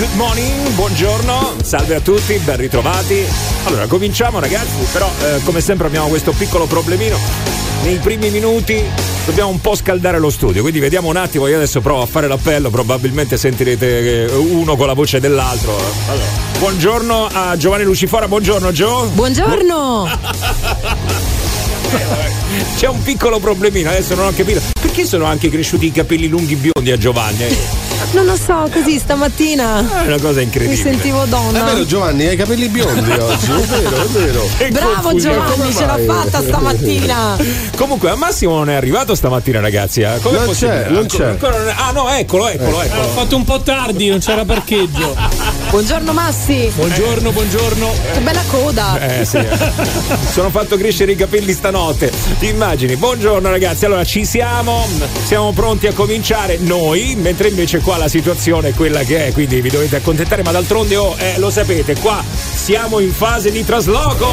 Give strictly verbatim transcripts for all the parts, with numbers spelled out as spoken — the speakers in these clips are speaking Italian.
good morning, buongiorno, salve a tutti, ben ritrovati. Allora, cominciamo ragazzi, però eh, come sempre abbiamo questo piccolo problemino. Nei primi minuti dobbiamo un po' scaldare lo studio, quindi vediamo un attimo, io adesso provo a fare l'appello, probabilmente sentirete uno con la voce dell'altro. Allora, buongiorno a Giovanni Lucifora, buongiorno Gio. Buongiorno. C'è un piccolo problemino, adesso non ho capito. Perché sono anche cresciuti i capelli lunghi biondi a Giovanni? Non lo so, così stamattina è una cosa incredibile. mi sentivo donna. È vero Giovanni, hai i capelli biondi oggi, è vero, è vero. Bravo confusione. Giovanni, ce l'ha fatta stamattina. Comunque a Massimo non è arrivato stamattina ragazzi, eh? Come non possibile? c'è, non ancora, c'è. Ancora non è... Ah no, eccolo, eccolo, eccolo. Ho fatto un po' tardi, non c'era parcheggio. Buongiorno Massi. Buongiorno, buongiorno. Che bella coda. Eh sì, sono fatto crescere i capelli stanotte, ti immagini? Buongiorno ragazzi, allora ci siamo, siamo pronti a cominciare noi, mentre invece qua la situazione è quella che è, quindi vi dovete accontentare, ma d'altronde oh, eh, lo sapete, qua siamo in fase di trasloco.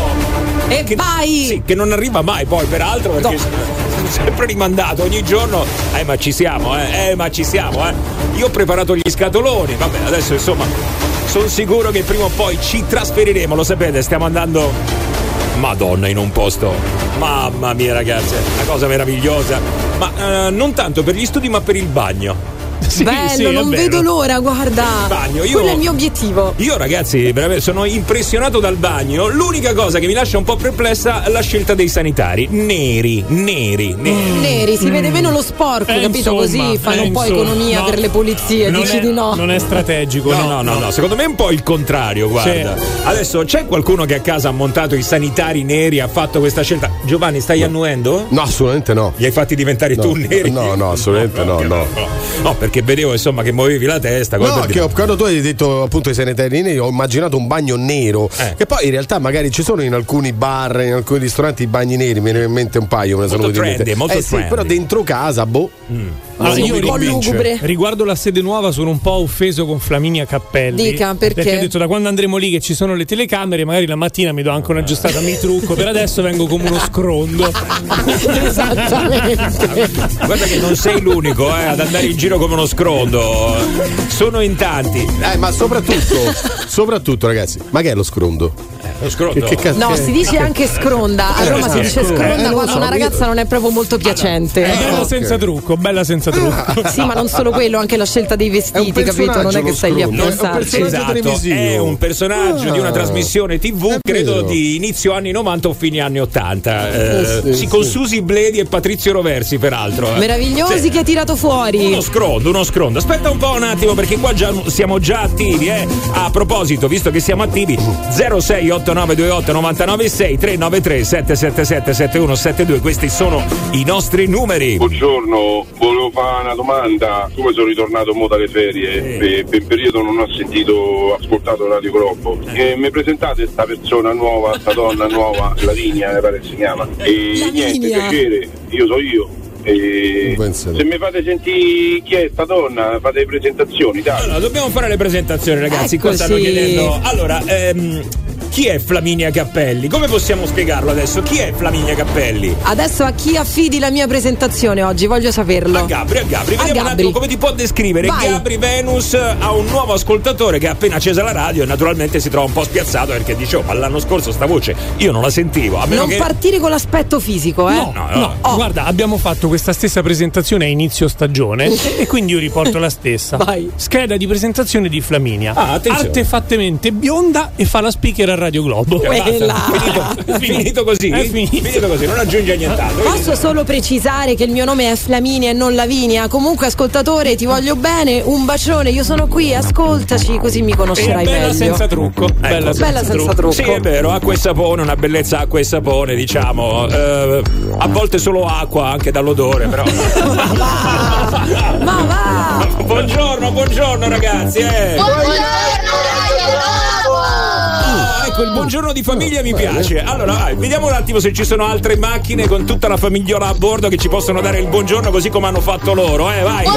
E che, vai! Sì, che non arriva mai poi, peraltro, perché no. sempre rimandato ogni giorno. Eh ma ci siamo, eh, eh ma ci siamo, eh. Io ho preparato gli scatoloni, vabbè, adesso insomma sono sicuro che prima o poi ci trasferiremo, lo sapete, stiamo andando Madonna in un posto, mamma mia ragazzi, una cosa meravigliosa, ma eh, non tanto per gli studi ma per il bagno. Sì, bello, sì, non vedo l'ora, guarda. Il bagno, io, quello è il mio obiettivo. Io ragazzi veramente sono impressionato dal bagno. L'unica cosa che mi lascia un po' perplessa è la scelta dei sanitari. Neri, neri, neri. Mm. Neri, si vede meno lo sporco, Eh, capito? insomma, Così fanno eh, un po' insomma, economia no. per le pulizie, Non dici è, di no. non è strategico, No, no, no, no, no, secondo me è un po' il contrario, guarda. Sì. Adesso c'è qualcuno che a casa ha montato i sanitari neri, ha fatto questa scelta. Giovanni, stai annuendo? No, assolutamente no. Li hai fatti diventare No, tu neri? no, no, assolutamente no, no. No, perché vedevo insomma che muovevi la testa. No, che ho, quando tu hai detto appunto i sanitari neri ho immaginato un bagno nero, Eh. che poi in realtà magari ci sono in alcuni bar, in alcuni ristoranti i bagni neri, me ne viene in mente un paio, me ne sono Molto venuti in mente. trendy, molto eh sì, trendy. però dentro casa, boh. Mm. Allora, non io mi un po' convince. lugubre. Riguardo la sede nuova sono un po' offeso con Flaminia Cappelli. Dica, perché? Perché ho detto da quando andremo lì che ci sono le telecamere, magari la mattina mi do anche un'aggiustata, mi trucco, per adesso vengo come uno scrondo. Esattamente. Guarda che non sei l'unico eh, ad andare in giro come uno scrondo. Sono in tanti. Eh, ma soprattutto, soprattutto ragazzi, ma che è lo scrondo? Lo scrondo. Che, che cazzo No, è? si dice anche scronda. A Roma si dice scronda Eh, non lo quando so, una io- ragazza non è proprio molto piacente. È bella ok. senza trucco, bella senza trucco. Sì, ma non solo quello, anche la scelta dei vestiti, capito? Non è che stai lì a personaggio, lo scrondo, è un pensarci. personaggio Esatto, televisivo. è un personaggio Ah, di una trasmissione tivù, è credo vero. di inizio anni novanta o fine anni ottanta. Eh, Eh, sì, sì, con sì. Susi Bledi e Patrizio Roversi, peraltro. eh. Meravigliosi Sì. che ha tirato fuori. Uno scrondo, uno scrondo. Aspetta un po' un attimo perché qua già siamo già attivi, eh. A proposito, visto che siamo attivi, zero sei otto nove due otto nove nove sei tre nove tre sette sette sette sette uno sette due, questi sono i nostri numeri. Buongiorno, volevo fare una domanda. Come sono ritornato mo dalle ferie e per un periodo non ho sentito, ascoltato Radio Globo. E mi presentate sta persona nuova, sta donna nuova, Lavinia mi pare si chiama. E Lavinia. niente, piacere, io so io. E Non penso. se mi fate sentire chi è sta donna, fate le presentazioni, dai. Allora, dobbiamo fare le presentazioni, ragazzi. Qua Eccoci. stanno chiedendo. Allora, ehm, chi è Flaminia Cappelli? Come possiamo spiegarlo adesso? Chi è Flaminia Cappelli? Adesso a chi affidi la mia presentazione oggi? Voglio saperlo. A Gabri, a Gabri, A vediamo un Gabri. attimo come ti può descrivere. Vai. Gabri Venus ha un nuovo ascoltatore che ha appena accesa la radio e naturalmente si trova un po' spiazzato perché dice: oh, ma l'anno scorso sta voce io non la sentivo. A meno Non che... partire con l'aspetto fisico, eh? No, no, no, Oh. guarda, abbiamo fatto questa stessa presentazione a inizio stagione e quindi io riporto la stessa. Vai. Scheda di presentazione di Flaminia. Ah, attenzione. Artefattemente bionda e fa la speaker a Radio Globo. Basta, Quella. finito, finito così. È finito. così, non aggiunge nient'altro. Posso solo precisare che il mio nome è Flaminia e non Lavinia. Comunque, ascoltatore, ti voglio bene. Un bacione, io sono qui, ascoltaci, così mi E conoscerai bella meglio. senza trucco. Bella, Bella senza trucco. Sì, è vero, acqua e sapone, una bellezza acqua e sapone, diciamo. Eh, a volte solo acqua, anche dall'odore, però. Ma va! Buongiorno, buongiorno ragazzi, eh. Ah, ecco, il buongiorno di famiglia mi piace. Allora, vai, vediamo un attimo se ci sono altre macchine con tutta la famigliola a bordo che ci possono dare il buongiorno così come hanno fatto loro, eh, vai.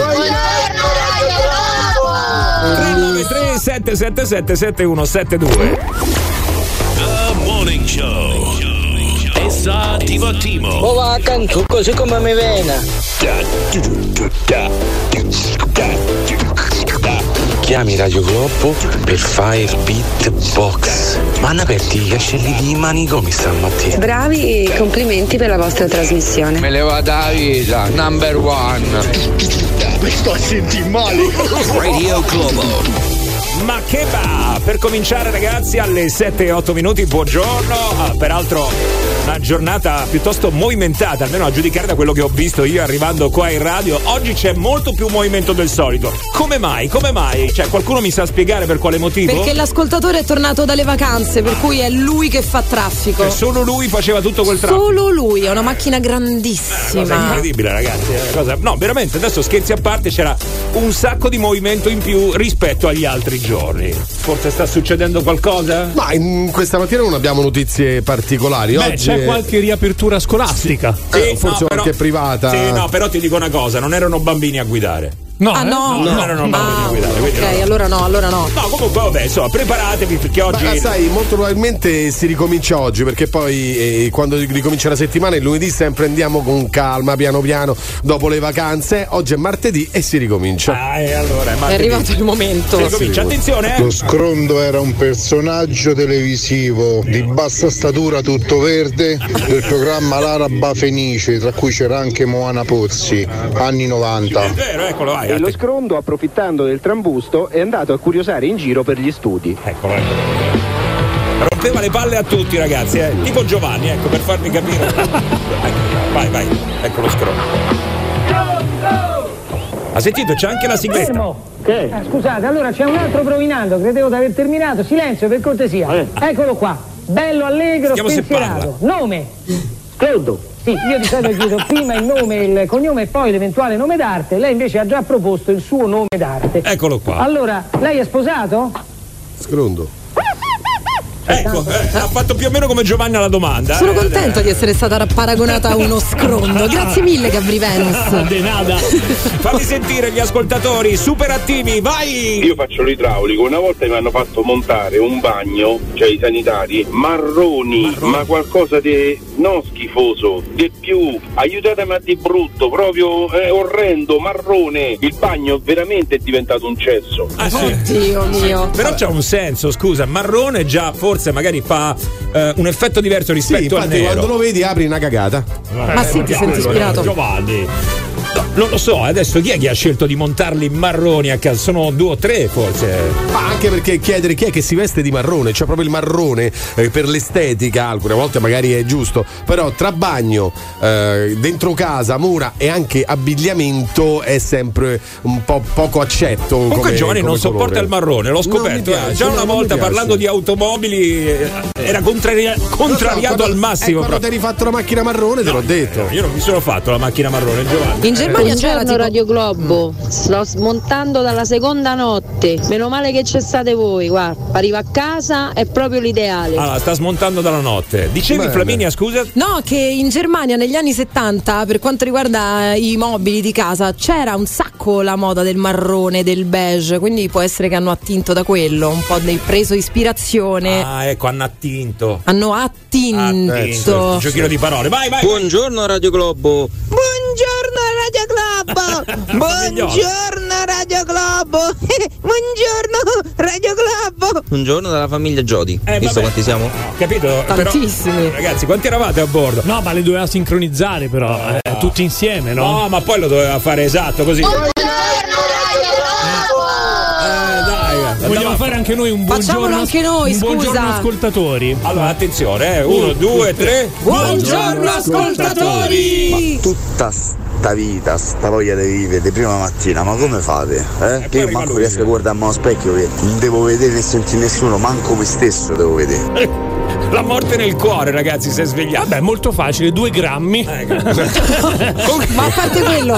tre nove tre sette sette sette sette uno sette due. The Morning Show. Essa Timo Timo. Oh va accanto così come mi viene. chiami Radio Globo per fare il beatbox. Ma hanno aperti i cancelli di manicomi stamattina. Bravi e complimenti per la vostra trasmissione. Me le va da vita, number one. Mi sto a sentire male. Radio Globo. Ma che va! Per cominciare ragazzi alle sette e otto minuti, buongiorno. Ah, peraltro una giornata piuttosto movimentata, almeno a giudicare da quello che ho visto io arrivando qua in radio. Oggi c'è molto più movimento del solito. Come mai? Come mai? Cioè qualcuno mi sa spiegare per quale motivo? Perché l'ascoltatore è tornato dalle vacanze, per cui è lui che fa traffico. Cioè, solo lui faceva tutto quel traffico. Solo lui, è una macchina grandissima. È una cosa incredibile ragazzi, è una cosa... No, veramente, adesso scherzi a parte, c'era un sacco di movimento in più rispetto agli altri giorni. Forse sta succedendo qualcosa? Ma in questa mattina non abbiamo notizie particolari. Beh, oggi c'è è... qualche riapertura scolastica. Sì, eh, forse no, però, anche privata. Sì, no, però ti dico una cosa, non erano bambini a guidare. No, ah, eh? no, no, no, non erano bambini ah, a guidare. ok, no. allora no, allora no. No, comunque vabbè, insomma, preparatevi perché oggi. Ma sai, molto probabilmente si ricomincia oggi, perché poi eh, quando ricomincia la settimana, il lunedì sempre andiamo con calma, piano piano, dopo le vacanze. Oggi è martedì e si ricomincia. Ah, e allora è, è arrivato il momento. Si ricomincia, attenzione, eh. Lo Scrondo era un personaggio televisivo di bassa statura, tutto verde, del programma L'Araba Fenice, tra cui c'era anche Moana Pozzi, anni novanta. È vero, eccolo, vai. E lo Scrondo, approfittando del trambusto, è andato a curiosare in giro per gli studi. Eccolo, eccolo. Rompeva le palle a tutti ragazzi, eh. Tipo Giovanni, ecco, per farvi capire. Ecco, vai, vai, ecco lo scrondo. Ha sentito? C'è anche la sigletta. Fermo. Che? Eh, scusate, allora c'è un altro provinando, credevo di aver terminato. Silenzio, per cortesia. Eh. Eccolo qua. Bello, allegro, Vediamo se spensierato. Nome? Scrondo. Sì, io di solito chiedo prima il nome, il cognome e poi l'eventuale nome d'arte. Lei invece ha già proposto il suo nome d'arte. Eccolo qua. Allora, lei è sposato? Scrondo. Ecco, eh, ha fatto più o meno come Giovanni alla domanda. Sono eh, contenta eh. di essere stata paragonata a uno scrondo. Grazie mille, Gabri Venus. De nada. Fammi sentire gli ascoltatori super attivi, vai! Io faccio l'idraulico, una volta mi hanno fatto montare un bagno, cioè i sanitari, marroni, marroni. Ma qualcosa di non schifoso, di più, aiutatemi a di brutto, proprio eh, orrendo, marrone. Il bagno veramente è diventato un cesso. Ah, sì. Oddio mio. Però c'ha un senso, scusa, marrone già forse magari fa eh, un effetto diverso rispetto sì, al nero. Quando lo vedi apri una cagata. Ma sì, ti senti ispirato. Giovanni. No, non lo so, adesso chi è che ha scelto di montarli marroni a casa? Sono due o tre forse. Ma anche perché chiedere chi è che si veste di marrone, cioè proprio il marrone eh, per l'estetica, alcune volte magari è giusto, però tra bagno, eh, dentro casa, mura e anche abbigliamento è sempre un po' poco accetto. Comunque come, Giovanni come non colore. sopporta il marrone, l'ho scoperto. Non mi piace, Già una non volta mi piace. parlando di automobili eh, era contraria- contrariato quando, al massimo. Eh, quando ti hai rifatto la macchina marrone, te l'ho detto. Io non mi sono fatto la macchina marrone, Giovanni. In Germania c'era Buongiorno tipo... Radio Globo, sto smontando dalla seconda notte, meno male che c'è state voi, guarda, arrivo a casa è proprio l'ideale. Allora, sta smontando dalla notte. Dicevi Bene. Flaminia, scusa? No, che in Germania negli anni settanta, per quanto riguarda i mobili di casa, c'era un sacco la moda del marrone, del beige, quindi può essere che hanno attinto da quello, un po' del preso ispirazione. Ah, ecco, hanno attinto. Hanno attinto. attinto. Giochino di parole. Vai, vai. Buongiorno Radio Globo. Buongiorno Radio Globo. Buongiorno Radio Globo. Buongiorno Radio Globo. Buongiorno dalla famiglia Jody. Eh, Visto vabbè. quanti siamo? Capito? Tantissimi. Però, ragazzi, quanti eravate a bordo? No, ma le doveva sincronizzare però, eh, no. tutti insieme, no? No, ma poi lo doveva fare esatto così. Buongiorno Radio Globo. Eh, dai. Vogliamo Andiamo fare anche noi un buongiorno. Facciamolo anche noi, un buongiorno scusa. ascoltatori. Allora, attenzione, eh. Uno, due, tre. Buongiorno ascoltatori. Tutta sta vita, sta voglia di vivere di prima mattina, ma come fate? Eh? Che io manco riesco a guardarmi allo specchio, che non devo vedere né sentire nessuno, manco me stesso devo vedere. La morte nel cuore, ragazzi, si è svegliato. Vabbè, molto facile, due grammi. Ma a parte quello,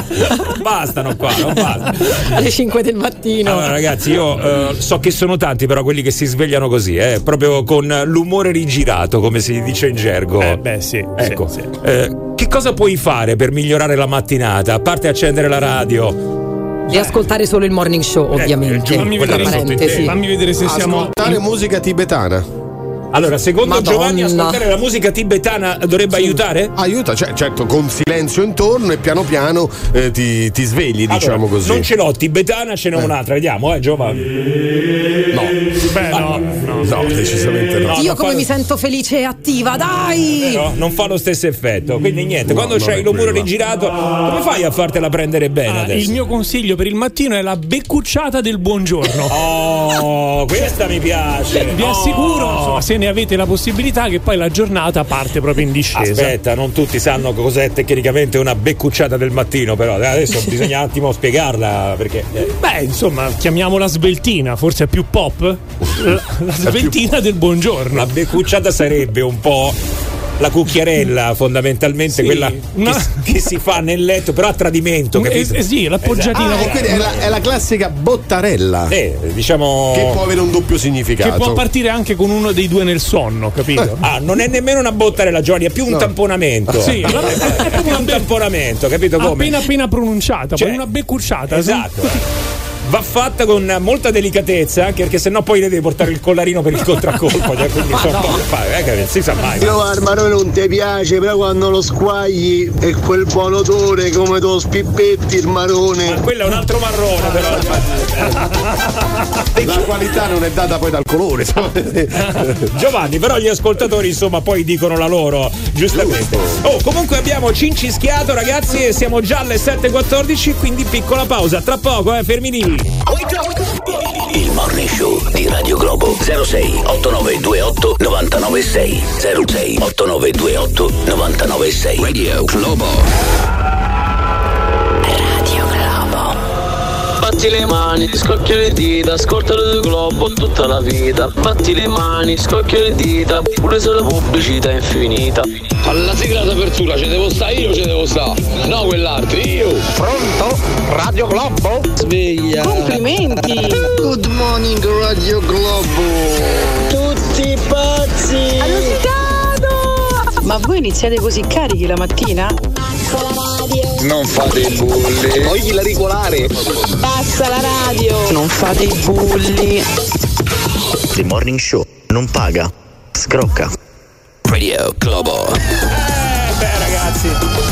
Bastano qua, non basta. alle cinque del mattino. Allora, ragazzi, io eh, so che sono tanti, però quelli che si svegliano così, eh, proprio con l'umore rigirato, come si dice in gergo. Eh, beh, sì. Ecco. Sì, sì. Eh, che cosa puoi fare per migliorare la mattinata? A parte accendere la radio. E ascoltare solo il morning show, ovviamente. Eh, fammi, Tra vedere, parentesi. fammi vedere se siamo Ascoltare in... musica tibetana. Allora, secondo Madonna. Giovanni, ascoltare la musica tibetana dovrebbe Sì. aiutare? Aiuta, cioè, certo, con silenzio intorno e piano piano eh, ti, ti svegli, Allora, diciamo così. non ce l'ho, tibetana ce n'è Eh. un'altra, vediamo, eh, Giovanni. No, Beh, no, no. no, decisamente no. No, Io non come fa- mi sento felice e attiva, dai! Però non fa lo stesso effetto, quindi niente, No, quando non c'hai è lo muro quella. rigirato, come fai a fartela prendere bene Ah, adesso? il mio consiglio per il mattino è la beccucciata del buongiorno. Oh, questa mi piace. Vi Oh. assicuro, insomma, se ne avete la possibilità, che poi la giornata parte proprio in discesa. Aspetta, non tutti sanno cos'è tecnicamente una beccucciata del mattino, però adesso bisogna un attimo spiegarla perché eh, Beh, insomma, chiamiamola sveltina, forse è più pop. La, la sveltina del buongiorno. la beccucciata sarebbe un po' la cucchiarella, fondamentalmente, Sì, quella una- che, che si fa nel letto, però a tradimento, capito? Eh, eh, sì, l'appoggiatina. Ah, e quindi è la, è la classica bottarella. Eh, diciamo Che può avere un doppio Che significato. può partire anche con uno dei due nel sonno, capito? Ah, non è nemmeno una bottarella, Giovanni, è più un No. tamponamento. Sì, allora è è proprio più un una be- tamponamento, capito come? appena appena pronunciata, Cioè, poi una beccucciata. Esatto. Va fatta con molta delicatezza, anche perché sennò poi ne devi portare il collarino per il contraccolpo. Cioè, quindi insomma, eh, che non si sa mai. Io al marrone non ti piace, però quando lo squagli e quel buon odore come tu spippetti il marrone. Quello è un altro marrone, però. La qualità non è data poi dal colore. Giovanni, però gli ascoltatori insomma poi dicono la loro, giustamente. Oh, comunque abbiamo cincischiato, ragazzi, e siamo già alle sette e quattordici, quindi piccola pausa. Tra poco, eh, fermi lì. Il Morning Show di Radio Globo. Zero sei otto nove due otto nove nove sei. Zero sei otto nove due otto nove nove sei. Radio Globo. Radio Globo. Batti le mani, scocchia le dita, ascolta il globo tutta la vita. Batti le mani, scocchia le dita, pure se la pubblicità è infinita. Alla sigla d'apertura ci devo stare io, ci devo stare. No, quell'altro, io. Pronto? Radio Globo? Sveglia. Complimenti! Good morning Radio Globo. Tutti pazzi! Ma voi iniziate così carichi la mattina? Non fate i bulli. Voglio la regolare. Basta la radio! Non fate i bulli. The Morning Show non paga, scrocca. Radio Globo. Eh, beh, ragazzi.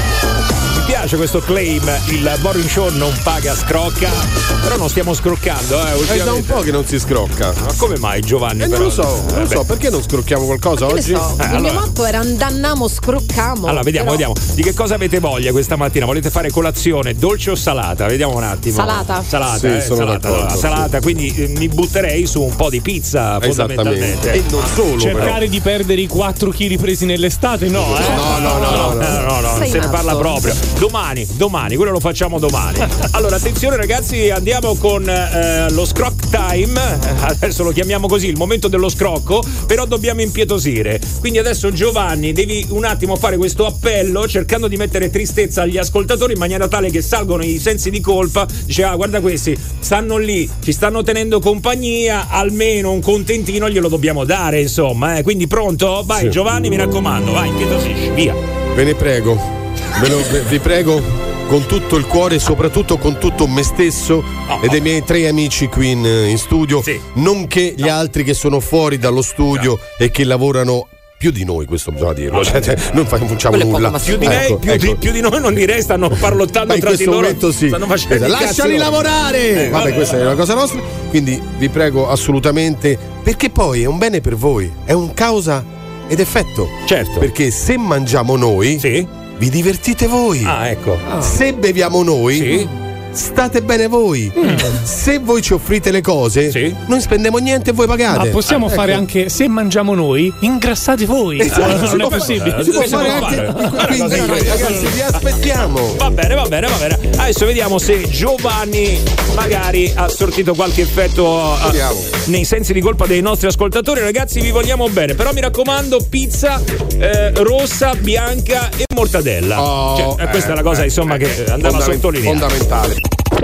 Mi piace questo claim, il Morning Show non paga, scrocca, però non stiamo scroccando, eh, È da un ultimamente. po' che non si scrocca. Ma come mai, Giovanni? Eh, non però? lo so, non lo Eh, so, beh. perché non scrocchiamo qualcosa Che ne oggi? so, Eh, il allora- mio motto era andannamo, scroccamo. Allora, vediamo, però- vediamo. Di che cosa avete voglia questa mattina? Volete fare colazione dolce o salata? Vediamo un attimo. Salata. Salata, Sì, eh, sono salata, d'accordo, allora, sì. salata, quindi eh, mi butterei su un po' di pizza, fondamentalmente. E non solo, Cercare però. di perdere i quattro chili presi nell'estate, no, eh? No, no, no, no, No, no. no, no, non Sei se ne matto. parla proprio. Domani, domani, quello lo facciamo domani. Allora, attenzione ragazzi, andiamo con eh, lo scrock time. Adesso lo chiamiamo così, il momento dello scrocco, però dobbiamo impietosire. Quindi adesso Giovanni, devi un attimo fare questo appello cercando di mettere tristezza agli ascoltatori in maniera tale che salgono i sensi di colpa. Dice, ah, guarda questi, stanno lì, ci stanno tenendo compagnia, almeno un contentino glielo dobbiamo dare, insomma. Eh. Quindi pronto? Vai Sì. Giovanni, mi raccomando, vai, impietosisci, via. Ve ne prego, ve lo- ve- vi prego con tutto il cuore e soprattutto con tutto me stesso Oh, e oh. dei miei tre amici qui in, in studio, Sì. nonché gli altri che sono fuori dallo studio e che lavorano più di noi, questo bisogna dirlo, cioè, cioè, non fa- non facciamo Quello è poco, nulla. ma Più di, lei, Ecco, più, ecco. di, più di noi non direi, stanno parlottando Ma in tra di questo loro. momento sì. Stanno facendo Esatto. i cazzi Lasciali loro. lavorare! Eh, vabbè, vabbè. questa è una cosa nostra. Quindi vi prego assolutamente, perché poi è un bene per voi, è un causa ed effetto. Certo. Perché se mangiamo noi, Sì. vi divertite voi. Ah, ecco. Se beviamo noi, Sì. state bene voi. Se voi ci offrite le cose, Sì. non spendiamo niente e voi pagate. Ma possiamo Ah, fare ecco. anche, se mangiamo noi, ingrassate voi. Esatto, si non è può possibile. fare- si può Si fare può anche. fare. Quindi, Una cosa ragazzi, vi aspettiamo. Va bene, va bene, va bene. Adesso vediamo se Giovanni magari ha sortito qualche effetto eh, Vediamo. nei sensi di colpa dei nostri ascoltatori. Ragazzi, vi vogliamo bene. Però mi raccomando, pizza eh, rossa, bianca e mortadella. Oh, Cioè, eh, questa eh, è la cosa eh, insomma eh, che andava fondament- sottolineata. Fondamentale.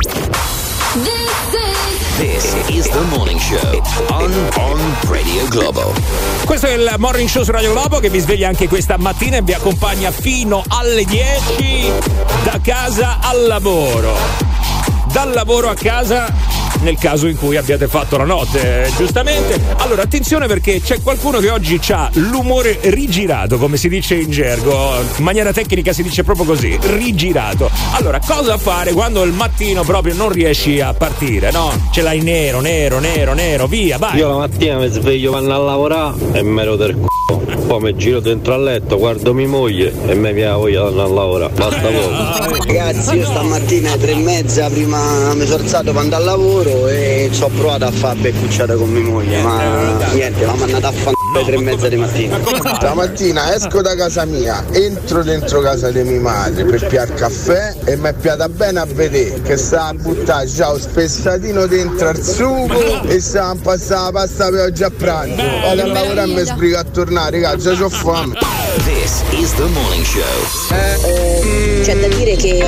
This is the morning show on, on Radio Globo. Questo è il Morning Show su Radio Globo che vi sveglia anche questa mattina e vi accompagna fino alle dieci da casa al lavoro. Dal lavoro a casa nel caso in cui abbiate fatto la notte, giustamente. Allora attenzione, perché c'è qualcuno che oggi ha l'umore rigirato, come si dice in gergo, in maniera tecnica si dice proprio così, rigirato. Allora, cosa fare quando il mattino proprio non riesci a partire, no? Ce l'hai nero, nero, nero, nero, via, vai. Io la mattina mi sveglio, vanno a lavorare e me lo del c***o, poi mi giro dentro al letto, guardo mia moglie e mi viene voglia di andare a lavorare, basta poco. Ragazzi, io stamattina alle tre e mezza prima mi sono alzato per andare al lavoro e ci ho provato a fare beccucciata con mia moglie, ma niente, ma mi è andata a fare alle tre e mezza di mattina. Stamattina esco da casa mia, entro dentro casa di mia madre per piare caffè e mi è piata bene a vedere che stava a buttare già un spezzatino dentro al sugo e stava a passare la pasta per oggi a pranzo. Vado a lavorare e mi sbrigo a tornare, ragazzi, già c'ho fame. This is the morning show. Eh, c'è da dire che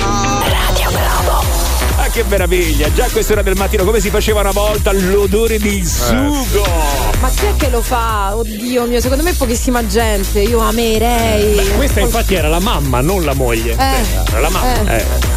Radio Globo. Ah, che meraviglia! Già a quest'ora del mattino, come si faceva una volta, l'odore di sugo. Ma chi è che lo fa? Oddio mio, secondo me pochissima gente. Io amerei. Beh, questa infatti era la mamma, non la moglie. Eh, Era la mamma. eh. Eh.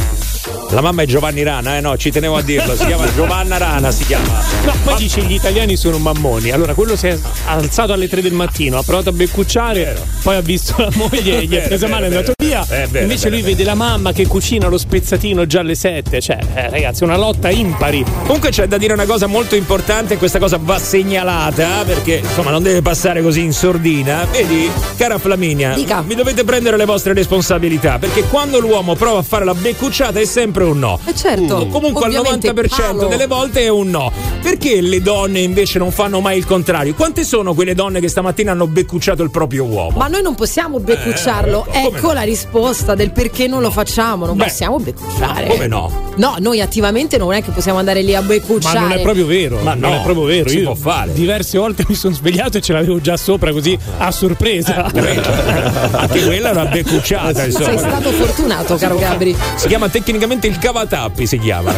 La mamma è Giovanni Rana, eh no, ci tenevo a dirlo, si chiama Giovanna Rana, si chiama. No, poi Ma... dice gli italiani sono mammoni. Allora quello si è alzato alle tre del mattino, ha provato a beccucciare, poi ha visto la moglie e gli è presa male, è andato via. Eh, bene, Invece bene, lui bene. vede la mamma che cucina lo spezzatino già alle sette. Cioè, eh, ragazzi, una lotta impari. Comunque c'è da dire una cosa molto importante, e questa cosa va segnalata, perché insomma non deve passare così in sordina. Vedi, cara Flaminia, Dica. vi dovete prendere le vostre responsabilità, perché quando l'uomo prova a fare la beccucciata è sempre un no. Eh certo. O comunque al Ovviamente novanta per cento palo. delle volte è un no. Perché le donne invece non fanno mai il contrario? Quante sono quelle donne che stamattina hanno beccucciato il proprio uomo? Ma noi non possiamo beccucciarlo. Eh, come ecco no? la risposta del perché non lo facciamo. Non Beh, possiamo beccucciare. Come no? No, noi attivamente non è che possiamo andare lì a beccucciare. Ma non è proprio vero. Ma non no, è proprio vero. si Io può fare. diverse volte mi sono svegliato e ce l'avevo già sopra così a sorpresa. Eh, Anche quella è una beccucciata, Sei insomma. stato fortunato, caro Gabri. Si chiama tecnicamente il cavatappi, si chiama.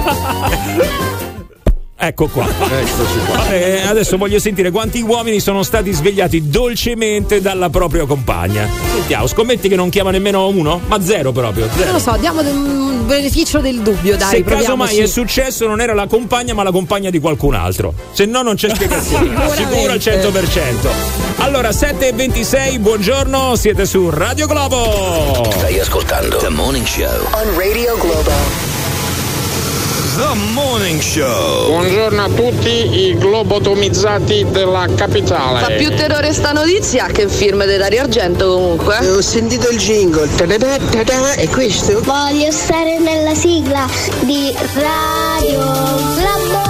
Ecco qua. Eccoci qua. Vabbè, adesso voglio sentire quanti uomini sono stati svegliati dolcemente dalla propria compagna. Sentiamo, scommetti che non chiama nemmeno uno? Ma zero proprio. Zero. Non lo so, diamo un beneficio del dubbio, dai. Se proviamoci. casomai è successo non era la compagna ma la compagna di qualcun altro. Se no non c'è spiegazione. Sicuro al cento per cento. Allora, sette e ventisei, buongiorno, siete su Radio Globo. Stai ascoltando The Morning Show on Radio Globo. The Morning Show. Buongiorno a tutti i globotomizzati della capitale. Fa più terrore sta notizia che il film di Dario Argento comunque. Eh, ho sentito il jingle. Ta-da-da, ta-da, è questo? Voglio stare nella sigla di Radio Globo.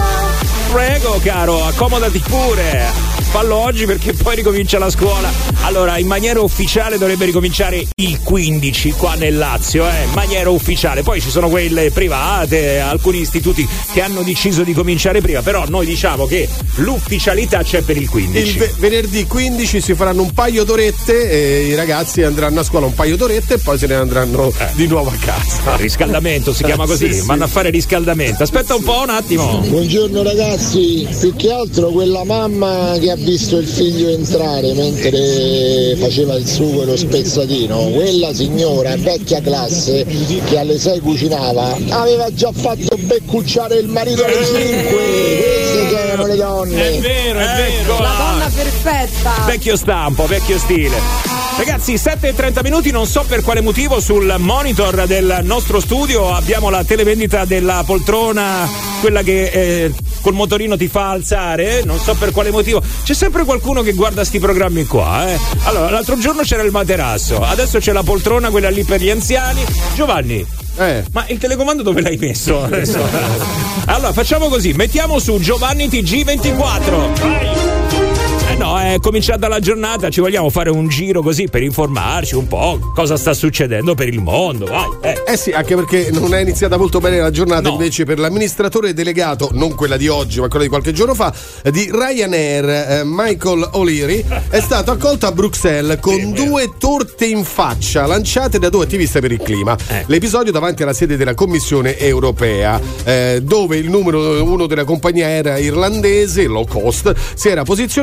Prego caro, accomodati pure. Fallo oggi perché poi ricomincia la scuola. Allora, in maniera ufficiale dovrebbe ricominciare il quindici qua nel Lazio, eh, in maniera ufficiale. Poi ci sono quelle private, alcuni istituti che hanno deciso di cominciare prima, però noi diciamo che l'ufficialità c'è per il quindici. Il ve- venerdì quindici si faranno un paio d'orette e i ragazzi andranno a scuola un paio d'orette e poi se ne andranno Eh. di nuovo a casa. Riscaldamento si chiama così, Sì, sì. vanno a fare riscaldamento. Aspetta un po', un attimo. Buongiorno ragazzi, più che altro quella mamma che ha visto il figlio entrare mentre faceva il sugo e lo spezzatino, quella signora vecchia classe che alle sei cucinava, aveva già fatto beccucciare il marito alle cinque. Queste che erano le donne. È vero, è vero. La donna perfetta. Vecchio stampo, vecchio stile. Ragazzi, sette e trenta minuti, non so per quale motivo sul monitor del nostro studio abbiamo la televendita della poltrona, quella che eh, col motorino ti fa alzare, non so per quale motivo. C'è sempre qualcuno che guarda sti programmi qua, eh. Allora, l'altro giorno c'era il materasso, adesso c'è la poltrona, quella lì per gli anziani. Giovanni, Eh. ma il telecomando dove l'hai messo adesso? Allora, facciamo così, mettiamo su Giovanni T G ventiquattro. Vai! Eh no, è cominciata la giornata, ci vogliamo fare un giro così per informarci un po' cosa sta succedendo per il mondo, vai. Eh, Eh sì, anche perché non è iniziata molto bene la giornata No. invece per l'amministratore delegato, non quella di oggi ma quella di qualche giorno fa, di Ryanair, eh, Michael O'Leary, è stato accolto a Bruxelles con due torte in faccia lanciate da due attiviste per il clima. Eh. L'episodio davanti alla sede della Commissione Europea, eh, dove il numero uno della compagnia aerea irlandese, low cost, si era posizionato per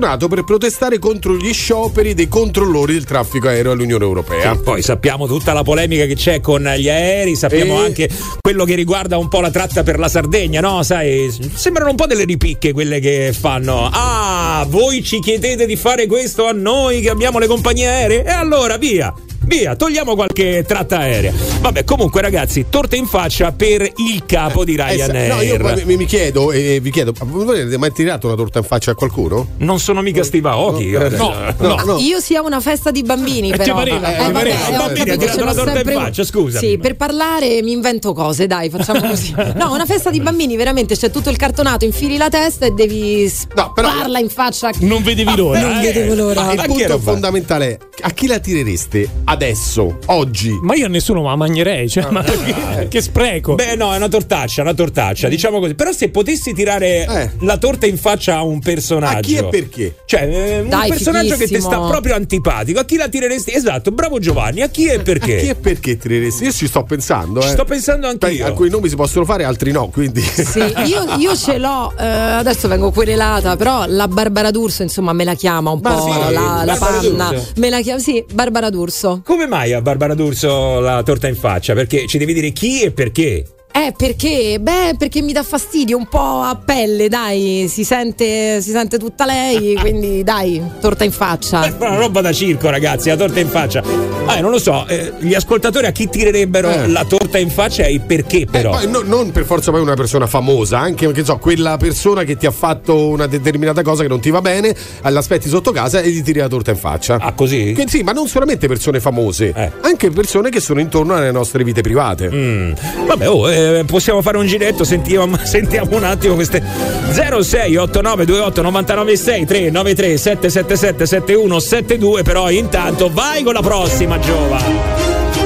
protestare contro gli scioperi dei controllori del traffico aereo all'Unione Europea. Sì, poi sappiamo tutta la polemica che c'è con gli aerei, sappiamo E- anche quello che riguarda un po' la tratta per la Sardegna, no? Sai, sembrano un po' delle ripicche quelle che fanno. Ah, voi ci chiedete di fare questo a noi che abbiamo le compagnie aeree? E allora via! Via, togliamo qualche tratta aerea. Vabbè, comunque ragazzi, torta in faccia per il capo di Ryanair. No, io poi mi, mi chiedo e vi chiedo, voi avete mai tirato una torta in faccia a qualcuno? Non sono mica Steve Aoki. No, No, no, no. Io sia una festa di bambini, Eh, però. ti pareva, Eh, ti vabbè, pareva. ho I bambini capito, ha tirato ce la l'ho torta in sempre- faccia, scusami. Sì, per parlare mi invento cose, dai, facciamo così. No, una festa di bambini, veramente, c'è tutto il cartonato, infili la testa e devi spararla in faccia. Non vedevi l'ora. Non vedevo l'ora. Ma il Anche io punto lo fa. fondamentale è: a chi la tirereste adesso, oggi? Ma io a nessuno ma la mangerei, cioè, ma che, che spreco. Beh, no, è una tortaccia, una tortaccia, diciamo così. Però se potessi tirare la torta in faccia a un personaggio. A chi e perché? Cioè, eh, un Dai, personaggio che ti fighissimo. sta proprio antipatico. A chi la tireresti? Esatto, bravo Giovanni. A chi e perché? A chi e perché tireresti? Io ci sto pensando. Ci eh. sto pensando anche Beh, io. alcuni nomi si possono fare, altri no, quindi. Sì, io, io ce l'ho, eh, adesso vengo querelata, però la Barbara D'Urso, insomma, me la chiama un Ma po' sì, la, la Barbara panna. D'Urso. Me la chiama, sì, Barbara D'Urso. Come mai a Barbara D'Urso la torta in faccia? Perché ci devi dire chi e perché. Eh, perché? Beh, perché mi dà fastidio un po' a pelle, dai, si sente, si sente tutta lei, quindi dai, torta in faccia. È una roba da circo, ragazzi, la torta in faccia. Ah, non lo so, eh, gli ascoltatori a chi tirerebbero Eh. la torta in faccia e il perché però? Poi no- non per forza poi una persona famosa, anche perché so, quella persona che ti ha fatto una determinata cosa che non ti va bene, l'aspetti sotto casa e gli tiri la torta in faccia. Ah, così? Che, sì, ma non solamente persone famose, Eh. anche persone che sono intorno alle nostre vite private. Mm. Vabbè, oh, eh, possiamo fare un giretto, sentiamo, sentiamo un attimo queste zero sei otto nove due otto nove nove sei tre nove tre sette sette sette sette uno sette due, però intanto vai con la prossima, Giova.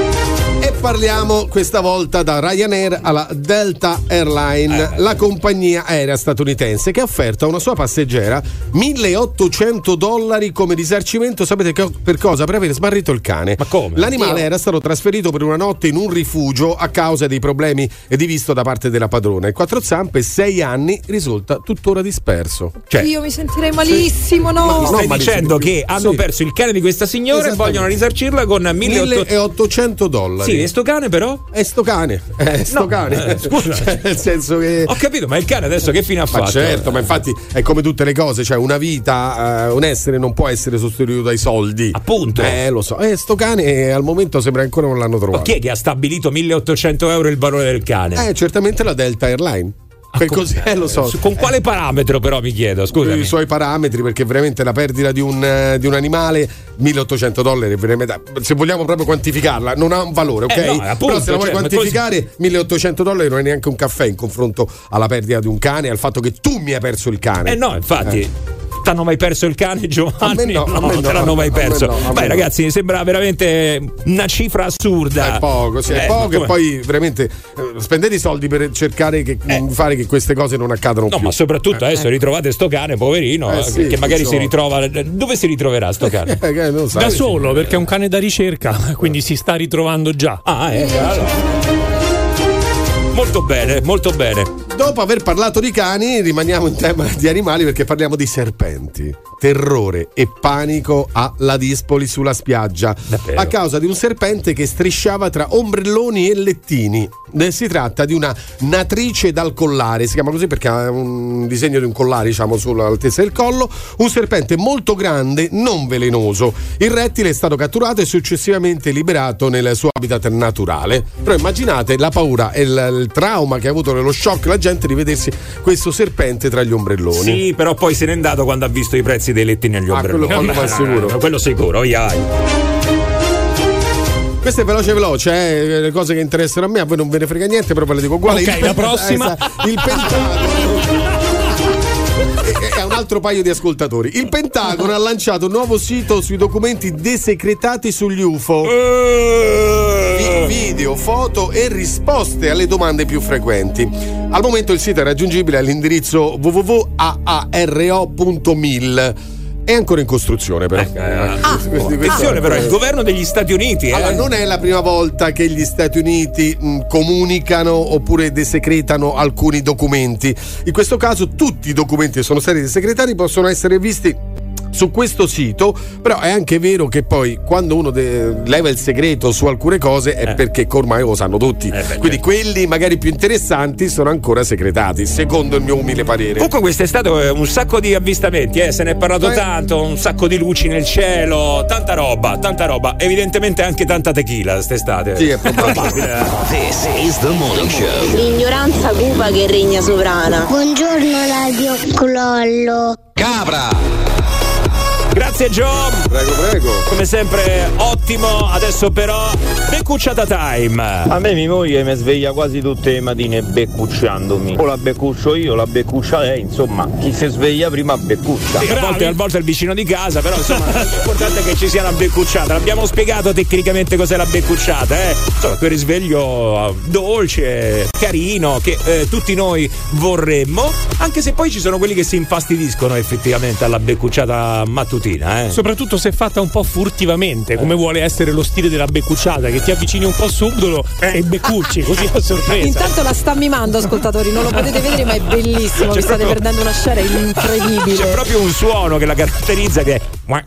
E parliamo questa volta da Ryanair alla Delta Airline, Eh. la compagnia aerea statunitense che ha offerto a una sua passeggera milleottocento dollari come risarcimento, sapete co- per cosa? Per aver smarrito il cane. Ma come? L'animale Dio. era stato trasferito per una notte in un rifugio a causa dei problemi di visto da parte della padrona. Il quattro zampe, sei anni, risulta tuttora disperso. Cioè, Io mi sentirei malissimo, no? Ma- stai ma dicendo dici- che hanno sì. perso il cane di questa signora e Esattamente. vogliono risarcirla con milleottocento. milleottocento dollari. Sì, e sto cane però? È sto cane, è sto No, cane. eh, scusa. Cioè, nel senso che. Ho capito, ma il cane adesso che fine ha Ma fatto? certo, ma infatti è come tutte le cose, cioè una vita, eh, un essere non può essere sostituito dai soldi. Appunto. Eh, lo so. Eh, sto cane eh, al momento sembra ancora non l'hanno Ma trovato. chi è che ha stabilito milleottocento euro il valore del cane? Eh, certamente la Delta Airline. Per con- così, eh, lo so. Su- Con quale parametro però mi chiedo, scusami. I suoi parametri, perché veramente la perdita di un, eh, di un animale, milleottocento dollari, veramente, se vogliamo proprio quantificarla, non ha un valore, ok? Eh, no, appunto, però se la vuoi cioè, ma quantificare, milleottocento dollari non è neanche un caffè in confronto alla perdita di un cane e al fatto che tu mi hai perso il cane. Eh no, infatti. Eh. T'hanno mai perso il cane, Giovanni? A me no, a me non no, te l'hanno mai a me perso. no, a me Beh, no. ragazzi, mi sembra veramente una cifra assurda. È poco, sì, è Eh, poco ma e come- poi veramente eh, spendete i soldi per cercare che, Eh. fare che queste cose non accadano No, più. ma soprattutto adesso ritrovate sto cane, poverino, Eh, eh, sì, che magari si insomma. ritrova. Dove si ritroverà sto cane? Eh, che non sai. Da solo, perché è un cane da ricerca, quindi si sta ritrovando già. Ah, eh, allora. Molto bene, molto bene. Dopo aver parlato di cani, rimaniamo in tema di animali perché parliamo di serpenti. Terrore e panico a Ladispoli sulla spiaggia Davvero? a causa di un serpente che strisciava tra ombrelloni e lettini. Eh, Si tratta di una natrice dal collare, si chiama così perché ha un disegno di un collare, diciamo, sull'altezza del collo. Un serpente molto grande, non velenoso. Il rettile è stato catturato e successivamente liberato nel suo habitat naturale. Però immaginate la paura e il, il trauma che ha avuto nello shock la gente di vedersi questo serpente tra gli ombrelloni. Sì, però poi se n'è andato quando ha visto i prezzi dei lettini agli Ah, ombrelloni. quello- quello va sicuro. Quello sicuro, via. Questo è veloce veloce, eh? Le cose che interessano a me, a voi non ve ne frega niente, però ve le dico uguali. Ok, Il- la prossima. eh, il Pentagono. E un altro paio di ascoltatori. Il Pentagono ha lanciato un nuovo sito sui documenti desecretati sugli U F O. Vi- video, foto e risposte alle domande più frequenti. Al momento il sito è raggiungibile all'indirizzo w w w punto a a r o punto mil. È ancora in costruzione, però. Ah, Questi- questi- attenzione, però, il governo degli Stati Uniti. Eh. Allora, non è la prima volta che gli Stati Uniti mh, comunicano oppure desecretano alcuni documenti. In questo caso tutti i documenti che sono stati desecretati possono essere visti su questo sito, però è anche vero che poi quando uno de- leva il segreto su alcune cose è Eh. perché ormai lo sanno tutti, beh, quindi certo. quelli magari più interessanti sono ancora segretati, secondo il mio umile parere. Comunque quest'estate eh, un sacco di avvistamenti, eh, se ne è parlato Eh. tanto, un sacco di luci nel cielo, tanta roba, tanta roba, evidentemente anche tanta tequila quest'estate. Sì, è probabile. This is the morning show. L'ignoranza cupa che regna sovrana. Buongiorno Radio Clollo. Cabra! Grazie Gio, Prego, prego. come sempre ottimo, adesso però beccucciata time. A me mia moglie mi sveglia quasi tutte le mattine beccucciandomi. O la beccuccio io, la beccuccia lei, insomma, chi si sveglia prima beccuccia. Sì, a volte, a volte è il vicino di casa, però insomma l'importante è che ci sia la beccucciata. L'abbiamo spiegato tecnicamente cos'è la beccucciata, eh? Insomma, quel risveglio dolce, carino, che eh, tutti noi vorremmo, anche se poi ci sono quelli che si infastidiscono effettivamente alla beccucciata mattutina, eh? Soprattutto se fatta un po' furtivamente, come vuole essere lo stile della beccucciata, che ti avvicini un po' subdolo e beccucci, così a sorpresa. Intanto la sta mimando, ascoltatori, non lo potete vedere, ma è bellissimo. C'è Vi state proprio- perdendo una scena incredibile. C'è proprio un suono che la caratterizza che è...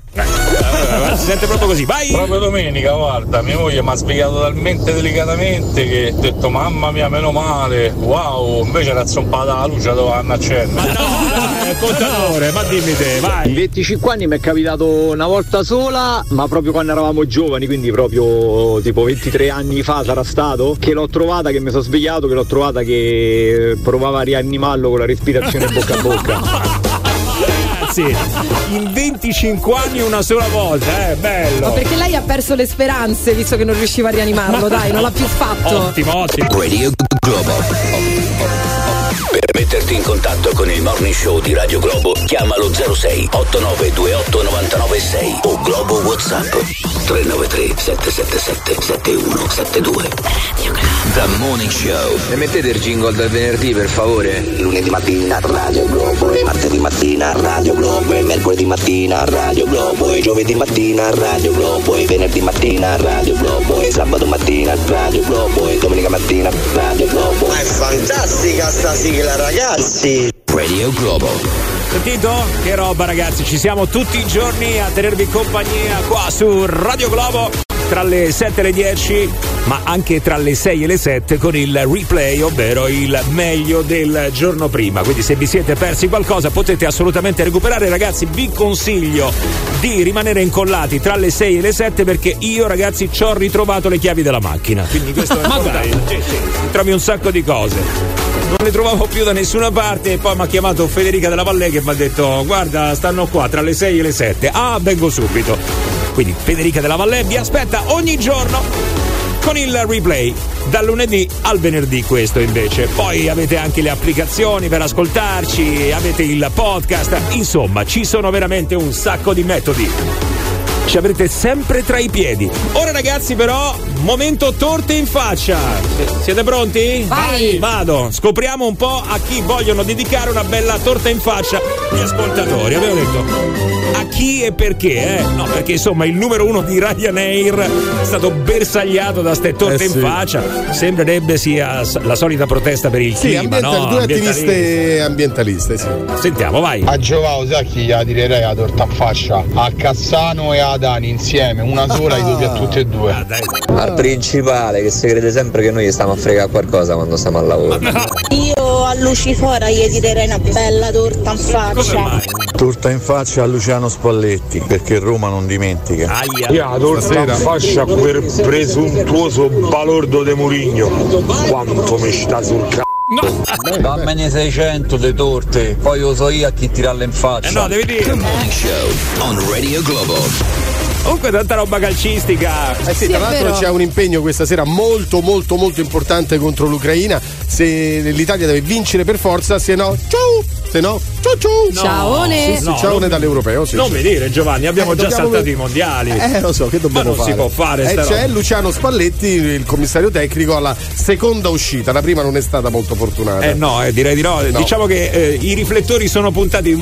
si sente proprio così, vai! Proprio domenica, guarda, mia moglie mi ha spiegato talmente delicatamente che ho detto mamma mia, meno male, wow, invece era zompata la luce dove hanno acceso. Ma no, dai, è contatore, ma dimmi te, In vai! venticinque anni mi è capitato una volta sola, ma proprio quando eravamo giovani, quindi proprio tipo ventitré anni fa sarà stato, che l'ho trovata, che mi sono svegliato, che l'ho trovata che provava a rianimarlo con la respirazione bocca a bocca. Ragazzi, in venticinque anni una sola volta, eh, bello! Ma perché lei ha perso le speranze, visto che non riusciva a rianimarlo, dai, non l'ha più fatto. Ottimo, ottimo! Radio Globo. Per metterti in contatto con il morning show di Radio Globo, chiamalo zero sei otto nove due otto nove nove sei o Globo WhatsApp tre nove tre sette sette sette sette uno sette due. Radio Globo. The Morning Show. E mettete il jingle del venerdì, per favore. Lunedì mattina Radio Globo, e martedì mattina Radio Globo, e mercoledì mattina Radio Globo, e giovedì mattina Radio Globo, e venerdì mattina Radio Globo, e sabato mattina Radio Globo, e domenica mattina Radio Globo. Ma è fantastica sta sigla, ragazzi! Radio Globo. Sentito? Che roba, ragazzi, ci siamo tutti i giorni a tenervi compagnia qua su Radio Globo tra le sette e le dieci, ma anche tra le sei e le sette con il replay, ovvero il meglio del giorno prima. Quindi se vi siete persi qualcosa potete assolutamente recuperare. Ragazzi, vi consiglio di rimanere incollati tra le sei e le sette, perché io, ragazzi, ci ho ritrovato le chiavi della macchina, quindi questo è Ma importante. dai. Sì, sì, trovi un sacco di cose. Non le trovavo più da nessuna parte, e poi mi ha chiamato Federica della Vallée che mi ha detto guarda, stanno qua tra le sei e le sette. Ah, vengo subito. Quindi Federica della Vallée vi aspetta ogni giorno con il replay dal lunedì al venerdì, questo invece. Poi avete anche le applicazioni per ascoltarci, avete il podcast, insomma ci sono veramente un sacco di metodi. Ci avrete sempre tra i piedi. Ora, ragazzi, però, momento torte in faccia. Siete pronti? Vai! Vado. Scopriamo un po' a chi vogliono dedicare una bella torta in faccia gli ascoltatori. Avevo detto a chi e perché, eh? No, perché insomma il numero uno di Ryanair è stato bersagliato da ste torte Eh, in sì. faccia. Sembrerebbe sia la solita protesta per il Sì, clima, ambiental- no? due Ambientalista. attiviste ambientaliste, sì. Sentiamo, vai. A Giovao, sai chi gli tirerei la torta a faccia? A Cassano e a Dani insieme, una sola, i due a tutti e due. Ah, dai. Al principale, che si crede sempre che noi stiamo a fregare qualcosa quando stiamo al lavoro. Io a Lucifora gli tirerei una bella torta in Come faccia. mai? Torta in faccia a Luciano Spalletti, perché Roma non dimentica. Aia. Io la torta in faccia a quel presuntuoso balordo de Murigno. Quanto mi sta sul c***o. Dammene seicento di torte, poi lo so io a chi tirarle in faccia. Eh no, devi dire. The Morning Show on Radio Globo. Comunque tanta roba calcistica. Eh sì, Sì, tra è l'altro vero. c'è un impegno questa sera molto molto molto importante contro l'Ucraina. Se l'Italia deve vincere per forza, se no, ciao! Se no, ciao ciao! No. Ciaone! Sì, No, ciaone non- dall'europeo, sì. Non sì. mi dire, Giovanni, abbiamo Eh, già dobbiamo- saltato i mondiali. Eh, lo so, che dobbiamo Ma non fare? si può fare E sta c'è roba. Luciano Spalletti, il commissario tecnico, alla seconda uscita. La prima non è stata molto fortunata. Eh no, eh, direi di no. No. Diciamo che eh, i riflettori sono puntati un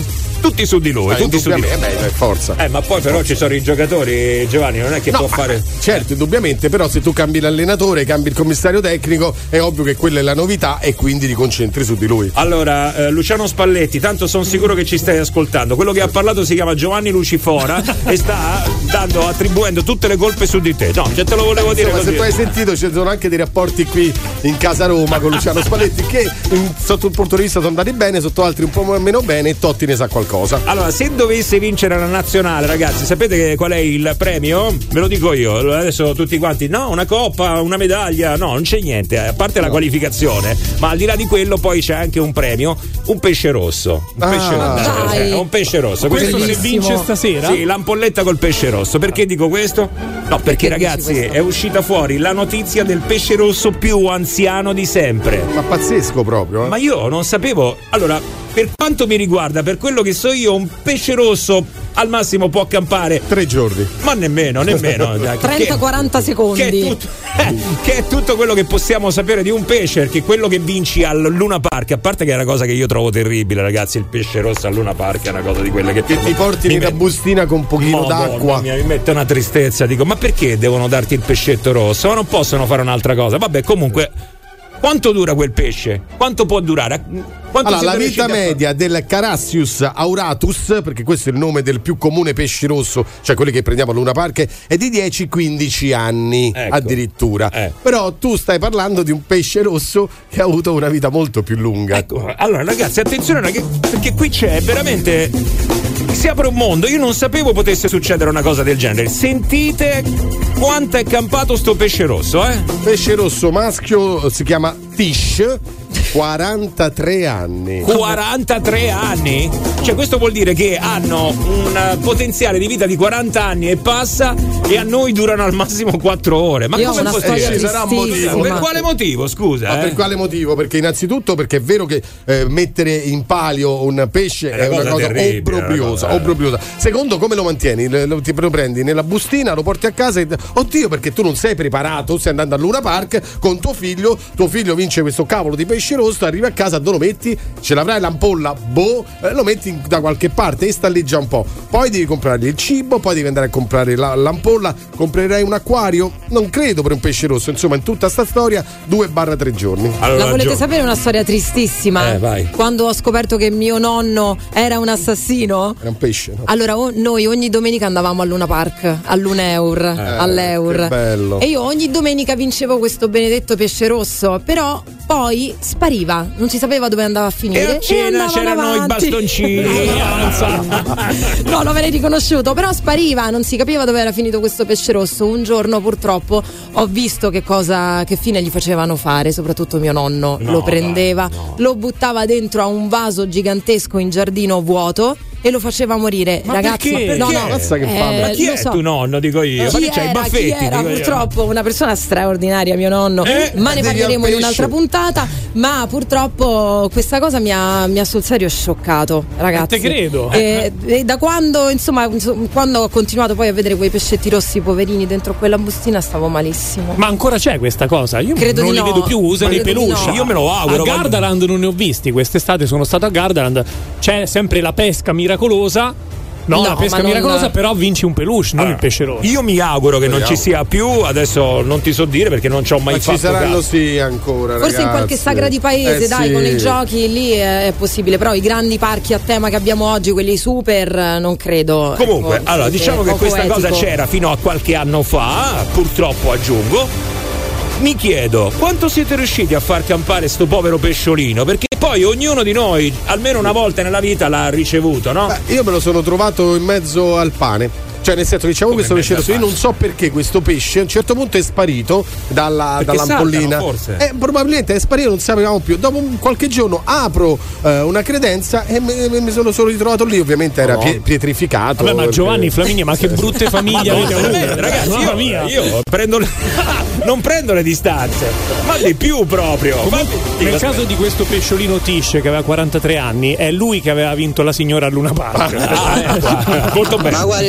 tutti su di lui, ah, tutti su di lui. Eh beh, per forza. Eh, ma poi però ci sono i giocatori, Giovanni, non è che no, può fare. Certo, indubbiamente, però se tu cambi l'allenatore, cambi il commissario tecnico, è ovvio che quella è la novità e quindi ti concentri su di lui. Allora, eh, Luciano Spalletti, tanto sono sicuro che ci stai ascoltando. Quello che ha parlato si chiama Giovanni Lucifora e sta dando, attribuendo tutte le colpe su di te. No, cioè te lo volevo Beh, dire insomma, così. Se tu hai sentito, ci sono anche dei rapporti qui in casa Roma con Luciano Spalletti che in, sotto un punto di vista sono andati bene, sotto altri un po' meno bene, e Totti ne sa qualcosa. Allora, se dovesse vincere la nazionale, ragazzi, sapete che qual è il premio? Ve lo dico io. Adesso tutti quanti, no, una coppa, una medaglia, no, non c'è niente, a parte no. la qualificazione, ma al di là di quello poi c'è anche un premio, un pesce rosso. Un ah, pesce rosso. Dai. Un pesce rosso. Questo se vince stasera? Sì, l'ampolletta col pesce rosso. Perché dico questo? No, perché, perché ragazzi è uscita fuori la notizia del pesce rosso più anziano di sempre. Ma pazzesco proprio, eh? Ma io non sapevo. Allora, per quanto mi riguarda, per quello che so io, un pesce rosso al massimo può campare tre giorni. Ma nemmeno, nemmeno. trenta quaranta secondi. Che è, tutto, eh, che è tutto quello che possiamo sapere di un pesce, perché quello che vinci al Luna Park, a parte che è una cosa che io trovo terribile, ragazzi, il pesce rosso al Luna Park è una cosa di quelle che, che ti porti nella met... bustina con un pochino Madonna d'acqua. Mia, mi mette una tristezza, dico, ma perché devono darti il pescetto rosso? Ma non possono fare un'altra cosa? Vabbè, comunque, quanto dura quel pesce? Quanto può durare? Quanto allora, la vita media del Carassius auratus, perché questo è il nome del più comune pesce rosso, cioè quelli che prendiamo a Luna Park, è di dieci quindici anni, ecco. addirittura. Eh. Però tu stai parlando di un pesce rosso che ha avuto una vita molto più lunga. Ecco, allora ragazzi, attenzione, perché qui c'è veramente, si apre un mondo. Io non sapevo potesse succedere una cosa del genere. Sentite quanto è campato sto pesce rosso, eh? Pesce rosso maschio si chiama Tish, quarantatré anni. quarantatré anni? Cioè questo vuol dire che hanno un potenziale di vita di quaranta anni e passa, e a noi durano al massimo quattro ore. Ma io come ho una eh, ci sarà un motivo? Per quale motivo, scusa? Ma eh? per quale motivo? Perché innanzitutto perché è vero che eh, mettere in palio un pesce è, è una cosa, cosa obbrobriosa, cosa, obbrobriosa. Secondo, come lo mantieni? Lo, ti lo prendi nella bustina, lo porti a casa e oddio, perché tu non sei preparato, stai andando al Luna Park con tuo figlio, tuo figlio vince questo cavolo di pesce rosso, arrivi a casa, dove lo metti? Ce l'avrai l'ampolla? Boh, eh, lo metti da qualche parte e stalleggia un po'. Poi devi comprare il cibo, poi devi andare a comprare la, l'ampolla. Comprerai un acquario? Non credo per un pesce rosso. Insomma, in tutta sta storia due barra tre giorni. Allora, la volete gio- sapere una storia tristissima? Eh, vai. Quando ho scoperto che mio nonno era un assassino? Era un pesce, no? Allora, o- noi ogni domenica andavamo al Luna Park, all'Uneur, eh, all'Eur. Che bello. E io ogni domenica vincevo questo benedetto pesce rosso, però poi spariva, non si sapeva dove andava a finire. E a cena e c'erano avanti. i bastoncini. No, non l'avrei riconosciuto, però spariva, non si capiva dove era finito questo pesce rosso. Un giorno purtroppo ho visto che cosa, che fine gli facevano fare, soprattutto mio nonno. No, lo prendeva, no, no. lo buttava dentro a un vaso gigantesco in giardino vuoto e lo faceva morire. Ma ragazzi, perché? no, Chi no, è? Mazza che eh, fame. Ma chi lo è so. tuo nonno, dico io? Chi Ma c'hai i era, baffetti? chi era dico io. purtroppo una persona straordinaria, mio nonno, Eh, ma ne devi parleremo al in un'altra pesce. puntata. Ma purtroppo questa cosa mi ha, mi ha sul serio scioccato, ragazzi. Te credo. E, e da quando, insomma, insomma, quando ho continuato poi a vedere quei pescetti rossi poverini dentro quella bustina, stavo malissimo. Ma ancora c'è questa cosa? Io Credo non di li no. vedo più, usano i Credo di peluche. no. Io me lo auguro. A Gardaland non ne ho visti. Quest'estate sono stato a Gardaland. C'è sempre la pesca miracolosa. No, No, la pesca ma non- miracolosa, però vinci un peluche, non Allora, il pesce rosso. Io mi auguro che non ci sia più. Adesso non ti so dire perché non ci ho mai Ma fatto ci saranno caso. sì ancora. Forse in qualche ragazzi. sagra di paese, Eh, dai, sì. con i giochi lì è, è possibile, però i grandi parchi a tema che abbiamo oggi, quelli super, eh, non credo. Comunque, ecco, allora sì, diciamo è che poco questa cosa etico. c'era fino a qualche anno fa, purtroppo aggiungo. Mi chiedo quanto siete riusciti a far campare sto povero pesciolino, perché poi ognuno di noi almeno una volta nella vita l'ha ricevuto, no? Beh, io me lo sono trovato in mezzo al pane. Cioè, nel senso che c'avevo Come questo in pesce mezzo rosso. al Io non so perché questo pesce a un certo punto è sparito dalla, Perché dall'ampollina. saltano, forse. Eh, probabilmente è sparito, non sapevamo più. Dopo un- qualche giorno apro eh, una credenza e me- me- mi sono solo ritrovato lì. Ovviamente era No. pie- pietrificato. Vabbè, ma perché- Giovanni, Flaminia, ma che brutte famiglie Ma avete no, avuto. veramente, ragazzi, Mamma io, mia. io prendo le, non prendo le distanze, ma di più proprio. Comunque, Ma- nel caso di questo pesciolino Tish che aveva quarantatré anni, è lui che aveva vinto la signora al Luna Park. Ah, ecco, molto bene. Ma guarda il pesce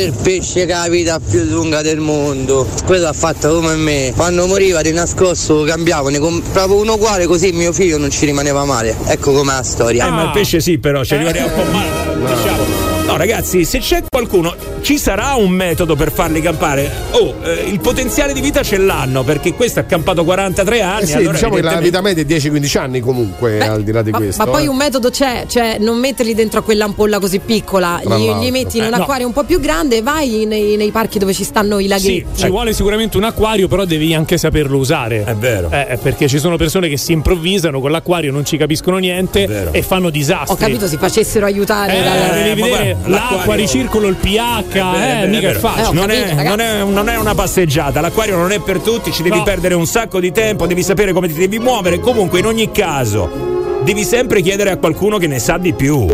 nasce che la vita più lunga del mondo. Quello ha fatto come me. Quando moriva di nascosto cambiavo, ne compravo uno uguale così mio figlio non ci rimaneva male. Ecco com'è la storia. Eh, ma il pesce sì, però ci rimaneva un po' male. Diciamo. No, ragazzi, se c'è qualcuno, ci sarà un metodo per farli campare. Oh, eh, il potenziale di vita ce l'hanno, perché questo ha campato quarantatré anni. Eh sì, allora diciamo che la evidentemente... vita media è dieci quindici anni comunque. Beh, al di là di ma, questo. Ma poi eh. un metodo c'è, cioè non metterli dentro a quell'ampolla così piccola, gli, gli metti in un Eh, acquario no. un po' più grande e vai nei, nei parchi dove ci stanno i laghetti. Sì, ci vuole sicuramente un acquario, però devi anche saperlo usare. È vero. Eh, perché ci sono persone che si improvvisano con l'acquario, non ci capiscono niente e fanno disastri. Ho capito, si facessero aiutare Eh, dalla... devi vedere guarda, l'acqua, l'acquario- ricircolo, il pH, Eh, beh, eh, beh, mica è vero. facile. non, è, non, è, non è una passeggiata, l'acquario non è per tutti, ci devi No. perdere un sacco di tempo, devi sapere come ti devi muovere. Comunque, in ogni caso, devi sempre chiedere a qualcuno che ne sa di più.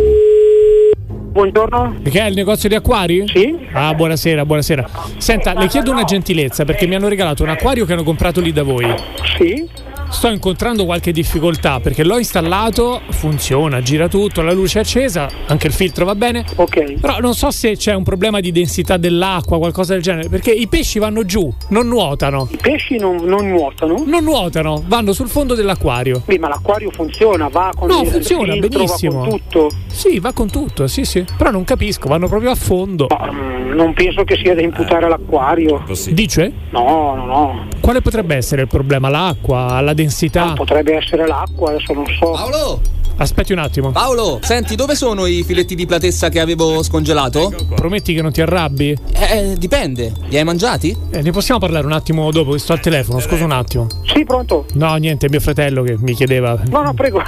Buongiorno. Che è il negozio di acquari? Sì. Ah, buonasera, buonasera. Senta, le chiedo una gentilezza perché mi hanno regalato un acquario che hanno comprato lì da voi. Sì. Sto incontrando qualche difficoltà perché l'ho installato, funziona, gira tutto, la luce è accesa, anche il filtro va bene. Ok. Però non so se c'è un problema di densità dell'acqua, qualcosa del genere, perché i pesci vanno giù, non nuotano. I pesci non, non nuotano? Non nuotano, vanno sul fondo dell'acquario. Sì, ma l'acquario funziona, va con No, il funziona filtro, benissimo. va con tutto. Sì, va con tutto, sì, sì. Però non capisco, vanno proprio a fondo. Mm, non penso che sia da imputare all'acquario. Dice? No, no, no. Quale potrebbe essere il problema? L'acqua, la densità? Potrebbe essere l'acqua, adesso non so. Paolo! Aspetti un attimo. Paolo, senti, dove sono i filetti di platessa che avevo scongelato? Prometti che non ti arrabbi? Eh, dipende. Li hai mangiati? Eh, ne possiamo parlare un attimo dopo che sto al telefono, scusa un attimo. Sì, pronto? No, niente, è mio fratello che mi chiedeva. No, no, prego.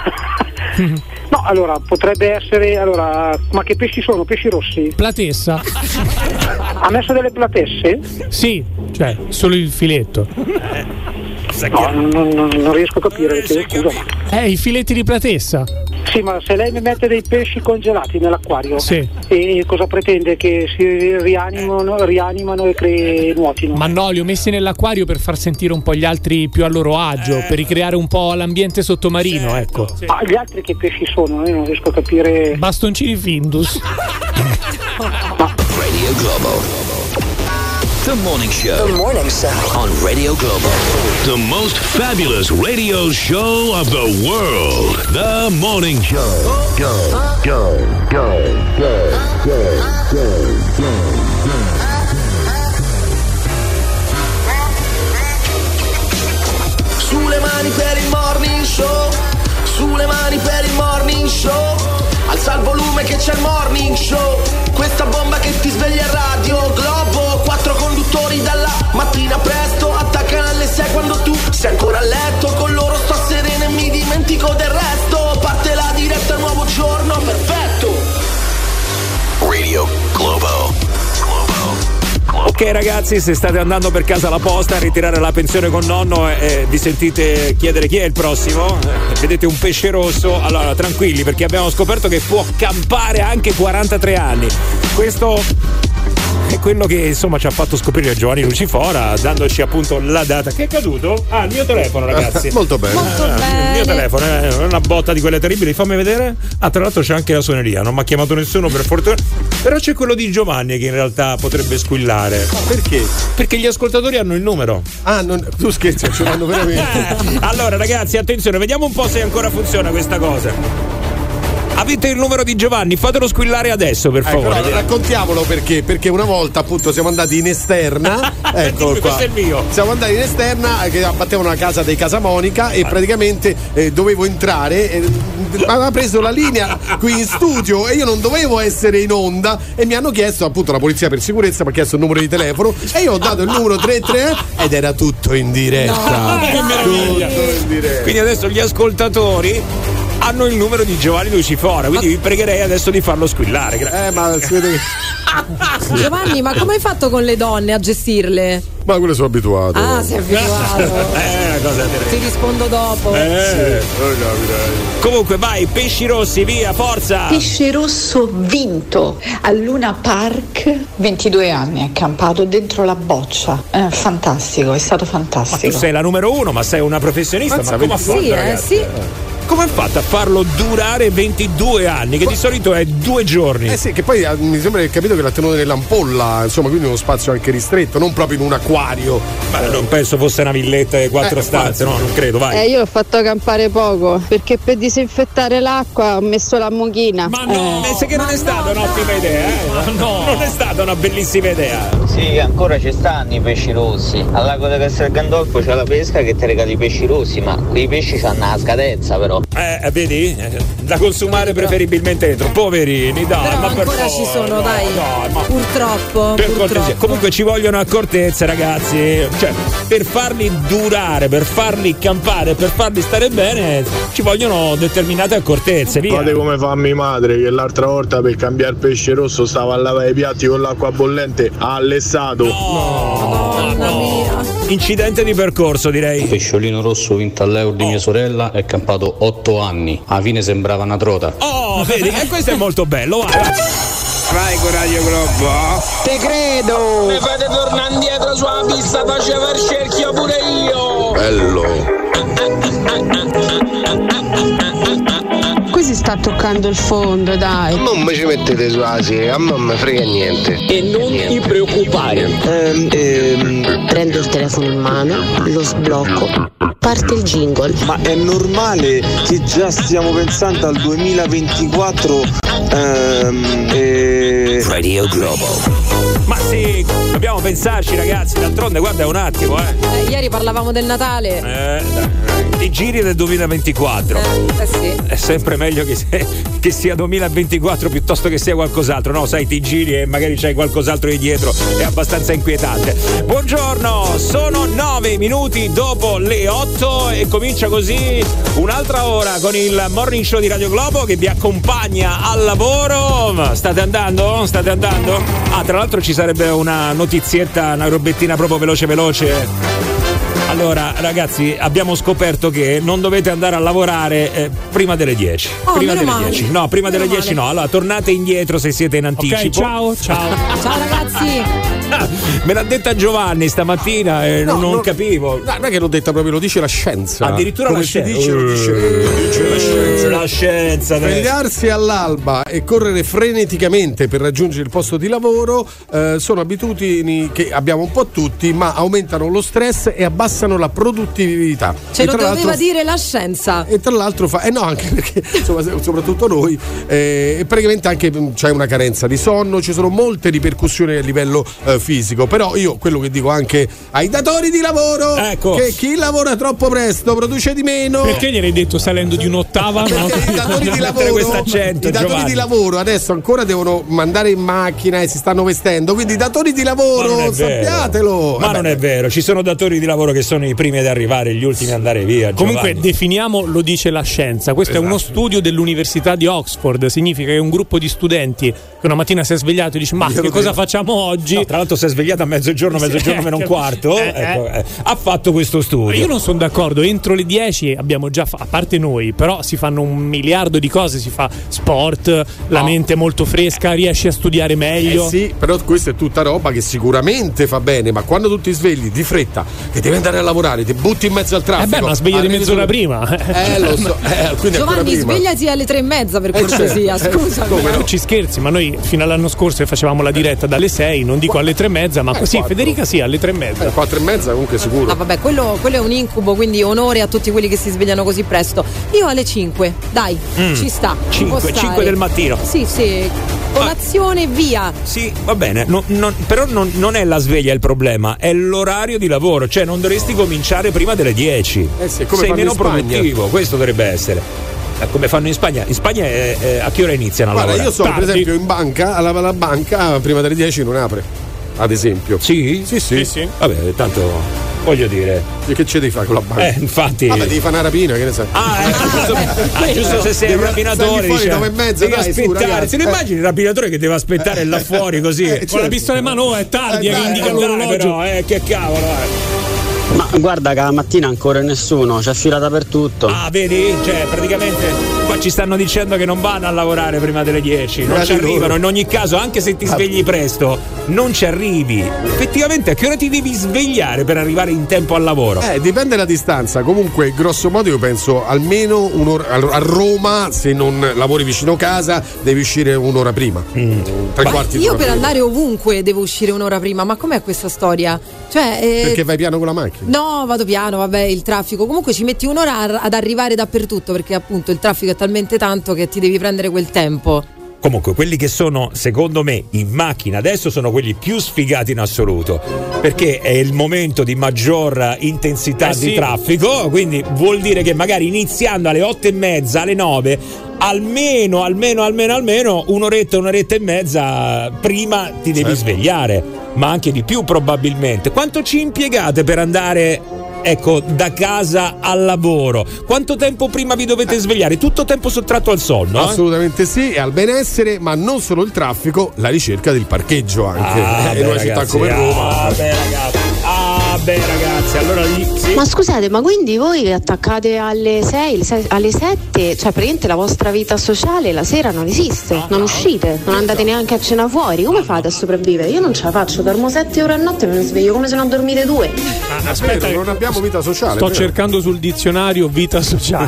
No, allora, potrebbe essere... Allora, ma che pesci sono? Pesci rossi? Platessa? Ha messo delle platesse? Sì, cioè, solo il filetto. No, non, non, non riesco a capire, chiedo scusa. Eh, i filetti di platessa? Sì, ma se lei mi mette dei pesci congelati nell'acquario, sì. E cosa pretende? Che si rianimano, rianimano e cre- nuotino? Ma no, li ho messi nell'acquario per far sentire un po' gli altri più a loro agio, per ricreare un po' l'ambiente sottomarino, certo, ecco. Sì. Ma gli altri che pesci sono? Io non riesco a capire. Bastoncini Findus. Radio Globo. The Morning Show. The Morning Show. On Radio Globo. The most fabulous radio show of the world. The Morning Show. Go, go, go, go, go, go, go, Sulle mani per il Morning Show. Sulle mani per il Morning Show. Alza il volume che c'è il Morning Show. Questa bomba che ti sveglia a Radio Globo. Quattro conduttori dalla mattina presto. Attaccano alle sei quando tu sei ancora a letto. Con loro sto sereno e mi dimentico del resto. Parte la diretta, nuovo giorno perfetto. Radio Globo. Ok ragazzi, se state andando per casa alla posta a ritirare la pensione con nonno e eh, vi sentite chiedere chi è il prossimo, eh, vedete un pesce rosso, allora tranquilli perché abbiamo scoperto che può campare anche quarantatré anni. Questo è quello che insomma ci ha fatto scoprire Giovanni Lucifora, dandoci appunto la data. Che è caduto? Ah, il mio telefono ragazzi. Molto bene. Molto ah, bene. Il mio telefono è una botta di quelle terribili, fammi vedere. Ah, tra l'altro c'è anche la suoneria, non mi ha chiamato nessuno per fortuna. Però c'è quello di Giovanni che in realtà potrebbe squillare. Ma perché? Perché gli ascoltatori hanno il numero. Ah, non, tu scherzi, ce l'hanno veramente. Allora ragazzi, attenzione, vediamo un po' se ancora funziona questa cosa. Avete il numero di Giovanni? Fatelo squillare adesso, per favore. Ecco, raccontiamolo perché. Perché una volta appunto siamo andati in esterna. Eccolo qua. Questo è il mio. Siamo andati in esterna che abbattevano la casa dei Casamonica e praticamente eh, dovevo entrare. Eh, aveva preso la linea qui in studio e io non dovevo essere in onda. E mi hanno chiesto, appunto, la polizia per sicurezza mi ha chiesto il numero di telefono. E io ho dato il numero tre tre ed era tutto in diretta. No, che meraviglia. Tutto in diretta. Quindi adesso gli ascoltatori hanno il numero di Giovanni Lucifora, quindi vi pregherei adesso di farlo squillare. Eh, ma si vede che... Giovanni, ma come hai fatto con le donne a gestirle? Ma quello sono abituato. Ah, sei abituato. Eh, una cosa terribile. Ti rispondo dopo. Eh. Sì, oh, no, Comunque vai, pesci rossi, via, forza. Pesce rosso vinto al Luna Park, ventidue anni, è campato dentro la boccia. Eh, fantastico, è stato Ma fantastico. tu sei la numero uno, ma sei una professionista, Mazza, ma come ha fatto, Sì, eh, ragazzi? sì. come ha fatto a farlo durare ventidue anni? Che di solito è due giorni. Eh sì, che poi eh, mi sembra che capito che l'ha tenuto nell'ampolla, insomma, quindi uno spazio anche ristretto, non proprio in un acquario. Ma non penso fosse una villetta di quattro Eh, stanze, no, non credo, vai. Eh, io ho fatto campare poco perché per disinfettare l'acqua ho messo la mucchina. Ma no, Eh. pensi che non è stata un'ottima idea, eh? Ma no. Non è stata una bellissima idea. Sì, ancora ci stanno i pesci rossi. Al lago di Castel Gandolfo c'è la pesca che ti regala i pesci rossi, ma quei pesci hanno una scadenza però. Eh, vedi? Eh, Da consumare preferibilmente dentro. Poverini, dai, Però ma per ancora ci favore, sono, no, dai. no, ma- Purtroppo. Per purtroppo. cortesia. Comunque ci vogliono accortezze, ragazzi. Cioè, per farli durare, per farli campare, per farli stare bene, ci vogliono determinate accortezze. Via. Fate come fa mia madre, che l'altra volta per cambiare pesce rosso stava a lavare i piatti con l'acqua bollente, ha allessato. Mamma mia. Incidente di percorso, direi. Pesciolino rosso vinto all'Euro di mia sorella è campato otto anni. Alla fine sembrava una trota. Oh, vedi, e questo è molto bello. Vai. Vai con Radio Globo. Te credo! Mi fate tornare indietro sulla pista, faceva il cerchio pure io! Bello. Qui si sta toccando il fondo, dai. Non mi ci mettete sulla sedia, a me non mi frega niente. E non ti preoccupare. Ehm, ehm, prendo il telefono in mano, lo sblocco, parte il jingle. Ma è normale che già stiamo pensando al duemilaventiquattro ehm, e... Radio Globo. Ma sì, dobbiamo pensarci, ragazzi. D'altronde, guarda un attimo, eh. Eh, ieri parlavamo del Natale. Eh, dai, i giri del duemilaventiquattro. Eh, eh sì. È sempre meglio che, se, che sia duemilaventiquattro piuttosto che sia qualcos'altro. No, sai, ti giri e magari c'hai qualcos'altro di dietro. È abbastanza inquietante. Buongiorno, sono nove minuti dopo le otto e comincia così un'altra ora con il Morning Show di Radio Globo che vi accompagna al lavoro. State andando? State andando? Ah, tra l'altro ci sarebbe una notizietta, una robettina proprio veloce veloce. Allora, ragazzi, abbiamo scoperto che non dovete andare a lavorare eh, prima delle dieci. Oh, prima meno delle male. dieci. No, prima Meno delle dieci male. no. Allora, tornate indietro se siete in anticipo. Ok, ciao, ciao. Ciao ragazzi. Me l'ha detta Giovanni stamattina e No, non, non no. capivo. No, non è che l'ho detta proprio, lo dice la scienza. Addirittura come la si scienza. dice, lo dice, lo dice la scienza. La scienza adesso. Svegliarsi all'alba e correre freneticamente per raggiungere il posto di lavoro eh, sono abitudini che abbiamo un po' tutti, ma aumentano lo stress e abbassano la produttività. Ce E lo tra doveva l'altro- dire la scienza. E tra l'altro fa, eh no, anche perché insomma, se- soprattutto noi, eh, e praticamente anche mh, c'è una carenza di sonno, ci sono molte ripercussioni a livello eh, fisico. Però io quello che dico anche ai datori di lavoro, Ecco. che chi lavora troppo presto produce di meno. Perché gliel'hai detto salendo di un'ottava? No? Perché i datori di mettere lavoro, questo accento, i datori Giovanni. di lavoro adesso ancora devono mandare in macchina e si stanno vestendo, quindi i datori di Ma non lavoro è vero. sappiatelo. Ma Vabbè. non è vero, ci sono datori di lavoro che sono i primi ad arrivare, gli ultimi ad andare via. Comunque Giovanni. definiamo, lo dice la scienza, questo Esatto. è uno studio dell'Università di Oxford, significa che un gruppo di studenti che una mattina si è svegliato e dice ma Io che lo cosa credo. facciamo oggi? No, tra l'altro si è svegliato a mezzogiorno, mezzogiorno meno un quarto. Eh, ecco, eh. eh, ha fatto questo studio. Io non sono d'accordo, entro le dieci abbiamo già fa- a parte noi, però si fanno un miliardo di cose, si fa sport, la No. mente è molto fresca, riesci a studiare meglio. Eh sì, però questa è tutta roba che sicuramente fa bene, ma quando tu ti svegli di fretta che devi andare a lavorare, ti butti in mezzo al Eh traffico. beh, ma svegliati arrivi mezz'ora solo- prima. Eh, lo so, eh, quindi ancora Giovanni, prima. svegliati alle tre e mezza per Eh, cortesia, certo. Eh, scusa. come no? Tu ci scherzi, ma noi fino all'anno scorso facevamo la diretta dalle sei, non dico alle tre e mezza, ma Eh, così quattro. Federica sì, alle tre e mezza. Eh, quattro e mezza comunque sicuro. Ah, vabbè, quello, quello è un incubo, quindi onore a tutti quelli che si svegliano così presto. Io alle cinque, dai, Mm. ci sta. ci Cinque, può stare. cinque del mattino. Sì, sì. Colazione, via. Sì, va bene, no- non- però non, non è la sveglia il problema, è l'orario di lavoro, cioè non dovresti cominciare prima delle dieci. Eh sì, come sei fanno meno in Spagna. produttivo, questo dovrebbe essere. Eh, Come fanno in Spagna? In Spagna è- è- a che ora iniziano a Guarda, lavorare? io sono per Tardi. esempio in banca, alla, alla banca prima delle dieci non apre, ad esempio. Sì? Sì, sì. Sì, sì. Vabbè, tanto voglio dire. E che ci devi fare con la banca? Eh, infatti. Vabbè, devi fare una rapina, che ne sai? Ah, eh, giusto, ah, giusto se sei un Devi- rapinatore. stai fuori dice, nove e mezza, devi dai, su, aspettare. ragazzi. Se lo Eh. immagini il rapinatore che deve aspettare là fuori così. Eh, Con la certo. pistola in mano, oh, è tardi, Eh, che dai, indica eh, Dai, l'orologio. però, eh, che cavolo, eh. Ma guarda che la mattina ancora nessuno, c'è fila dappertutto. Ah, vedi? Cioè, praticamente Qua ci stanno dicendo che non vanno a lavorare prima delle dieci, non Eh, ci arrivano. loro. In ogni caso, anche se ti svegli presto, non ci arrivi. Effettivamente, a che ora ti devi svegliare per arrivare in tempo al lavoro? Eh, dipende dalla distanza. Comunque, grosso modo, io penso almeno un'ora. A Roma, se non lavori vicino casa, devi uscire un'ora prima. Mm. Tre quarti Io d'ora per prima. andare ovunque devo uscire un'ora prima, ma com'è questa storia? Cioè, eh, Perché vai piano con la macchina? no, vado piano, vabbè, il traffico. Comunque ci metti un'ora a- ad arrivare dappertutto perché appunto il traffico è talmente tanto che ti devi prendere quel tempo. Comunque, quelli che sono, secondo me, in macchina adesso sono quelli più sfigati in assoluto. Perché è il momento di maggior intensità Eh di sì. traffico. Quindi vuol dire che magari iniziando alle otto e mezza, alle nove, almeno, almeno, almeno, almeno un'oretta, un'oretta e mezza prima ti devi Certo. svegliare. Ma anche di più, probabilmente. Quanto ci impiegate per andare, ecco, da casa al lavoro? Quanto tempo prima vi dovete svegliare? Tutto tempo sottratto al sonno? eh? Assolutamente sì, e al benessere, ma non solo il traffico, la ricerca del parcheggio anche. Ah, in beh, una città ragazzi, come Roma. Ah, beh, ragazzi. Ah, beh, ragazzi. Allora lì. Sì. Ma scusate, ma quindi voi che attaccate alle sei, alle se- alle sette, cioè praticamente la vostra vita sociale la sera non esiste, non uscite, non andate neanche a cena fuori, come fate a sopravvivere? Io non ce la faccio, dormo sette ore a notte e me ne sveglio come se non dormite due. Ah, aspetta, Vero, non abbiamo vita sociale. sto vero? cercando sul dizionario vita sociale.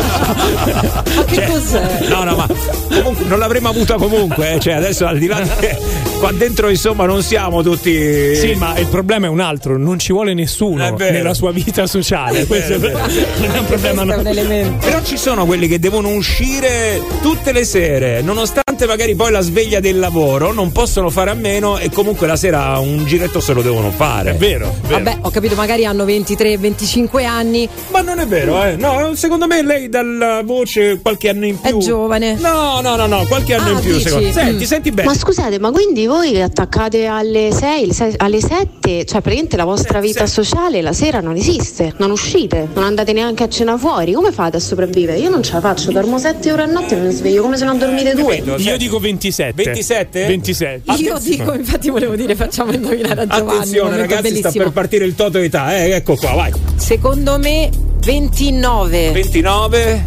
Ma che cos'è? No, no, ma comunque non l'avremmo avuta comunque. eh. Cioè, adesso al di là di- qua dentro, insomma, non siamo tutti. Sì, ma il problema è un altro, non ci vuole nessuno È vero. nella sua vita sociale. Questo è, vero, è vero. non è un problema. Questo è un elemento. Però ci sono quelli che devono uscire tutte le sere, nonostante magari poi la sveglia del lavoro, non possono fare a meno e comunque la sera un giretto se lo devono fare. È vero, è vero. Vabbè, ho capito, magari hanno ventitré venticinque anni, Ma non è vero, eh. No, secondo me lei dalla voce qualche anno in è più. giovane. No, no, no, no, qualche anno Ah, in più, dici? secondo me. Senti, Mm. senti bene. Ma scusate, ma quindi voi che attaccate alle sei, alle se- alle sette, cioè praticamente la vostra vita sociale la sera non esiste, non uscite, non andate neanche a cena fuori, come fate a sopravvivere? Io non ce la faccio, dormo sette ore a notte e me ne sveglio come se non dormite due. Io dico ventisette. ventisette? ventisette. Io dico, infatti volevo dire, facciamo indovinare a Giovanni. Attenzione, un momento ragazzi, sta bellissimo. per partire il toto età, eh. Ecco qua, vai. Secondo me ventinove. ventinove.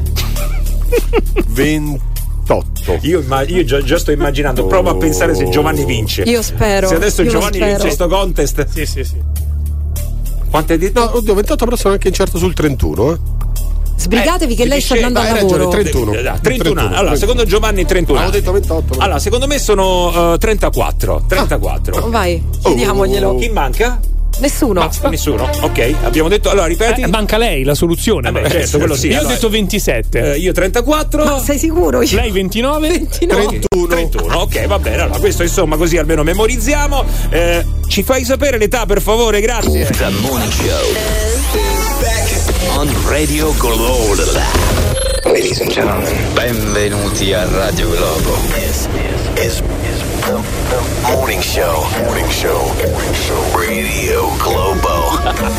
ventotto. Io, imma- io già, già sto immaginando, provo a pensare se Giovanni vince. Io spero. Se adesso io lo Giovanni spero. vince sto contest. Sì, sì, sì. Quanto hai detto? No, oddio, ventotto, però sono anche incerto sul trentuno. Eh. Sbrigatevi che Eh, lei sta dice- andando hai al ragione, lavoro. trentuno. Eh, trentuno anni. trentuno, Allora, trentuno. secondo Giovanni trentuno. Avevo anni. detto ventotto. Allora, secondo me sono uh, trentaquattro. trentaquattro. Vai, chiediamoglielo. Chi manca? Nessuno. Basta, nessuno. Ok, abbiamo detto. Allora, ripeti. Eh, manca lei la soluzione. Vabbè, ma- certo, quello sì. Io Allora, ho detto ventisette. Eh, io trentaquattro. Ma sei sicuro? Io- Lei ventinove? ventinove. trentuno. trentuno, ok, va bene. Allora, questo insomma, così almeno memorizziamo. Eh, ci fai sapere l'età, per favore, grazie. The Morning Show on Radio Globo. Ladies and gentlemen. Benvenuti a Radio Globo. This is, is the, the morning show. Morning show. Morning show. Radio Globo.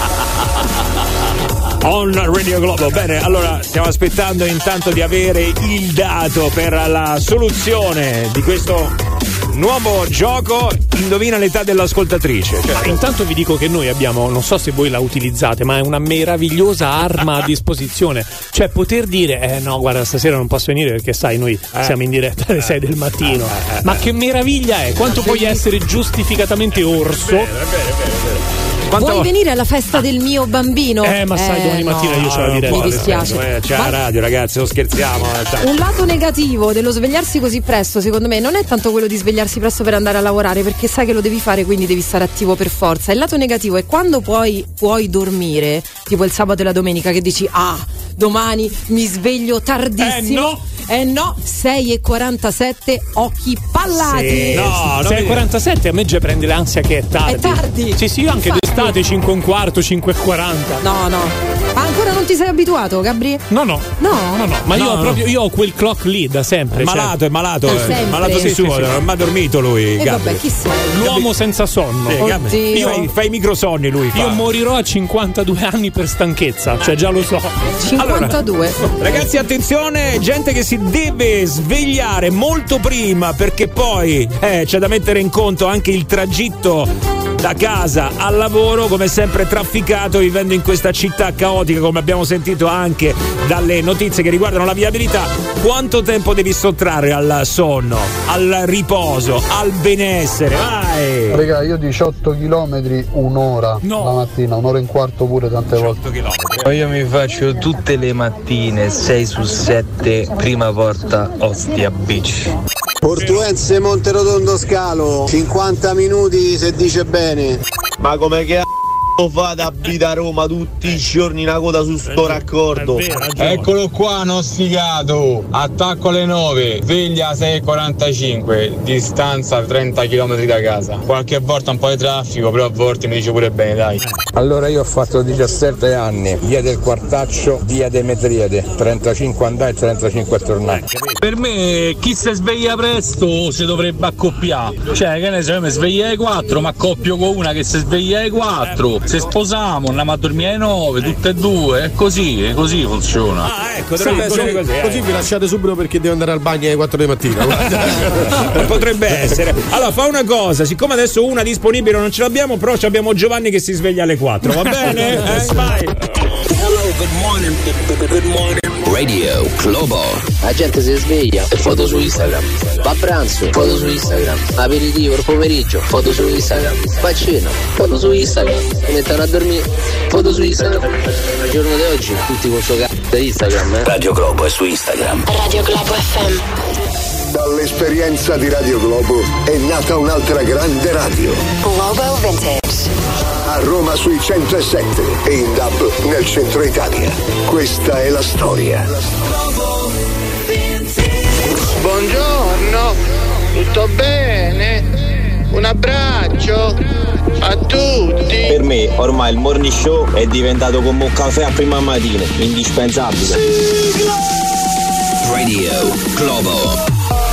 On Radio Globo. Bene, allora stiamo aspettando intanto di avere il dato per la soluzione di questo nuovo gioco. Indovina l'età dell'ascoltatrice. Cioè, Ma intanto vi dico che noi abbiamo, non so se voi la utilizzate, ma è una meravigliosa arma a disposizione. Cioè poter dire, eh no, guarda, stasera non posso venire perché sai, noi Eh. siamo in diretta alle sei del mattino. Eh, eh, Ma che meraviglia è! Quanto puoi essere giustificatamente orso? Quanto- Vuoi venire alla festa del mio bambino? Eh, ma sai, domani mattina io ce la non direi. Mi può, dispiace. nel senso, eh, c'è Ma- la radio, ragazzi, non scherziamo. eh, dai. Un lato negativo dello svegliarsi così presto, secondo me, non è tanto quello di svegliarsi presto per andare a lavorare, perché sai che lo devi fare, quindi devi stare attivo per forza. Il lato negativo è quando poi puoi dormire, tipo il sabato e la domenica, che dici, ah, domani mi sveglio tardissimo. Eh, no. Eh no, sei e quarantasette, occhi pallati. Sì, No, non sei e mi- quarantasette a me già prende l'ansia che è tardi. È tardi. Sì, sì, io anche Infatti. d'estate cinque e un quarto, cinque e quaranta. No, no. Ma ancora non ti sei abituato, Gabri? No, no. No. No, no, ma io No, ho no. proprio io ho quel clock lì da sempre. È cioè, malato, è malato, Da è sempre. malato di Sì, suo, sì, sì. non ha mai dormito lui. E Gabri. vabbè, chi sei? l'uomo senza sonno. Sì, Gabri. Oddio. Io fai, fai i microsonni lui fa. Io morirò a cinquantadue anni per stanchezza, cioè già lo so. cinquantadue. Ragazzi, attenzione, gente che si deve svegliare molto prima, perché poi eh, c'è da mettere in conto anche il tragitto da casa al lavoro, come sempre trafficato, vivendo in questa città caotica, come abbiamo sentito anche dalle notizie che riguardano la viabilità. Quanto tempo devi sottrarre al sonno, al riposo, al benessere? Vai! Raga, io diciotto chilometri un'ora no. la mattina, un'ora e un quarto pure tante volte. Io mi faccio tutte le mattine sei su sette, prima porta Ostia Beach. Portuense Monterotondo Scalo, cinquanta minuti se dice bene. Ma come che a***o fate a abitare a Roma tutti i giorni una coda su sto raccordo? Eccolo qua, nosticato. Attacco alle nove, veglia sei e quarantacinque, distanza trenta chilometri da casa. Qualche volta un po' di traffico, però a volte mi dice pure bene, dai. Allora io ho fatto diciassette anni, via del Quartaccio, via dei Metriede, trentacinque andare e trentacinque tornare. Per me chi si sveglia presto si dovrebbe accoppiare. Cioè, che ne so, io mi sveglio alle quattro, ma accoppio con una che si sveglia alle quattro. Se sposiamo, andiamo a dormire alle nove, tutte e due, è così, è così funziona. Ah, ecco, dovrebbe essere così. Così, così vi lasciate subito perché devo andare al bagno alle quattro di mattina. Potrebbe essere. Allora, fa una cosa, siccome adesso una disponibile non ce l'abbiamo, però abbiamo Giovanni che si sveglia alle quattro, va bene? Eh, vai. Hello, good morning, good morning. Radio Globo. La gente si sveglia e foto su Instagram. Va a pranzo, foto su Instagram. Aperitivo il pomeriggio, foto su Instagram. Va a cena, foto su Instagram. Si mettono a dormire, foto su Instagram. Il giorno di oggi tutti con sto c***o di Instagram, eh? Radio Globo è su Instagram. Radio Globo F M. Dall'esperienza di Radio Globo è nata un'altra grande radio. Globo Vintage. A Roma sui centosette e in D A B nel centro Italia. Questa è la storia. Buongiorno, tutto bene? Un abbraccio a tutti. Per me ormai il morning show è diventato come un caffè a prima mattina, indispensabile. Radio Globo.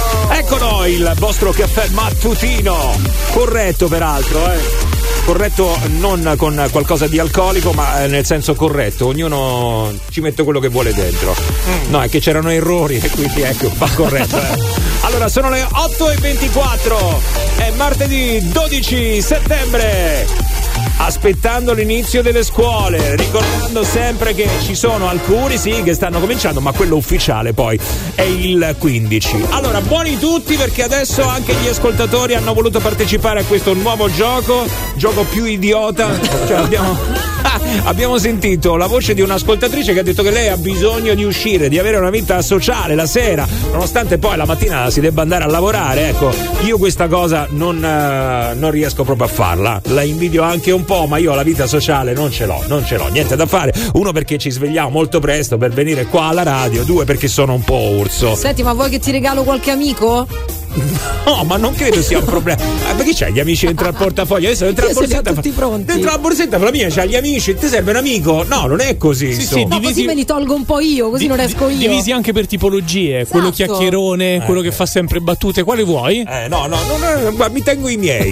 Eccolo il vostro caffè mattutino, corretto peraltro, eh. Corretto non con qualcosa di alcolico, ma nel senso corretto, ognuno ci mette quello che vuole dentro. No, è che c'erano errori e quindi ecco, va corretto. Eh. Allora, sono le otto e ventiquattro, è martedì dodici settembre. Aspettando l'inizio delle scuole, ricordando sempre che ci sono alcuni sì che stanno cominciando, ma quello ufficiale poi è il quindici. Allora, buoni tutti, perché adesso anche gli ascoltatori hanno voluto partecipare a questo nuovo gioco, gioco più idiota. Cioè abbiamo abbiamo sentito la voce di un'ascoltatrice che ha detto che lei ha bisogno di uscire, di avere una vita sociale la sera, nonostante poi la mattina si debba andare a lavorare. Ecco, io questa cosa non, uh, non riesco proprio a farla, la invidio anche un po', ma io la vita sociale non ce l'ho, non ce l'ho, niente da fare. Uno, perché ci svegliamo molto presto per venire qua alla radio, due, perché sono un po' urso. Senti, ma vuoi che ti regalo qualche amico? No, ma non credo sia un problema. Ah, perché c'hai gli amici dentro al portafoglio? Adesso dentro la borsetta. Tutti pronti. Dentro la borsetta la mia c'ha gli amici, ti serve un amico? No, non è così. Sì, sì, no, divisi... così me li tolgo un po' io, così di, non esco io. Divisi anche per tipologie, esatto. Quello chiacchierone, eh. quello che fa sempre battute, quale vuoi? Eh, no, no, no, no, no, mi tengo i miei.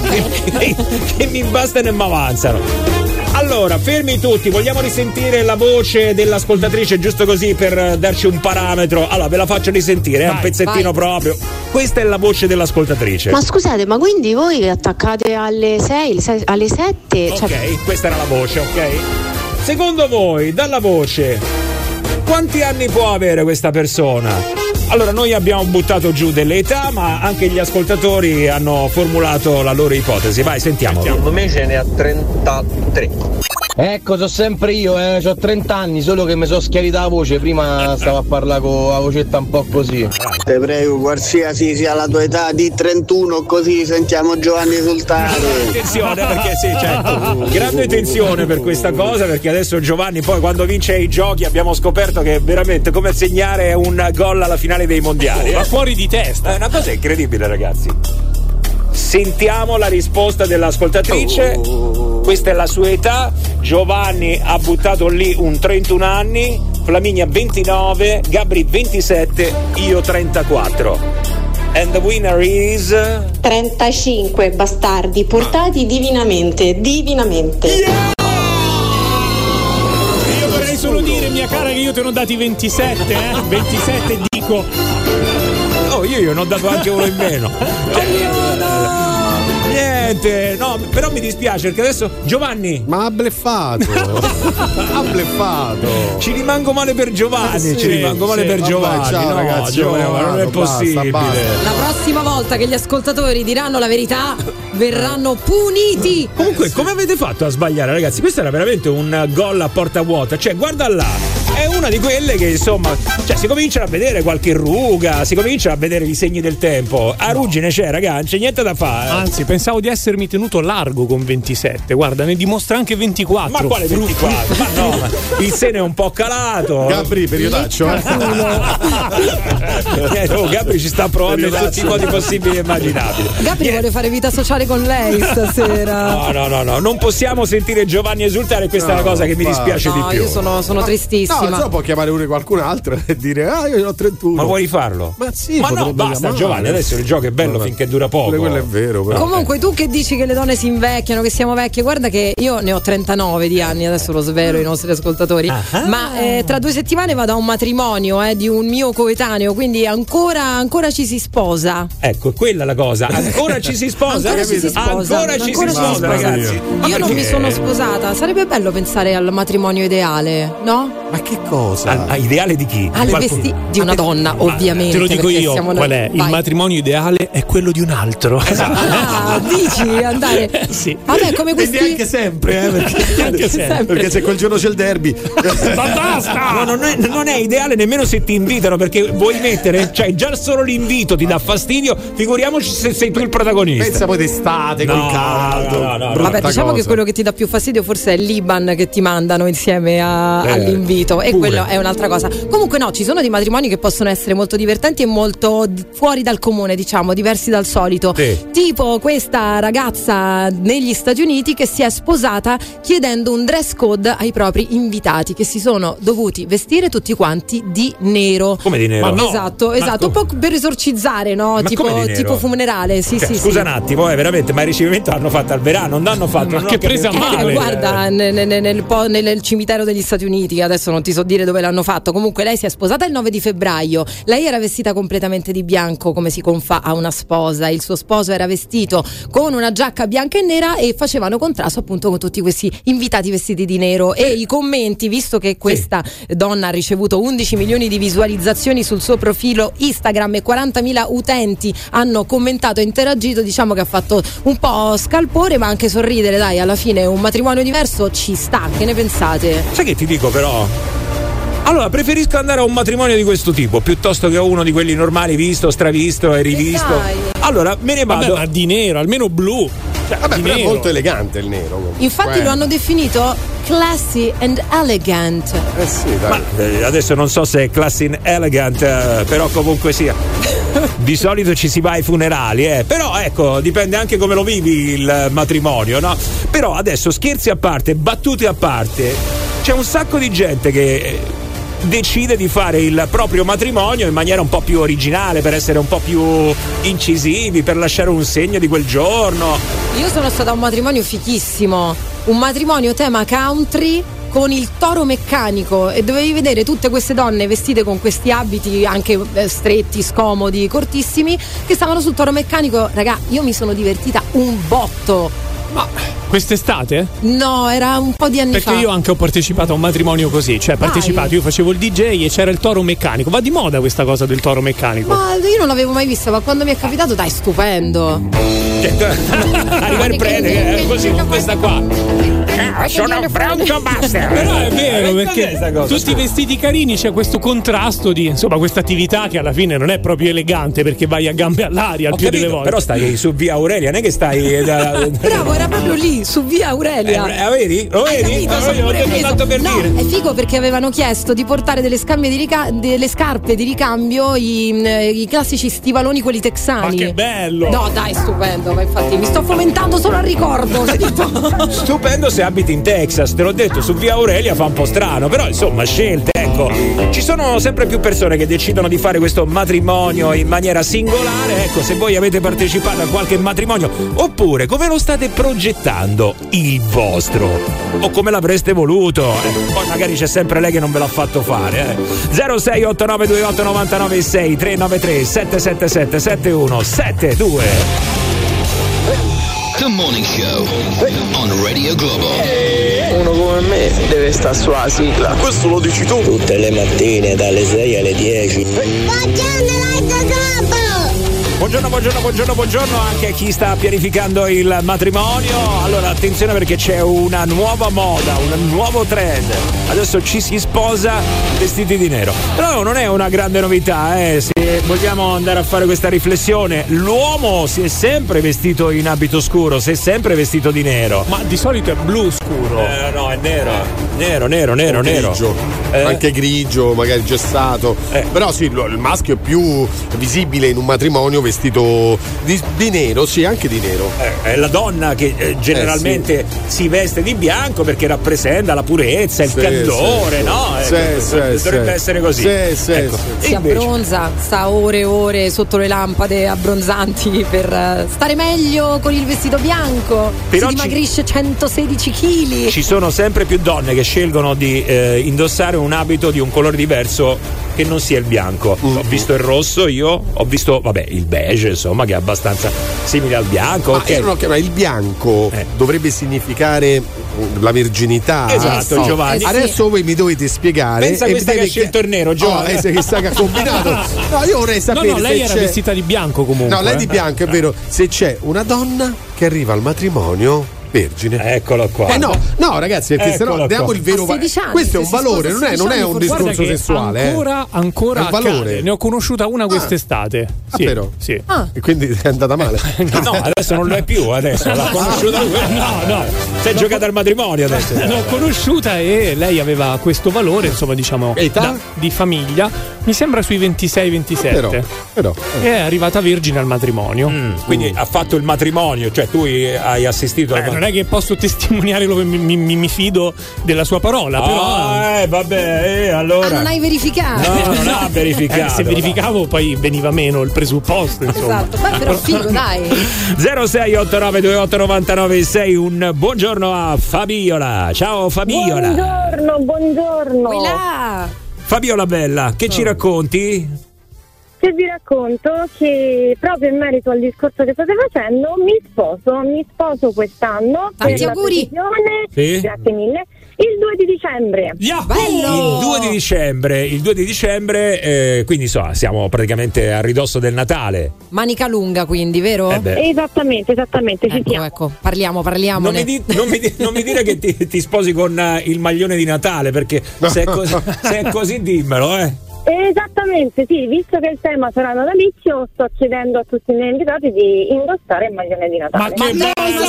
che, che mi bastano e mi avanzano. Allora, fermi tutti, vogliamo risentire la voce dell'ascoltatrice, giusto così per darci un parametro. Allora, ve la faccio risentire, è eh, un pezzettino vai. Proprio. Questa è la voce dell'ascoltatrice. Ma scusate, ma quindi voi attaccate alle sei, alle sette? Ok, cioè... questa era la voce, ok? Secondo voi, dalla voce, quanti anni può avere questa persona? Allora, noi abbiamo buttato giù delle età, ma anche gli ascoltatori hanno formulato la loro ipotesi. Vai, sentiamo. Secondo me ce ne ha trentatré. Ecco, so sempre io, eh, ho trenta anni, solo che mi sono schiarita la voce, prima stavo a parlare con la vocetta un po' così. Te prego, qualsiasi sia la tua età, di trentuno, così sentiamo Giovanni esultare. Attenzione, perché sì, certo, grande tensione per questa cosa, perché adesso Giovanni poi quando vince i giochi abbiamo scoperto che è veramente come segnare un gol alla finale dei mondiali. Va eh? fuori di testa. È una cosa incredibile, ragazzi. Sentiamo la risposta dell'ascoltatrice. Oh. Questa è la sua età. Giovanni ha buttato lì un trentuno anni, Flaminia ventinove, Gabri ventisette, io trentaquattro. And the winner is trentacinque bastardi portati divinamente, divinamente. Yeah! Io vorrei solo dire, mia cara, che io te ne ho dati ventisette, eh? ventisette dico. Oh, io, io ne ho dato anche uno in meno. Cioè, niente, no, però mi dispiace perché adesso Giovanni. Ma ha bleffato. Ha bleffato. Ci rimango male per Giovanni, sì, ci rimango male sì, per vabbè, Giovanni. ciao, no, ragazzi, Giovanni, io ma non è basta, possibile. basta. La prossima volta che gli ascoltatori diranno la verità, verranno puniti. Comunque, come avete fatto a sbagliare, ragazzi? Questo era veramente un gol a porta vuota. Cioè, guarda là. È una di quelle che insomma, cioè si cominciano a vedere qualche ruga, si cominciano a vedere i segni del tempo. A ruggine c'è, ragazzi, non c'è niente da fare. Anzi, pensavo di essermi tenuto largo con ventisette. Guarda, ne dimostra anche ventiquattro. Ma quale ventiquattro? Ma no, ma il seno è un po' calato. Gabri, periodaccio. Eh. eh, oh, Gabri ci sta provando in tutti i modi possibili e immaginabili. Gabri vuole fare vita sociale con lei stasera. No, no, no, no, non possiamo sentire Giovanni esultare, questa no, è la cosa che mi dispiace no, di più. Io sono, sono tristissima. No, so, può chiamare pure qualcun altro e dire ah io ho trentuno. Ma vuoi farlo? Ma sì, ma no, basta chiamare. Giovanni, adesso il gioco è bello Vabbè. finché dura poco. Quello è vero, però. Comunque tu che dici che le donne si invecchiano, che siamo vecchie, guarda che io ne ho trentanove di anni, adesso lo svelo ai nostri ascoltatori. Ah-ha. Ma eh, tra due settimane vado a un matrimonio eh, di un mio coetaneo, quindi ancora, ancora ci si sposa. Ecco, quella la cosa. Ancora ci si sposa, ancora ci si sposa, ancora ci ancora si sposa, sposa ragazzi. Io, io non mi sono sposata, sarebbe bello pensare al matrimonio ideale, no? Ma che cosa? A, a ideale di chi? Al vestito di una donna, ma ovviamente. Te lo dico io, qual è? Vai. Il matrimonio ideale è quello di un altro. Esatto. Ah, dici andare. Sì. Vabbè, come questi. Quindi anche sempre, eh, perché, anche sempre. perché se quel giorno c'è il derby. Ma basta! No, non, è, non è ideale nemmeno se ti invitano, perché vuoi mettere, cioè già solo l'invito ti dà fastidio, figuriamoci se sei tu il protagonista. Pensa poi d'estate, no, col caldo. No, no, no, Vabbè, diciamo cosa. che quello che ti dà più fastidio forse è l'Iban che ti mandano insieme a, eh, all'invito e pure. Quello è un'altra cosa. Comunque no, ci sono dei matrimoni che possono essere molto divertenti e molto fuori dal comune, diciamo, diversi dal solito. Sì. Tipo questa ragazza negli Stati Uniti che si è sposata chiedendo un dress code ai propri invitati, che si sono dovuti vestire tutti quanti di nero. Come di nero? Ma no. Esatto, Ma esatto, come? un po' per esorcizzare, no? Ma tipo, tipo funerale, sì, cioè, sì. Scusa sì. un attimo, eh, veramente, ma il ricevimento l'hanno fatto al verano, non hanno fatto. Ma non che presa male! Eh, guarda, nel, nel, nel, nel, nel cimitero degli Stati Uniti, adesso non ti so dire dove l'hanno fatto. Comunque lei si è sposata il nove di febbraio. Lei era vestita completamente di bianco, come si confà a una sposa. Il suo sposo era vestito con una giacca bianca e nera e facevano contrasto appunto con tutti questi invitati vestiti di nero. E i commenti, visto che questa sì. donna ha ricevuto undici milioni di visualizzazioni sul suo profilo Instagram e quarantamila utenti hanno commentato e interagito, diciamo che ha fatto un po' scalpore ma anche sorridere, dai, alla fine un matrimonio diverso ci sta, che ne pensate? Sai che ti dico però? Allora, preferisco andare a un matrimonio di questo tipo piuttosto che a uno di quelli normali, visto, stravisto e rivisto. Allora, me ne vado. Vabbè, ma di nero, almeno blu. Cioè, Vabbè, però è molto elegante il nero. Infatti eh. lo hanno definito classy and elegant. Eh sì, dai. Ma eh, adesso non so se è classy and elegant, eh, però comunque sia. Di solito ci si va ai funerali, eh. Però ecco, dipende anche come lo vivi il matrimonio, no? Però adesso, scherzi a parte, battute a parte, c'è un sacco di gente che decide di fare il proprio matrimonio in maniera un po' più originale, per essere un po' più incisivi, per lasciare un segno di quel giorno. Io sono stata a un matrimonio fichissimo, un matrimonio tema country con il toro meccanico, e dovevi vedere tutte queste donne vestite con questi abiti anche eh, stretti, scomodi, cortissimi, che stavano sul toro meccanico. Ragà, io mi sono divertita un botto. Ma quest'estate? No, era un po' di anni Perché fa. io anche ho partecipato a un matrimonio così, cioè Vai. partecipato, io facevo il D J e c'era il toro meccanico. Va di moda questa cosa del toro meccanico? Ma io non l'avevo mai vista, ma quando mi è capitato, dai, stupendo. Arriva il prete che è così con questa qua. Ah, sono un Bronco Buster. Però è vero, Eh, perché cos'è cosa? tutti i vestiti carini, c'è questo contrasto di, insomma, questa attività che alla fine non è proprio elegante, perché vai a gambe all'aria al Ho più capito, delle volte. però stai su via Aurelia, non è che stai da... Bravo, era proprio lì, su via Aurelia. Eh, vedi? Lo Hai vedi? capito? Lo Sono vedi? L'ho pure detto preso. tanto per no, dire. è figo perché avevano chiesto di portare delle, scambie di rica- delle scarpe di ricambio, i, i classici stivaloni, quelli texani. Ma che bello! No, dai, stupendo, ma infatti mi sto fomentando solo al ricordo. Stupendo se abiti in Texas, te l'ho detto, su via Aurelia fa un po' strano, però insomma scelte, ecco. Ci sono sempre più persone che decidono di fare questo matrimonio in maniera singolare. Ecco, se voi avete partecipato a qualche matrimonio, oppure come lo state progettando il vostro, o come l'avreste voluto, eh. Poi magari c'è sempre lei che non ve l'ha fatto fare, eh. zero sei otto nove due otto nove nove sei tre nove tre sette sette sette sette uno sette due. The Morning Show on Radio Globo. Uno come me deve stare sulla sigla. Questo lo dici tu. Tutte le mattine dalle sei alle dieci. Buongiorno, buongiorno, buongiorno, buongiorno anche a chi sta pianificando il matrimonio. Allora attenzione perché c'è una nuova moda, un nuovo trend. Adesso ci si sposa vestiti di nero. Però non è una grande novità, eh. Se vogliamo andare a fare questa riflessione, l'uomo si è sempre vestito in abito scuro, si è sempre vestito di nero. Ma di solito è blu scuro. Eh, no, è nero. Nero, nero, nero, nero. Grigio. Eh. Anche grigio, magari gessato. Eh. Però sì, lo- il maschio è più visibile in un matrimonio vestito di, di nero, sì, anche di nero. Eh, è la donna che eh, generalmente Eh, si veste di bianco perché rappresenta la purezza, il Sì, candore, sì, no? sì. Ecco, Sì, dovrebbe sì, dovrebbe sì. essere così. Sì, sì, Ecco. sì. Si Invece- abbronza, sta ore e ore sotto le lampade abbronzanti per eh, stare meglio con il vestito bianco. Però si ci- dimagrisce centosedici chili. Ci sono sempre più donne che scelgono di eh, indossare un abito di un colore diverso che non sia il bianco. Mm. Ho visto il rosso io, ho visto, vabbè, il beige, insomma, che è abbastanza simile al bianco. Ma ok. io non ho chiamato- il bianco Eh. dovrebbe significare la verginità. Esatto, Eh sì, Giovanni. eh sì. Adesso voi mi dovete spiegare. Pensa a e questa mi che ha deve- scelto il nero, Giovanni. Oh, eh, che sta che ha combinato. No, io vorrei No, sapere no, lei se era c'è- vestita di bianco comunque. No, lei di eh. bianco, è vero. Se c'è una donna che arriva al matrimonio vergine. Eccolo qua. Eh no, no, ragazzi, perché Eccolo sennò diamo qua. il vero A sedici anni, questo è un se si valore, sposa non a è, non è sedici un anni, discorso Guarda che sessuale. eh. ancora, ancora È un valore. accade. Ne ho conosciuta una quest'estate. Ah, Sì, però? sì. Ah. E quindi è andata male. No, adesso non lo è più, adesso l'ha conosciuta lui. No, no. Si è giocata al matrimonio adesso. L'ho conosciuta e lei aveva questo valore, insomma, diciamo, Età? da- di famiglia. Mi sembra sui ventisei ventisette. Però, però. E è arrivata vergine al matrimonio. Mm, quindi ha fatto il matrimonio, cioè tu hai assistito Eh, al non matrimonio. è che posso testimoniare, lo- mi, mi- mi- mi fido della sua parola, però. Ah, eh, vabbè, eh, allora. Ah, non hai verificato? No, non ha verificato. Eh, se verificavo poi veniva meno il presupposto, insomma. Esatto, beh, però figo, dai. zero sei otto nove due otto nove nove sei. Un buongiorno a Fabiola. Ciao Fabiola. Buongiorno, buongiorno. Vai là. Fabiola bella, che ci racconti? Che vi racconto che proprio in merito al discorso che state facendo mi sposo, mi sposo quest'anno. Tanti per la auguri. precisione, Sì. grazie mille, il due di dicembre. Bello. Il due di dicembre, il due di dicembre, eh, quindi so, siamo praticamente a ridosso del Natale. Manica lunga, quindi, vero? Eh beh. Esattamente, esattamente, ci Ecco, siamo. ecco, parliamo, parliamo. Non mi, di- non mi di- non mi dire che ti, ti sposi con eh, il maglione di Natale, perché se è, così, se è così dimmelo, eh. Esattamente, sì, visto che il tema sarà natalizio, sto chiedendo a tutti i miei invitati di indossare il maglione di Natale. Ma che Ma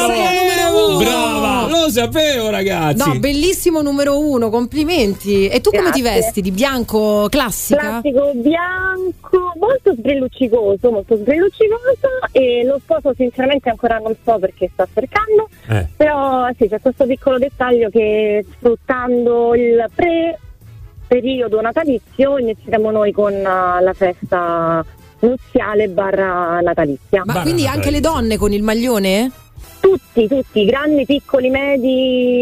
bello! Brava! Lo sapevo, ragazzi! No, bellissimo numero uno, complimenti. E tu come ti Grazie. vesti? Di bianco classica? Classico bianco, molto sbrilluccicoso, molto sbrilluccicoso, e lo sposo sinceramente ancora non so perché sta cercando, Eh. però sì, c'è questo piccolo dettaglio che sfruttando il pre periodo natalizio inizieremo noi con uh, la festa nuziale barra natalizia. Ma Barra quindi anche natalizia. le donne con il maglione? Tutti, tutti, grandi, piccoli, medi,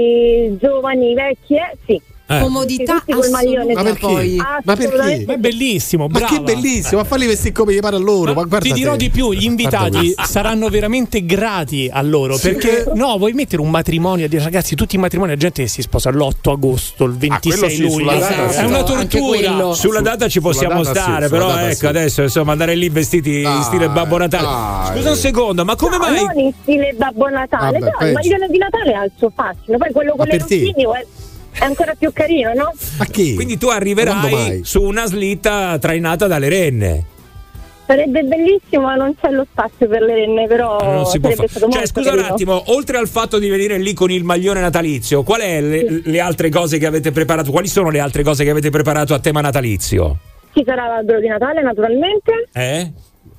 giovani, vecchi, eh, sì. Eh. Comodità Tutti col maglione. Ma perché? poi. Ma perché? Assolutamente. Ma è bellissimo, Ma brava. che bellissimo, ma falli vestire come gli pare a loro. Ma, Ma guarda ti dirò te. di più, gli Guarda invitati questo. saranno veramente grati a loro, Sì. perché no, vuoi mettere un matrimonio a dire ragazzi, tutti i matrimoni, la gente si sposa l'otto agosto, il ventisei quello sì, luglio, sulla data, è sì. una Anche tortura. quello. Sulla data ci Sulla possiamo data sì, stare, sulla però data ecco sì. adesso insomma andare lì vestiti in Dai, stile Babbo Natale. dai. Scusa un secondo, ma come No, mai? non in stile Babbo Natale, Vabbè, però peggio. il maglione di Natale ha il suo fascino, poi quello con Ma le per te? lucine è, è ancora più carino, no? Ma che? Quindi tu Quando arriverai mai? su una slitta trainata dalle renne. Sarebbe bellissimo, ma non c'è lo spazio per le renne, però Non si può sarebbe fare. stato Cioè, molto scusa un carino. attimo, oltre al fatto di venire lì con il maglione natalizio, qual è le, le altre cose che avete preparato? Quali sono le altre cose che avete preparato a tema natalizio? Ci sarà l'albero di Natale, naturalmente. Eh?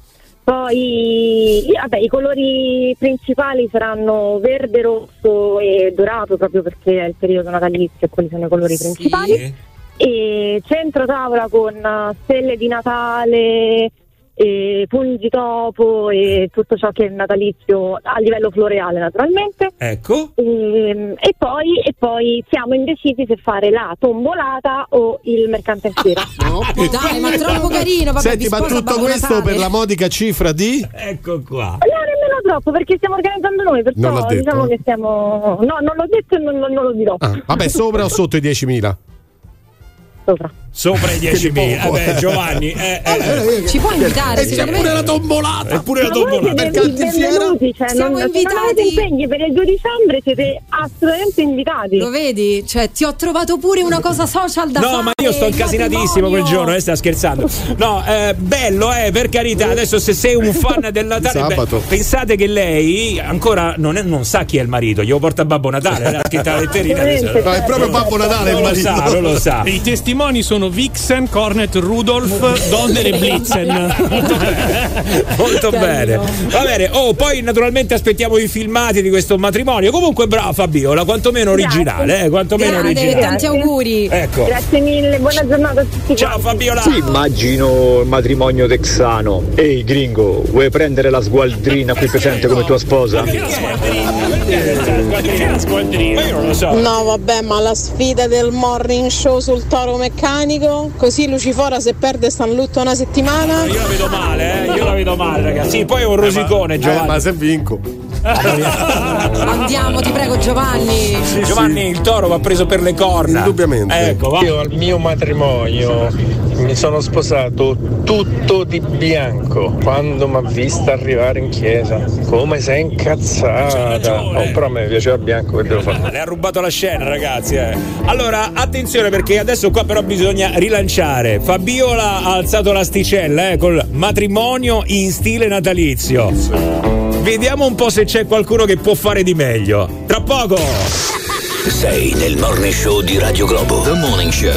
Poi, vabbè, i colori principali saranno verde, rosso e dorato, proprio perché è il periodo natalizio e quelli sono i colori principali. E centro tavola con uh, stelle di Natale, e pungitopo e tutto ciò che è natalizio a livello floreale, naturalmente. Ecco. E, e poi e poi siamo indecisi se fare la tombolata o il mercante in fiera. Dai, ma troppo carino. Vabbè, Senti, vi ma sposa tutto Babbo questo Natale. per la modica cifra di? Ecco qua. No, nemmeno troppo perché stiamo organizzando noi, perciò Non l'ha detto. diciamo che stiamo. No, non l'ho detto e non, non, non lo dirò. Ah, vabbè, sopra o sotto i diecimila? Sopra. Sopra i diecimila. Eh beh, Giovanni, eh, eh. Ci può invitare, E c'è secondo pure me. la tombolata. E pure la Ma voi tombolata. siete Mercanti in fiera? benvenuti, cioè, Siamo non, se non invitati. avete impegni per il due dicembre siete assolutamente invitati. Lo vedi? Cioè, ti ho trovato pure una cosa social da fare. No, ma io sto il incasinatissimo quel matrimonio. giorno, eh, sta scherzando. No, eh, bello, eh, per carità. Adesso se sei un fan del Natale, beh, Sabato. pensate che lei ancora non, è- non sa chi è il marito, glielo porta Babbo Natale, l'ha scritta la letterina. adesso- No, è proprio Babbo Natale il Non lo marito. sa, non lo sa. I testimoni sono Vixen, Cornet, Rudolf, Donner e Blitzen. Molto bene. Va bene. Oh, poi naturalmente aspettiamo i filmati di questo matrimonio. Comunque brava Fabiola, quantomeno originale, eh, quantomeno Grande, originale. tanti auguri. Ecco. Grazie mille, buona giornata a tutti. Ciao Fabiola. Sì, immagino il matrimonio texano. Ehi gringo, vuoi prendere la sgualdrina qui presente come tua sposa? Perché la sgualdrina? Ma io non lo so. No vabbè, ma la sfida del morning show sul toro meccanico, così Lucifora se perde sta in lutto una settimana. Io la vedo male, eh. Io la vedo male, ragazzi. Sì, poi è un rosicone, Eh, Giovanni. ma se vinco. Andiamo, ti prego, Giovanni. Giovanni, il toro va preso per le corna. Indubbiamente. Ecco, va. Io al mio matrimonio mi sono sposato tutto di bianco. Quando mi ha vista arrivare in chiesa, come sei incazzata. Oh, però a me piaceva bianco, che devo fare? Le ha rubato la scena, ragazzi. Eh. Allora, attenzione perché adesso qua però bisogna rilanciare. Fabiola ha alzato l'asticella eh, col matrimonio in stile natalizio. Vediamo un po' se c'è qualcuno che può fare di meglio. Tra poco. Sei nel Morning Show di Radio Globo. The Morning Show.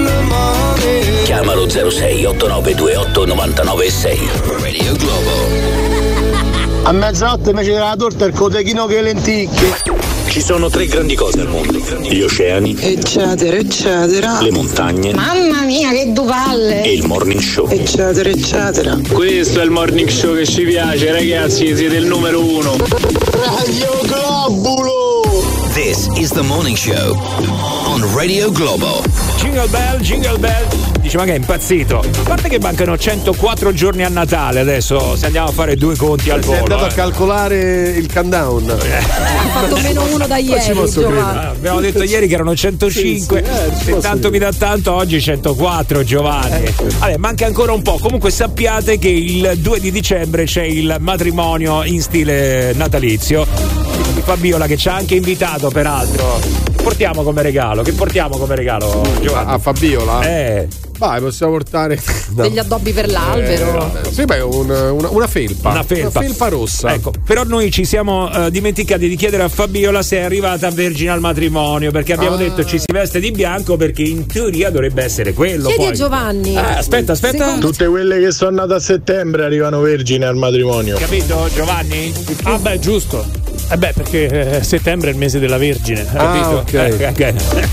Chiamalo zero sei otto nove due otto nove nove sei. Radio Globo. A mezzanotte invece della torta il cotechino che le lenticchie. Ci sono tre grandi cose al mondo: gli oceani, Eccetera, eccetera. le montagne Mamma mia, che duvalle! e il Morning Show. Eccetera, eccetera. Questo è il morning show che ci piace, ragazzi, siete il numero uno. Radio Globulo! This is the Morning Show on Radio Globo. Jingle bell, jingle bell. Dice, ma che è impazzito? A parte che mancano centoquattro giorni a Natale adesso, se andiamo a fare due conti al Sei volo. andato a eh. calcolare il countdown. Ha fatto meno uno da Non ci ieri, posso Giovanni. Ah, abbiamo detto ieri che erano centocinque, Sì, sì, eh, ci se posso tanto mi dà tanto oggi centoquattro, Giovanni. Vabbè, manca ancora un po'. Comunque sappiate che il due di dicembre c'è il matrimonio in stile natalizio di Fabiola, che ci ha anche invitato peraltro. Che portiamo come regalo? Che portiamo come regalo, Giovanni? A Fabiola? Eh. Vai, possiamo portare no. Degli addobbi per l'albero. Eh, sì, beh, un- una, una felpa. Una felpa. Una felpa rossa. Ecco, però noi ci siamo eh, dimenticati di chiedere a Fabiola se è arrivata vergine al matrimonio, perché abbiamo Ah. detto ci si veste di bianco perché in teoria dovrebbe essere quello. Chiedi poi. a Giovanni. Eh, aspetta, aspetta. Secondo- Tutte quelle che sono nate a settembre arrivano vergini al matrimonio. Capito, Giovanni? Ah, beh, giusto. Eh beh, perché eh, settembre è il mese della Vergine. Capito? ok. Eh, ok.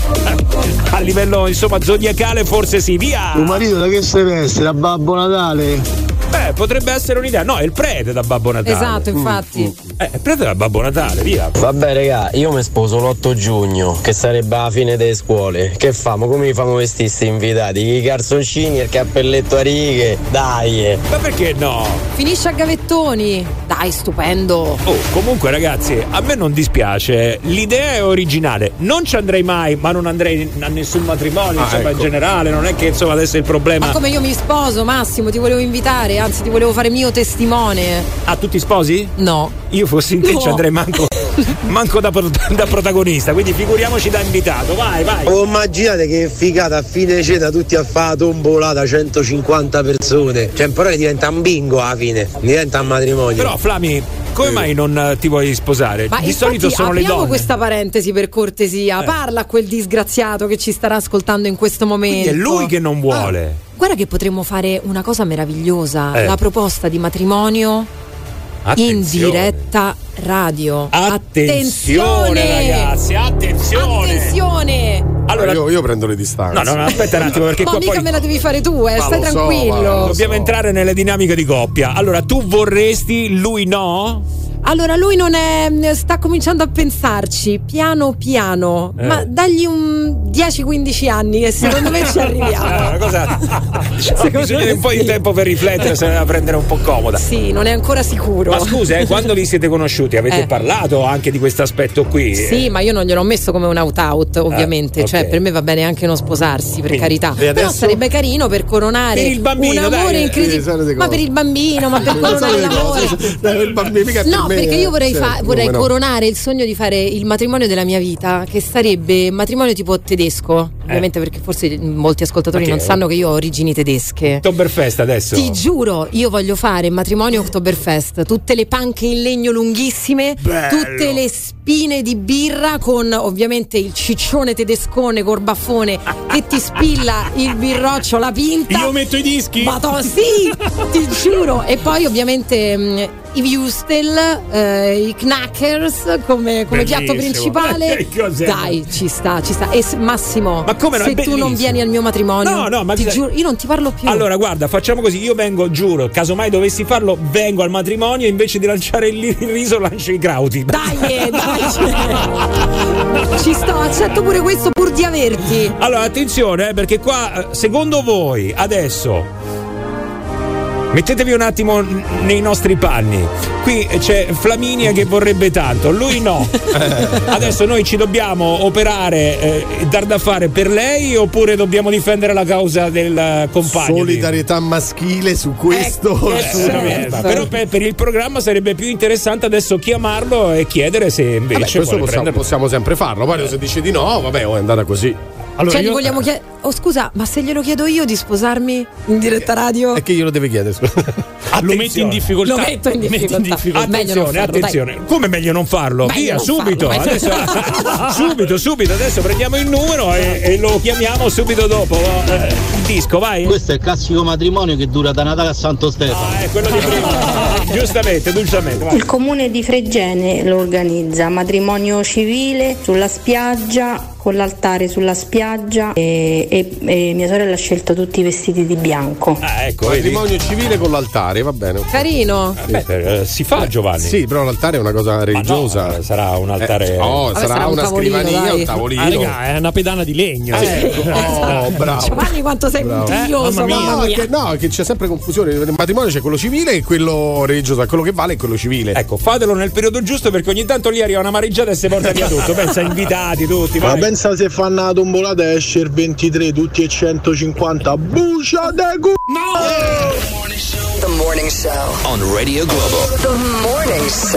A livello insomma zodiacale forse sì, via. Tuo marito da che si veste? Da Babbo Natale? Beh, potrebbe essere un'idea. No, è il prete da Babbo Natale. Esatto, infatti. Eh, il prete da Babbo Natale, via. Vabbè raga, io mi sposo l'otto giugno, che sarebbe la fine delle scuole. Che famo? Come mi famo vestire sti invitati? I calzoncini e il cappelletto a righe? Dai! eh. Ma perché no? Finisce a gavettoni. Dai, stupendo. Oh, comunque ragazzi, a me non dispiace, l'idea è originale, non ci andrei mai, ma non andrei a nessun matrimonio, Ah, insomma, ecco. in generale, non è che insomma adesso è il problema. Ma come io mi sposo, Massimo, ti volevo invitare, anzi ti volevo fare mio testimone. Ah, tu ti sposi? No. Io fossi in te No. ci andrei manco, manco da, pro- da protagonista, quindi figuriamoci da invitato, vai, vai. Oh, immaginate che figata, a fine cena tutti a fare la tombola da centocinquanta persone. Cioè, però diventa un bingo alla fine, diventa un matrimonio. Però Flami, come mai non eh, ti vuoi sposare? Ma Di infatti, solito sono le apriamo donne. questa parentesi per cortesia. Eh. Parla a quel disgraziato che ci starà ascoltando in questo momento. Quindi è lui che non vuole. Guarda che potremmo fare una cosa meravigliosa, Eh. la proposta di matrimonio in Attenzione. diretta radio. Attenzione, ragazzi, attenzione. Attenzione! Allora, io, io prendo le distanze. no, no, no, aspetta un attimo perché Ma qua mica poi me la devi fare tu, eh, Ma stai lo so, tranquillo. ma lo dobbiamo entrare nelle dinamiche di coppia. Allora, tu vorresti, lui no? Allora lui non è, sta cominciando a pensarci piano piano, Eh. ma dagli un dieci quindici anni che secondo me ci arriviamo. Una cosa, diciamo, bisogna di un po' di tempo per riflettere, se ne va a prendere un po' comoda. Sì, non è ancora sicuro. Ma scusa, eh, quando vi siete conosciuti avete Eh. parlato anche di questo aspetto qui? Sì, ma io non gliel'ho messo come un out-out, ovviamente. Ah, ok. Cioè, per me va bene anche non sposarsi, per Quindi, carità. e Però adesso? sarebbe carino per coronare Per il bambino, un amore dai, incredibile. eh, solite Ma cose. per il bambino, ma per coronare l'amore. Dai, il bambino, mica per No, me, perché eh. io vorrei, fa- Certo, vorrei come no. coronare il sogno di fare il matrimonio della mia vita, che sarebbe matrimonio tipo tedesco. Ovviamente perché forse molti ascoltatori Ma che non è? sanno che io ho origini tedesche. Oktoberfest adesso. Ti giuro, io voglio fare matrimonio Oktoberfest, tutte le panche in legno lunghissime, Bello. tutte le spine di birra con ovviamente il ciccione tedescone corbaffone che ti spilla il birroccio, la pinta. Io metto i dischi? Ma to- sì, ti giuro. E poi ovviamente mh, i Wustel, eh, i Knackers come, come piatto Bellissimo. principale. Che cos'è? Dai, ci sta, ci sta. E s- Massimo, Ma come no? È se tu non bellissimo. vieni al mio matrimonio, No, no, ma ti sai- giuro, io non ti parlo più. Allora, guarda, facciamo così: io vengo, giuro, casomai dovessi farlo, vengo al matrimonio, invece di lanciare il il riso, lancio i grauti. Dai, eh, dai. Ci sto, accetto pure questo pur di averti. Allora, attenzione, eh, perché qua, eh, secondo voi, adesso. Mettetevi un attimo n- nei nostri panni. Qui c'è Flaminia che vorrebbe tanto, lui no. Adesso noi ci dobbiamo operare e eh, dar da fare per lei, oppure dobbiamo difendere la causa del eh, compagno? Solidarietà maschile su questo. Eh, assolutamente. certo. Però per, per il programma sarebbe più interessante adesso chiamarlo e chiedere se invece Vabbè, questo vuole possiamo, prendere- possiamo sempre farlo. Poi se dice di no, vabbè, oh, è andata così. Allora, Cioè, gli io- vogliamo chiedere. Oh, scusa, ma se glielo chiedo io di sposarmi in diretta radio? E che glielo deve chiedere? scusa? lo metti in difficoltà. Lo metto in Metti difficoltà. Meglio non Attenzione, farlo, attenzione. Come meglio non farlo? Meglio Via, non subito. farlo, Adesso, subito, subito. Adesso prendiamo il numero e, e lo chiamiamo subito dopo. Eh, il disco, vai. Questo è il classico matrimonio che dura da Natale a Santo Stefano. Ah, è quello di prima. Giustamente, giustamente. vai. Il comune di Fregene lo organizza, matrimonio civile sulla spiaggia, con l'altare sulla spiaggia e, e- e mia sorella ha scelto tutti i vestiti di bianco. Ah, ecco, vedi? Matrimonio civile con l'altare, va bene. Carino. Beh, eh, si fa, Giovanni. Sì, però l'altare è una cosa religiosa. no, sarà un altare- Eh, no, Vabbè, sarà, sarà un una tavolino, scrivania, dai. un tavolino. Ah, raga, è una pedana di legno. Ecco. Oh, bravo. Giovanni, quanto sei Bravo. puntiglioso, Eh, mamma mia. mamma No, mia. che, no, che c'è sempre confusione. Nel matrimonio c'è quello civile e quello religioso. Quello che vale è quello civile. Ecco, fatelo nel periodo giusto perché ogni tanto lì arriva una mareggiata e si porta via tutto. Pensa, invitati tutti. Ma vai. pensa se fanno la tombolata e esce il ventitré, tutti e centocinquanta. Bucia de cu... The Morning Show. On Radio Globo. The Morning Show.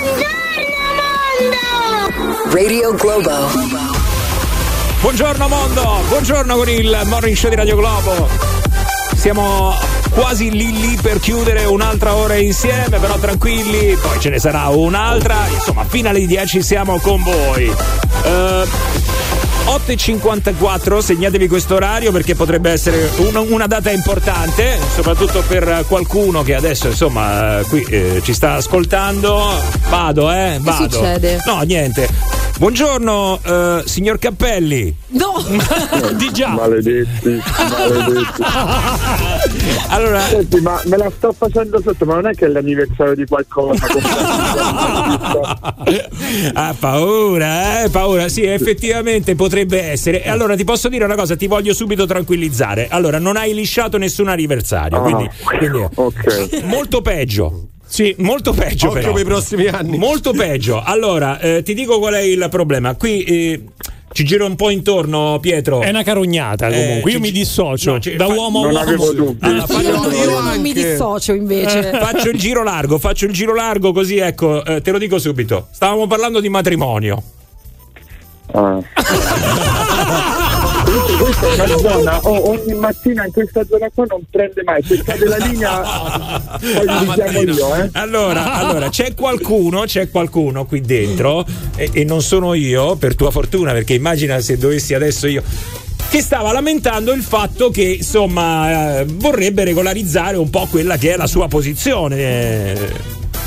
Radio Globo. Buongiorno mondo, buongiorno con il Morning Show di Radio Globo. Siamo quasi lì lì per chiudere un'altra ora insieme, però tranquilli, poi ce ne sarà un'altra. Insomma, fino alle dieci siamo con voi. Eh, otto e cinquantaquattro, segnatevi questo orario perché potrebbe essere una, una data importante, soprattutto per qualcuno che adesso insomma eh, qui eh, ci sta ascoltando. Vado, eh, vado. succede? No, niente. Buongiorno, eh, signor Cappelli. No! Di già. Maledetti, maledetti. Allora, Senti, ma me la sto facendo sotto, ma non è che è l'anniversario di qualcosa? ha paura, eh? Paura, sì, effettivamente potrebbe essere. E allora ti posso dire una cosa, ti voglio subito tranquillizzare. Allora, non hai lisciato nessun anniversario, Ah, quindi, quindi ok. molto peggio. Sì, molto peggio. Occhio però. per i prossimi anni. Molto peggio. Allora, eh, ti dico qual è il problema. Qui eh, ci giro un po' intorno, Pietro. È una carognata comunque. Eh, Io ci- mi dissocio no, ci- da fa- uomo a non uomo. avevo dubbi. Allora, Io, faccio, non, io non mi anche- dissocio invece. faccio il giro largo, faccio il giro largo così ecco, eh, te lo dico subito. Stavamo parlando di matrimonio. Ah. Questa è una zona, oh, ogni mattina in questa zona qua non prende mai, cercate la linea, poi vi chiamo io, eh. Allora, allora, c'è qualcuno, c'è qualcuno qui dentro, e, e non sono io, per tua fortuna, perché immagina se dovessi adesso io. Che stava lamentando il fatto che insomma eh, vorrebbe regolarizzare un po' quella che è la sua posizione.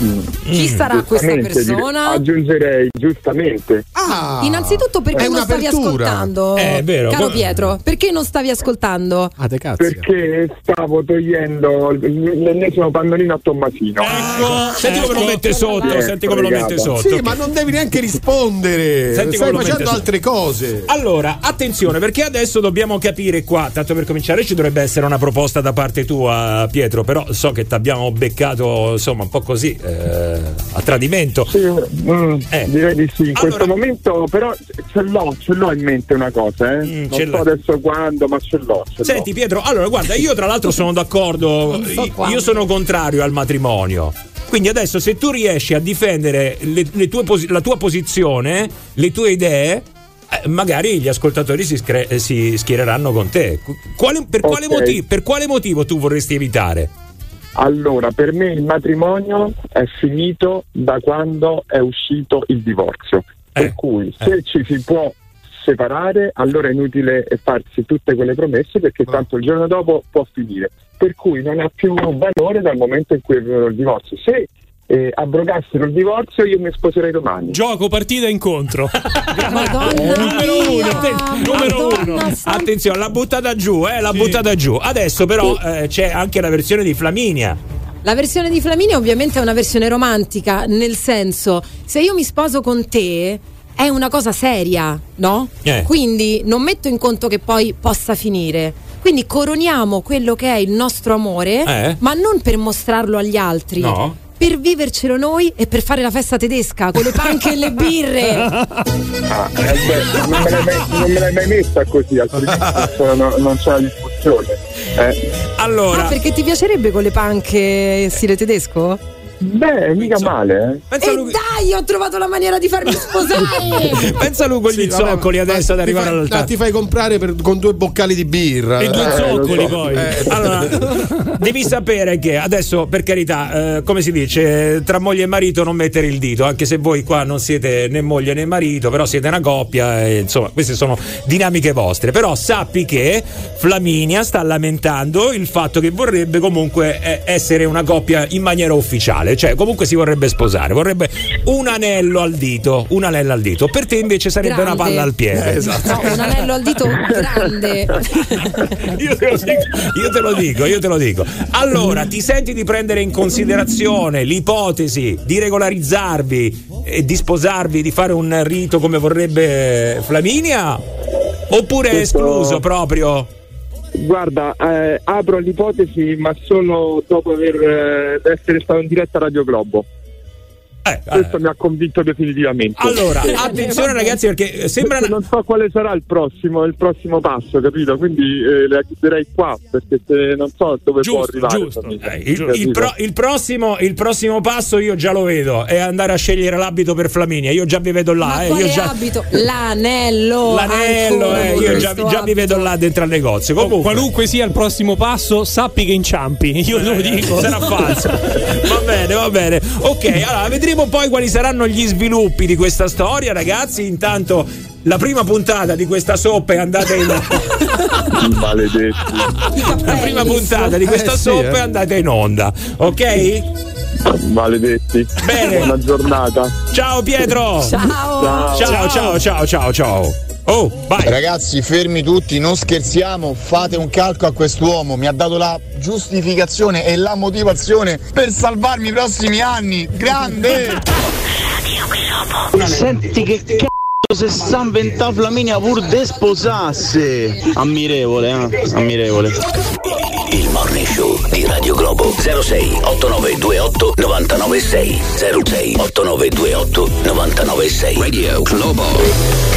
Chi sarà questa Giustamente, persona? dire- aggiungerei giustamente. Ah, Innanzitutto perché è non stavi un'apertura. ascoltando? Eh, è vero. Caro Come- Pietro, perché non stavi ascoltando? Ah, te cazzo. Perché stavo togliendo l'ennesimo pannolino a Tommasino. Ecco, senti come lo mette sotto, Eh, senti come lo mette fregata. sotto. Sì, ma non devi neanche rispondere. Senti Stai come lo mette facendo su- altre cose. Allora, attenzione, perché adesso dobbiamo capire qua, tanto per cominciare ci dovrebbe essere una proposta da parte tua, Pietro, però so che ti abbiamo beccato, insomma, un po' così, eh, a tradimento. Sì, mm, Eh. direi di sì. In Allora- questo momento però ce l'ho, ce l'ho in mente una cosa, eh. Mm, non ce so l'hai. adesso quando, ma ce l'ho. Ce Senti l'ho. Pietro, allora guarda, io tra l'altro sono d'accordo, Non so io- quando. io sono contrario al matrimonio. Quindi adesso se tu riesci a difendere le, le tue posi- la tua posizione, le tue idee, eh, magari gli ascoltatori si, scre- eh, si schiereranno con te. Quale- per, quale Ok. motivo, per quale motivo tu vorresti evitare? Allora, per me il matrimonio è finito da quando è uscito il divorzio. Eh, Per cui se ci si può separare, allora è inutile farsi tutte quelle promesse perché tanto il giorno dopo può finire. Per cui non ha più valore dal momento in cui è venuto il divorzio. Se eh, abrogassero il divorzio io mi sposerei domani. Gioco, partita, incontro. Madonna numero mia, uno, numero Madonna uno. santa. Attenzione, l'ha buttata giù, eh, l'ha buttata giù. Adesso però eh, c'è anche la versione di Flaminia. La versione di Flaminia ovviamente è una versione romantica, nel senso, se io mi sposo con te è una cosa seria, no? Eh. Quindi non metto in conto che poi possa finire. Quindi coroniamo quello che è il nostro amore, Eh. ma non per mostrarlo agli altri. No. Per vivercelo noi e per fare la festa tedesca con le panche e le birre. Ah, eh beh, non, me l'hai mai, non me l'hai mai messa così, altrimenti non, no, non c'è la discussione. Eh. Allora, Ah, perché ti piacerebbe con le panche stile tedesco? Beh, mica male, eh. pensa E lui, dai, ho trovato la maniera di farmi sposare. pensa lui con gli Sì, vabbè, zoccoli ma adesso ad ti arrivare fai- all'altare. no, ti fai comprare per- con due boccali di birra. E due Eh, zoccoli lo so. poi. Eh, Allora, devi sapere che adesso, per carità, eh, come si dice, tra moglie e marito non mettere il dito, anche se voi qua non siete né moglie né marito, però siete una coppia, e, insomma, queste sono dinamiche vostre. Però sappi che Flaminia sta lamentando il fatto che vorrebbe comunque eh, essere una coppia in maniera ufficiale, cioè comunque si vorrebbe sposare, vorrebbe un anello al dito, un anello al dito. Per te invece sarebbe Grande. una palla al piede. Eh, esatto. No, un anello al dito grande. Io te, lo dico, io te lo dico, io te lo dico. Allora, ti senti di prendere in considerazione l'ipotesi di regolarizzarvi e di sposarvi, di fare un rito come vorrebbe Flaminia? Oppure è Questo- escluso proprio? Guarda, eh, apro l'ipotesi, ma solo dopo aver eh, essere stato in diretta a Radio Globo. Eh, Questo mi ha convinto definitivamente. allora, attenzione ragazzi, perché sembra Perché non so quale sarà il prossimo, il prossimo passo, capito? Quindi eh, la chiuderei qua, perché se non so dove può Giusto, arrivare. giusto. famiglia. Eh, il, il Capito? pro- il prossimo, il prossimo passo io già lo vedo, è andare a scegliere l'abito per Flaminia. Io già vi vedo là, Ma eh, quale io già, abito? L'anello. l'anello, ancora eh, con io già, questo già vi vedo abito. là dentro al negozio. Oh, Comunque, qualunque sia il prossimo passo, sappi che inciampi. Io te lo Eh, dico. sarà falso. Va bene, va bene. Ok, allora vedremo poi quali saranno gli sviluppi di questa storia, ragazzi. Intanto la prima puntata di questa soppa è andata in Maledetti. la prima puntata di questa Eh, sì, soppa eh. è andata in onda. Ok? Maledetti. Bene. Buona giornata. Ciao Pietro. Ciao. Ciao, ciao, ciao, ciao, ciao. Oh, vai. Ragazzi, fermi tutti, non scherziamo, fate un calco a quest'uomo, mi ha dato la giustificazione e la motivazione per salvarmi i prossimi anni. Grande! Senti che cazzo se sta inventando Flaminia pur de sposasse. Ammirevole, eh? Ammirevole. Il Morning Show di Radio Globo. Zero sei otto nove due otto nove nove sei zero sei otto nove due otto nove nove sei. Radio Globo.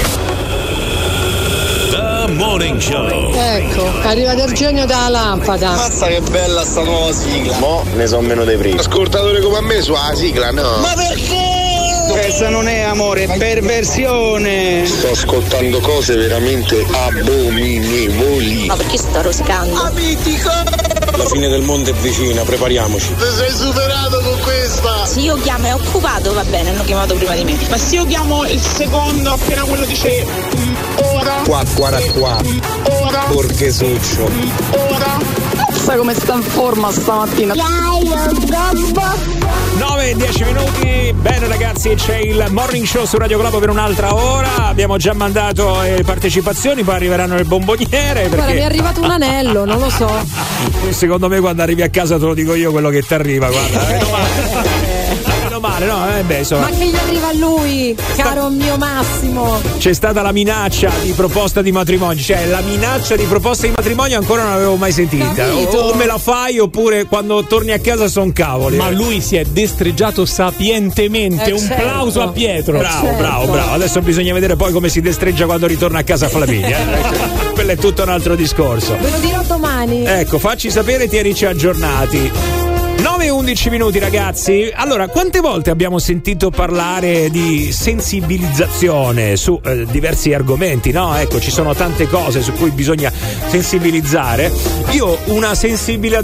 The Morning Show. Ecco, arriva del genio dalla lampada. Mazza che bella sta nuova sigla. Mo ne so meno dei primi. Ascoltatore come a me sulla sigla, no? Ma perché? Questa non è amore, è perversione. Sto ascoltando cose veramente abominevoli. Ma perché sto rosicando? La fine del mondo è vicina, prepariamoci. Ti sei superato con questa! Se io chiamo è occupato, va bene, hanno chiamato prima di me. Ma se io chiamo il secondo appena quello dice mm, ora, Qua, qua, qua, ora, Borghesuccio. ora. chissà come sta in forma stamattina. nove e dieci minuti, bene ragazzi, c'è il Morning Show su Radio Globo per un'altra ora. Abbiamo già mandato le partecipazioni, poi arriveranno le bomboniere. Guarda, mi è arrivato un anello, non lo so. Secondo me quando arrivi a casa te lo dico io quello che ti arriva, guarda. Meno male, meno male, no? Eh beh, insomma. Ma che gli arriva a lui, caro mio Massimo? C'è stata la minaccia di proposta di matrimonio, cioè la minaccia di proposta di matrimonio ancora non l'avevo mai sentita. O, o me la fai oppure quando torni a casa son cavoli. Ma lui si è destreggiato sapientemente, Eh, un certo. plauso a Pietro. Bravo, certo. bravo, bravo. Adesso bisogna vedere poi come si destreggia quando ritorna a casa Flaminia. Eh? Quello è tutto un altro discorso. Ve lo dirò domani. Ecco, facci sapere, tienici aggiornati. nove e undici minuti ragazzi. Allora, quante volte abbiamo sentito parlare di sensibilizzazione su eh, diversi argomenti, no? Ecco, ci sono tante cose su cui bisogna sensibilizzare. Io una sensibila-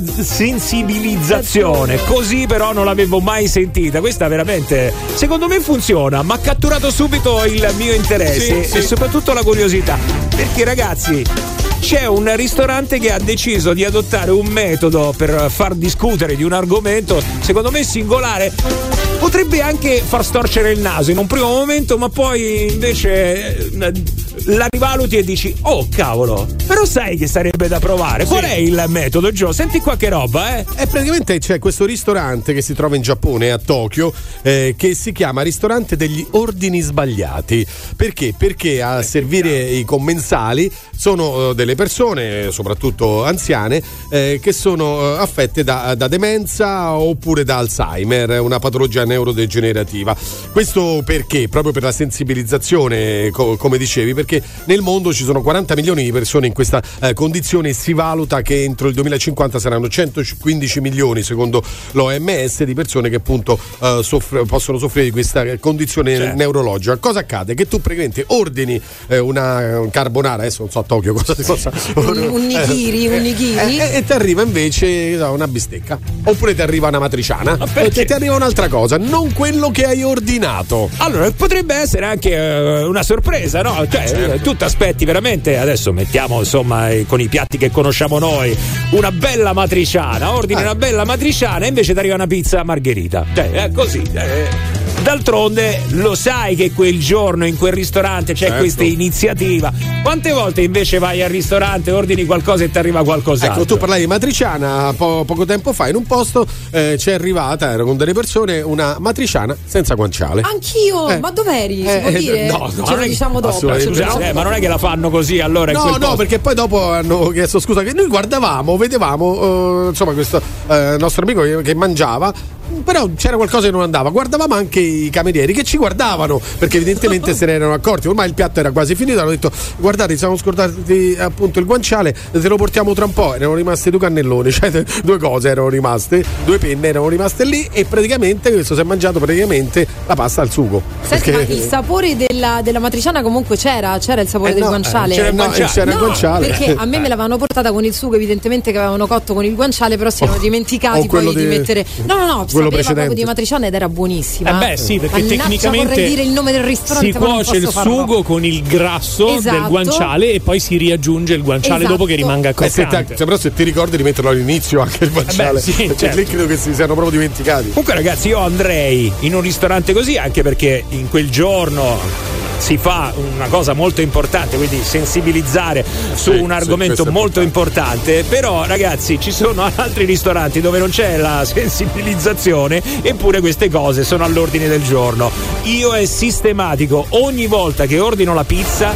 sensibilizzazione così però non l'avevo mai sentita. Questa veramente, secondo me funziona, ma ha catturato subito il mio interesse Sì, sì. e soprattutto la curiosità. Perché ragazzi, c'è un ristorante che ha deciso di adottare un metodo per far discutere di un argomento, secondo me singolare. Potrebbe anche far storcere il naso in un primo momento, ma poi invece eh, la rivaluti e dici: oh cavolo, però sai che sarebbe da provare. Qual è il metodo, Gio? Senti qua che roba, eh? E praticamente c'è questo ristorante che si trova in Giappone, a Tokyo, eh, che si chiama Ristorante degli Ordini Sbagliati. Perché? Perché a servire i commensali sono eh, delle persone, soprattutto anziane, eh, che sono eh, affette da, da demenza oppure da Alzheimer, una patologia neurodegenerativa. Questo perché? Proprio per la sensibilizzazione, co- come dicevi, perché nel mondo ci sono quaranta milioni di persone in questa eh, condizione e si valuta che entro il duemilacinquanta saranno centoquindici milioni, secondo l'O M S, di persone che appunto eh, soffre, possono soffrire di questa condizione Certo. neurologica. Cosa accade? Che tu praticamente ordini eh, una un carbonara, adesso non so a Tokyo cosa si possa Un, un nigiri, un nigiri. e, e ti arriva invece no, una bistecca, oppure ti arriva una matriciana, o perché? ti arriva un'altra cosa, non quello che hai ordinato. Allora, potrebbe essere anche eh, una sorpresa, no? Cioè, eh, tu ti aspetti veramente, adesso mettiamo insomma eh, con i piatti che conosciamo noi, una bella matriciana, ordini Ah. una bella matriciana e invece ti arriva una pizza margherita. Cioè, è così. eh. D'altronde lo sai che quel giorno in quel ristorante c'è Certo. questa iniziativa. Quante volte invece vai al ristorante, ordini qualcosa e ti arriva qualcos'altro? Ecco, tu parlavi di matriciana po- poco tempo fa in un posto eh, c'è arrivata, ero con delle persone, una matriciana senza guanciale. Anch'io, Eh. ma dov'eri? Si Eh, può eh, dire? no, no, Ce non lo è- diciamo dopo. assolutamente. Scusa, eh, ma non è che la fanno così allora in No, quel no, posto? perché poi dopo hanno chiesto scusa che noi guardavamo, vedevamo eh, insomma questo eh, nostro amico che, che mangiava, però c'era qualcosa che non andava. Guardavamo anche i camerieri che ci guardavano, perché evidentemente se ne erano accorti. Ormai il piatto era quasi finito, hanno detto: guardate, ci siamo scordati appunto il guanciale, te lo portiamo tra un po'. Erano rimaste due cannelloni, cioè due cose erano rimaste, due penne erano rimaste lì, e praticamente questo si è mangiato praticamente la pasta al sugo. Senti, Perché- ma il sapore della, della matriciana comunque c'era? C'era il sapore Eh del no, guanciale? c'era il No, guanciale. c'era il No, guanciale. perché a me me l'avevano portata con il sugo, evidentemente che avevano cotto con il guanciale, però si erano Oh, dimenticati o poi quello di di- mettere. No, no, no, quello sapeva precedente. proprio di matriciana ed era buonissima. Eh beh sì, perché Mannaggia, tecnicamente vorrei dire il nome del ristorante, si ma non cuoce il posso farlo. sugo con il grasso Esatto. del guanciale e poi si riaggiunge il guanciale Esatto. dopo che rimanga Eh, se croccante. te- però se ti ricordi di metterlo all'inizio anche il guanciale, Eh beh, sì, perché certo. lì credo che si siano proprio dimenticati. Comunque ragazzi, io andrei in un ristorante così, anche perché in quel giorno si fa una cosa molto importante, quindi sensibilizzare su Sì, un sì, argomento questo è molto importante. Però ragazzi, ci sono altri ristoranti dove non c'è la sensibilizzazione, eppure queste cose sono all'ordine del giorno. Io è sistematico, ogni volta che ordino la pizza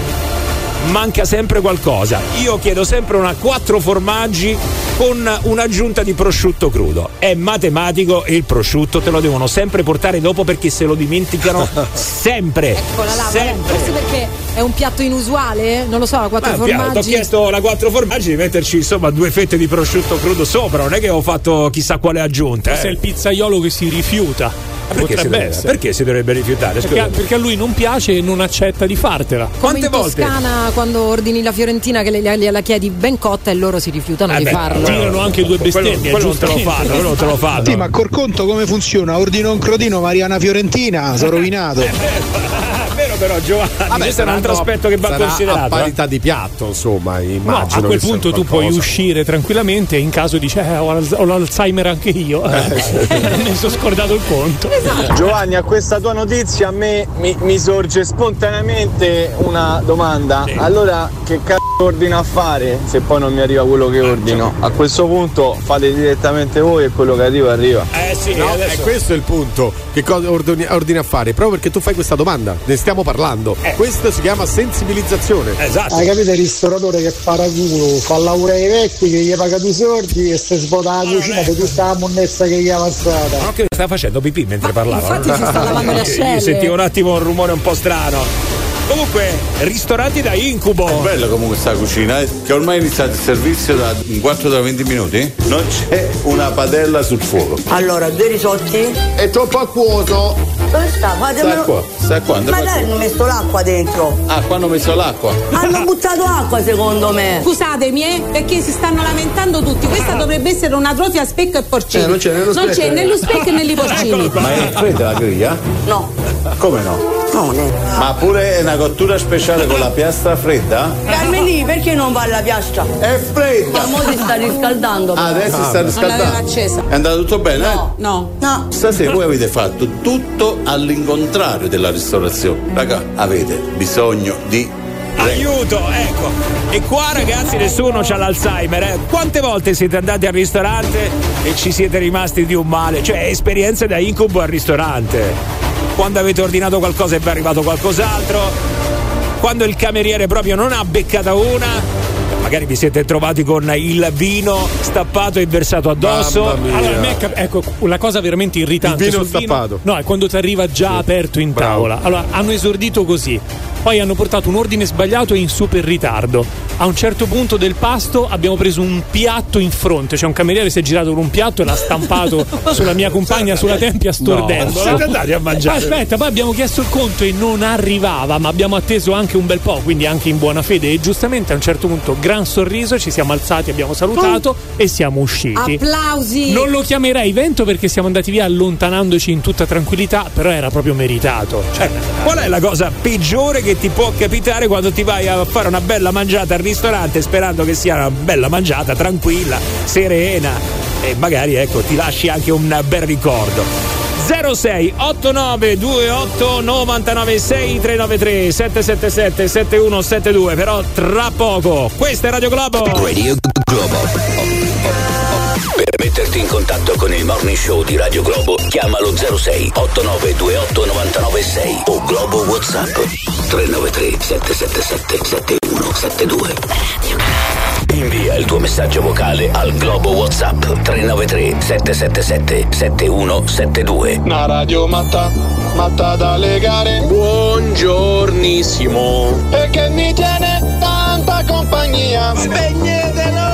manca sempre qualcosa. Io chiedo sempre una quattro formaggi con un'aggiunta di prosciutto crudo. È matematico e il prosciutto te lo devono sempre portare dopo, perché se lo dimenticano sempre. Eccola là, sempre. forse perché è un piatto inusuale, non lo so, quattro Ma, Pia, formaggi. ti ho chiesto la quattro formaggi di metterci insomma due fette di prosciutto crudo sopra, non è che ho fatto chissà quale aggiunta. Forse eh. è il pizzaiolo che si rifiuta. Perché si, Potrebbe dovrebbe, essere. perché si dovrebbe rifiutare? Perché, Scusa. perché a lui non piace e non accetta di fartela. Come Quante in volte? Toscana quando ordini la fiorentina che le- gliela chiedi ben cotta e loro si rifiutano Eh di beh, farlo. Tirano anche due bestemmie, quello, quello non te lo giustamente. fanno, quello non te lo fanno. Sì, ma col conto come funziona? Ordino un crodino, Mariana Fiorentina, sono rovinato. È vero, vero però Giovanni, Vabbè, questo è un altro aspetto che va sarà considerato. a parità di piatto, insomma, immagino. No, a quel che punto sia tu puoi qualcosa. uscire tranquillamente e in caso dici eh, ho, l'al- ho l'Alzheimer anche io. Eh, mi sono scordato il conto. Giovanni, a questa tua notizia a me mi, mi sorge spontaneamente una domanda. Allora che cazzo ordino a fare se poi non mi arriva quello che ordino? A questo punto fate direttamente voi e quello che arriva arriva. Eh sì, No, adesso... è questo è il punto. Che cosa ordini, ordini a fare? Proprio perché tu fai questa domanda, ne stiamo parlando. Eh. Questo si chiama sensibilizzazione. Esatto. Hai capito il ristoratore che fa culo, fa lavorare i vecchi che gli paga due soldi e si svuota la cucina per tutta la monnezza che gli è avanzata. No, che stava facendo pipì mentre parlava. infatti si sta lavando le ascelle. Io sentivo un attimo un rumore un po' strano. Comunque, ristoranti da incubo. È bello comunque sta cucina, eh, che ormai è iniziato il servizio da un quarto d'ora venti minuti. Non c'è una padella sul fuoco. Allora, due risotti? È troppo acquoso. Dove sta? Fatemelo. Sta qua, sta qua. Ma dai, hanno messo l'acqua dentro. Ah, qua hanno messo l'acqua. Hanno buttato acqua secondo me. Scusatemi, eh, perché si stanno lamentando tutti. Questa dovrebbe essere una trofia a specco e porcini. Eh, non c'è nello Non specchio. c'è né lo specchio né i porcini. Ma è fredda la griglia? No. Come no? No, no. Ma pure è una cottura speciale con la piastra fredda? Carmelì, perché non va alla piastra? È fredda! Ma mo si sta riscaldando. Ah, adesso si sta Non l'aveva riscaldando. accesa. È andato tutto bene? No, no. No. Stasera voi avete fatto tutto all'incontrario della ristorazione. Raga, avete bisogno di Aiuto, ecco. E qua ragazzi nessuno c'ha l'Alzheimer, eh. Quante volte siete andati al ristorante e ci siete rimasti di un male? Cioè, esperienze da incubo al ristorante. Quando avete ordinato qualcosa e vi è arrivato qualcos'altro. Quando il cameriere proprio non ha beccata una. Magari vi siete trovati con il vino stappato e versato addosso. Allora, a me, cap- ecco, una cosa veramente irritante. Il vino sul stappato. No, è quando ti arriva già Sì. aperto in Bravo. tavola. Allora, hanno esordito così. Poi hanno portato un ordine sbagliato e in super ritardo. A un certo punto del pasto abbiamo preso un piatto in fronte. Cioè un cameriere si è girato con un piatto e l'ha stampato sulla mia compagna sulla tempia stordendola. siete andati a mangiare. Poi aspetta, poi abbiamo chiesto il conto e non arrivava, ma abbiamo atteso anche un bel po', quindi anche in buona fede. E giustamente a un certo punto, gran sorriso, ci siamo alzati, abbiamo salutato e siamo usciti. Applausi. Non lo chiamerei vento perché siamo andati via allontanandoci in tutta tranquillità, però era proprio meritato. Cioè, Qual è la cosa peggiore che ti può capitare quando ti vai a fare una bella mangiata al ristorante sperando che sia una bella mangiata tranquilla, serena e magari ecco ti lasci anche un bel ricordo. zero sei otto nove due otto nove nove sei tre nove tre sette sette sette sette uno sette due, però tra poco. Questa è Radio Globo. Radio Globo. Per metterti in contatto con il Morning Show di Radio Globo, chiamalo zero sei otto nove due otto nove nove sei o Globo WhatsApp tre nove tre sette sette sette sette uno sette due. Invia il tuo messaggio vocale al Globo WhatsApp tre nove tre sette sette sette sette uno sette due. Una radio matta, matta da legare. Buongiornissimo. E che mi tiene tanta compagnia. Spegnetelo!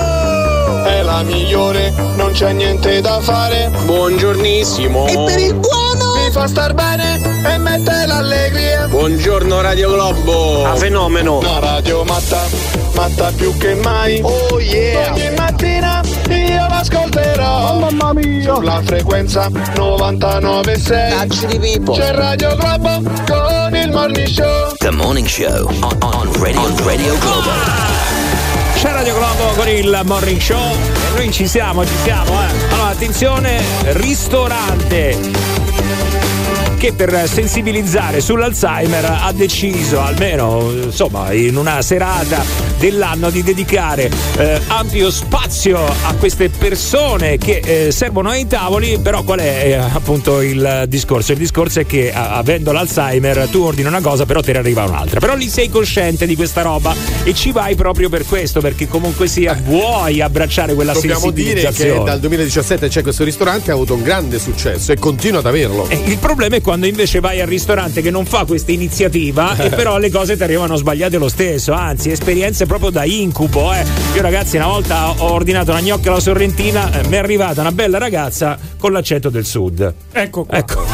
È la migliore, non c'è niente da fare. Buongiornissimo. E per il buono mi fa star bene e mette l'allegria. Buongiorno Radio Globo. A fenomeno. Una radio matta, matta più che mai. Oh yeah. Ogni mattina io l'ascolterò. Oh, mamma mia. Sulla frequenza novantanove sei. Cazzo di Pippo. C'è Radio Globo con il Morning Show. The Morning Show on, on Radio, on Radio Globo. C'è Radio Globo con il Morning Show e noi ci siamo, ci siamo, eh. Allora, attenzione, ristorante che per sensibilizzare sull'Alzheimer ha deciso, almeno insomma in una serata dell'anno, di dedicare eh, ampio spazio a queste persone che eh, servono ai tavoli. Però qual è eh, appunto il discorso? Il discorso è che a- avendo l'Alzheimer tu ordini una cosa però te ne arriva un'altra, però lì sei cosciente di questa roba e ci vai proprio per questo, perché comunque sia vuoi abbracciare quella Dobbiamo dire sensibilizzazione. che dal duemiladiciassette c'è questo ristorante, ha avuto un grande successo e continua ad averlo. E il problema è quando invece vai al ristorante che non fa questa iniziativa e però le cose ti arrivano sbagliate lo stesso, anzi esperienze proprio da incubo, eh. Io ragazzi una volta ho ordinato una gnocca alla sorrentina, eh, mi è arrivata una bella ragazza con l'accento del sud. ecco qua. Ecco.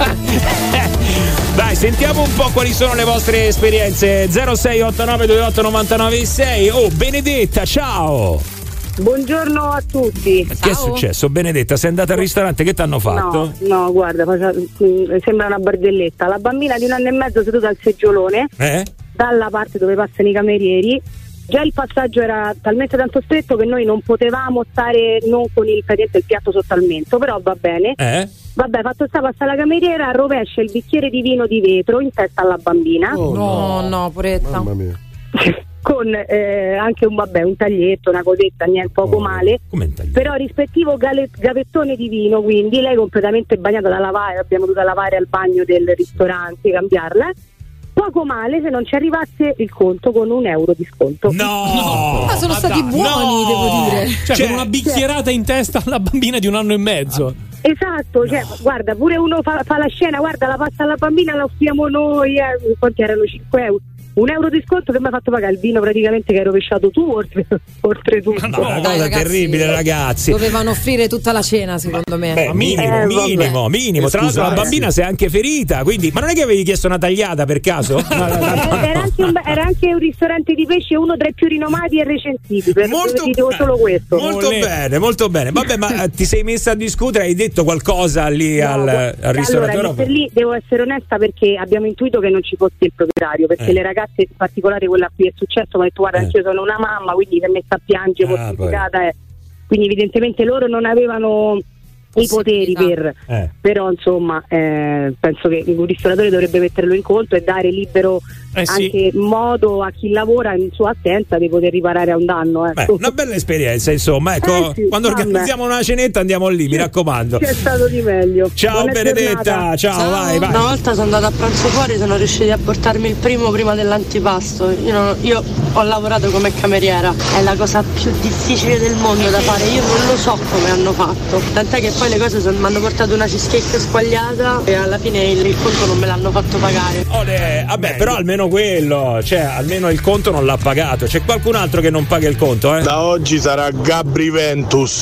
Dai, sentiamo un po' quali sono le vostre esperienze. zero sei otto nove due otto nove nove sei. Oh, Benedetta, ciao. Buongiorno a tutti. Che Ciao. È successo? Benedetta, sei andata al ristorante, che ti hanno fatto? No, no, guarda, sembra una barzelletta. La bambina di un anno e mezzo seduta al seggiolone, eh? dalla parte dove passano i camerieri. Già il passaggio era talmente tanto stretto che noi non potevamo stare non con il, il piatto sotto al mento, però va bene. Eh? Vabbè, fatto sta, passa la cameriera, rovescia il bicchiere di vino di vetro in testa alla bambina. Oh, no, no, no, poretta. Mamma mia. Con eh, anche un, vabbè, un taglietto, una cosetta, niente, poco oh, male. Però rispettivo gale, gavettone di vino, quindi lei completamente bagnata da lavare, abbiamo dovuto lavare al bagno del ristorante, cambiarla. Poco male se non ci arrivasse il conto con un euro di sconto. No! no ma sono ma stati da, buoni, no. devo dire. Cioè, cioè, con una bicchierata cioè, in testa alla bambina di un anno e mezzo. Esatto, no. Cioè, guarda, pure uno fa, fa la scena, guarda, la passa alla bambina, la offriamo noi, eh, quanti erano? cinque euro. Un euro di sconto che mi ha fatto pagare il vino praticamente che hai rovesciato tu oltre, oltretutto. No, una cosa ragazzi, terribile, ragazzi. Dovevano offrire tutta la cena, secondo me. Beh, minimo, eh, minimo, minimo. Tra l'altro la bambina si è anche ferita, quindi. Ma non è che avevi chiesto una tagliata per caso? era, anche un, era anche un ristorante di pesce, uno tra i più rinomati e recensiti. Per molto ti dico solo questo. Molto Olè. bene, molto bene. Vabbè, ma ti sei messa a discutere? Hai detto qualcosa lì no, al, al ristoratore? Allora, lì devo essere onesta perché abbiamo intuito che non ci fosse il proprietario, perché eh. le ragazze in particolare quella a cui è successo mi ha detto guarda eh. anch'io sono una mamma, quindi si è messa a piangere ah, mortificata eh. quindi evidentemente loro non avevano i poteri per eh. però insomma eh, penso che un ristoratore dovrebbe metterlo in conto e dare libero eh sì. anche modo a chi lavora in sua assenza di poter riparare a un danno. Ecco. Beh, una bella esperienza insomma, ecco, eh sì, quando vabbè. organizziamo una cenetta andiamo lì, mi raccomando. C'è stato di meglio. Ciao Buona Benedetta, ciao, ciao, vai vai. Una volta sono andata a pranzo fuori, sono riusciti a portarmi il primo prima dell'antipasto. Io, non, io ho lavorato come cameriera, è la cosa più difficile del mondo da fare, io non lo so come hanno fatto, tant'è che poi le cose sono, mi hanno portato una cheesecake squagliata e alla fine il, il conto non me l'hanno fatto pagare. Olè, vabbè, però almeno quello, cioè almeno il conto non l'ha pagato. C'è qualcun altro che non paga il conto, eh? Da oggi sarà Gabri Ventus.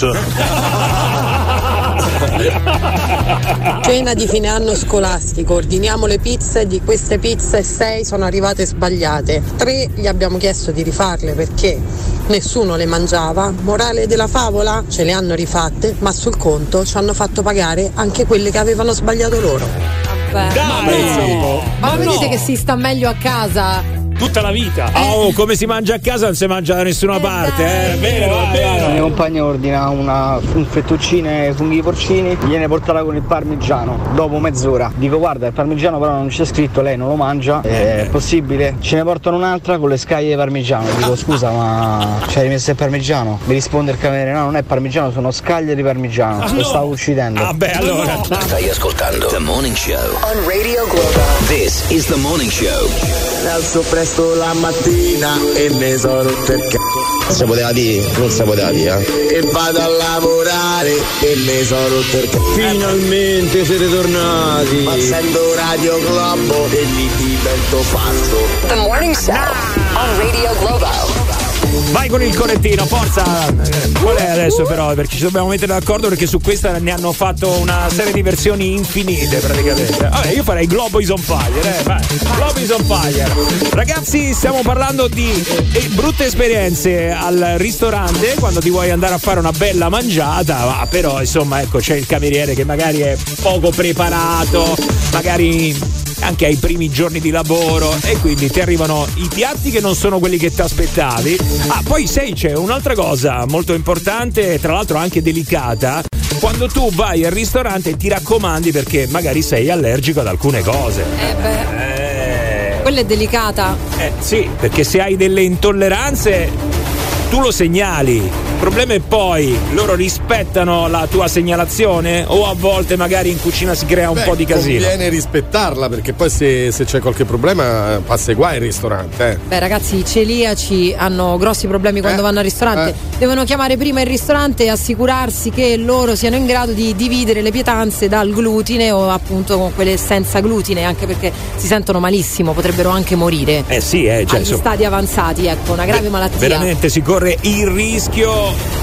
Cena di fine anno scolastico, ordiniamo le pizze, di queste pizze sei sono arrivate sbagliate, tre gli abbiamo chiesto di rifarle perché nessuno le mangiava. Morale della favola? Ce le hanno rifatte, ma sul conto ci hanno fatto pagare anche quelle che avevano sbagliato loro. Vabbè, Dai! Ma, ma, ma vedete no. che si sta meglio a casa? Tutta la vita. Oh, come si mangia a casa non si mangia da nessuna eh parte, eh. È vero, è vero. La mia compagna ordina una un fettuccine funghi porcini, viene portata con il parmigiano dopo mezz'ora. Dico guarda, il parmigiano però non c'è scritto, lei non lo mangia, è possibile? Ce ne portano un'altra con le scaglie di parmigiano. Dico scusa, ma ci hai messo il parmigiano? Mi risponde il cameriere, no, non è parmigiano, sono scaglie di parmigiano. Ah, lo no. stavo uccidendo. Ah beh, allora. No. Stai ascoltando The Morning Show on Radio Globo. This is The Morning Show. Alzo presto la mattina e ne sono rotto il c***o. Si poteva dire, non si poteva dire. E vado a lavorare e ne sono rotto il c***o. Finalmente siete tornati. Ma sento Radio Globo e mi divento pazzo. The Morning Show on Radio Globo. Vai con il correttino, forza! Qual è adesso però? Perché ci dobbiamo mettere d'accordo perché su questa ne hanno fatto una serie di versioni infinite praticamente. Vabbè, io farei Globo is on fire, eh, vai. Globo is on fire. Ragazzi, stiamo parlando di eh, brutte esperienze al ristorante quando ti vuoi andare a fare una bella mangiata, ma però insomma ecco c'è il cameriere che magari è poco preparato, magari anche ai primi giorni di lavoro e quindi ti arrivano i piatti che non sono quelli che ti aspettavi. Ah, poi sai, c'è un'altra cosa molto importante e tra l'altro anche delicata, quando tu vai al ristorante e ti raccomandi perché magari sei allergico ad alcune cose. Eh beh. Eh. Quella è delicata. Eh sì, perché se hai delle intolleranze tu lo segnali. Il problema è poi loro rispettano la tua segnalazione o a volte magari in cucina si crea un Beh, po' di casino. Conviene rispettarla perché poi se, se c'è qualche problema passa guai il ristorante. Eh. Beh ragazzi, i celiaci hanno grossi problemi quando eh, vanno al ristorante. Eh. Devono chiamare prima il ristorante e assicurarsi che loro siano in grado di dividere le pietanze dal glutine o appunto con quelle senza glutine, anche perché si sentono malissimo, potrebbero anche morire. Eh sì, eh, cioè, agli so, stadi avanzati, ecco, una grave malattia. Veramente si corre il rischio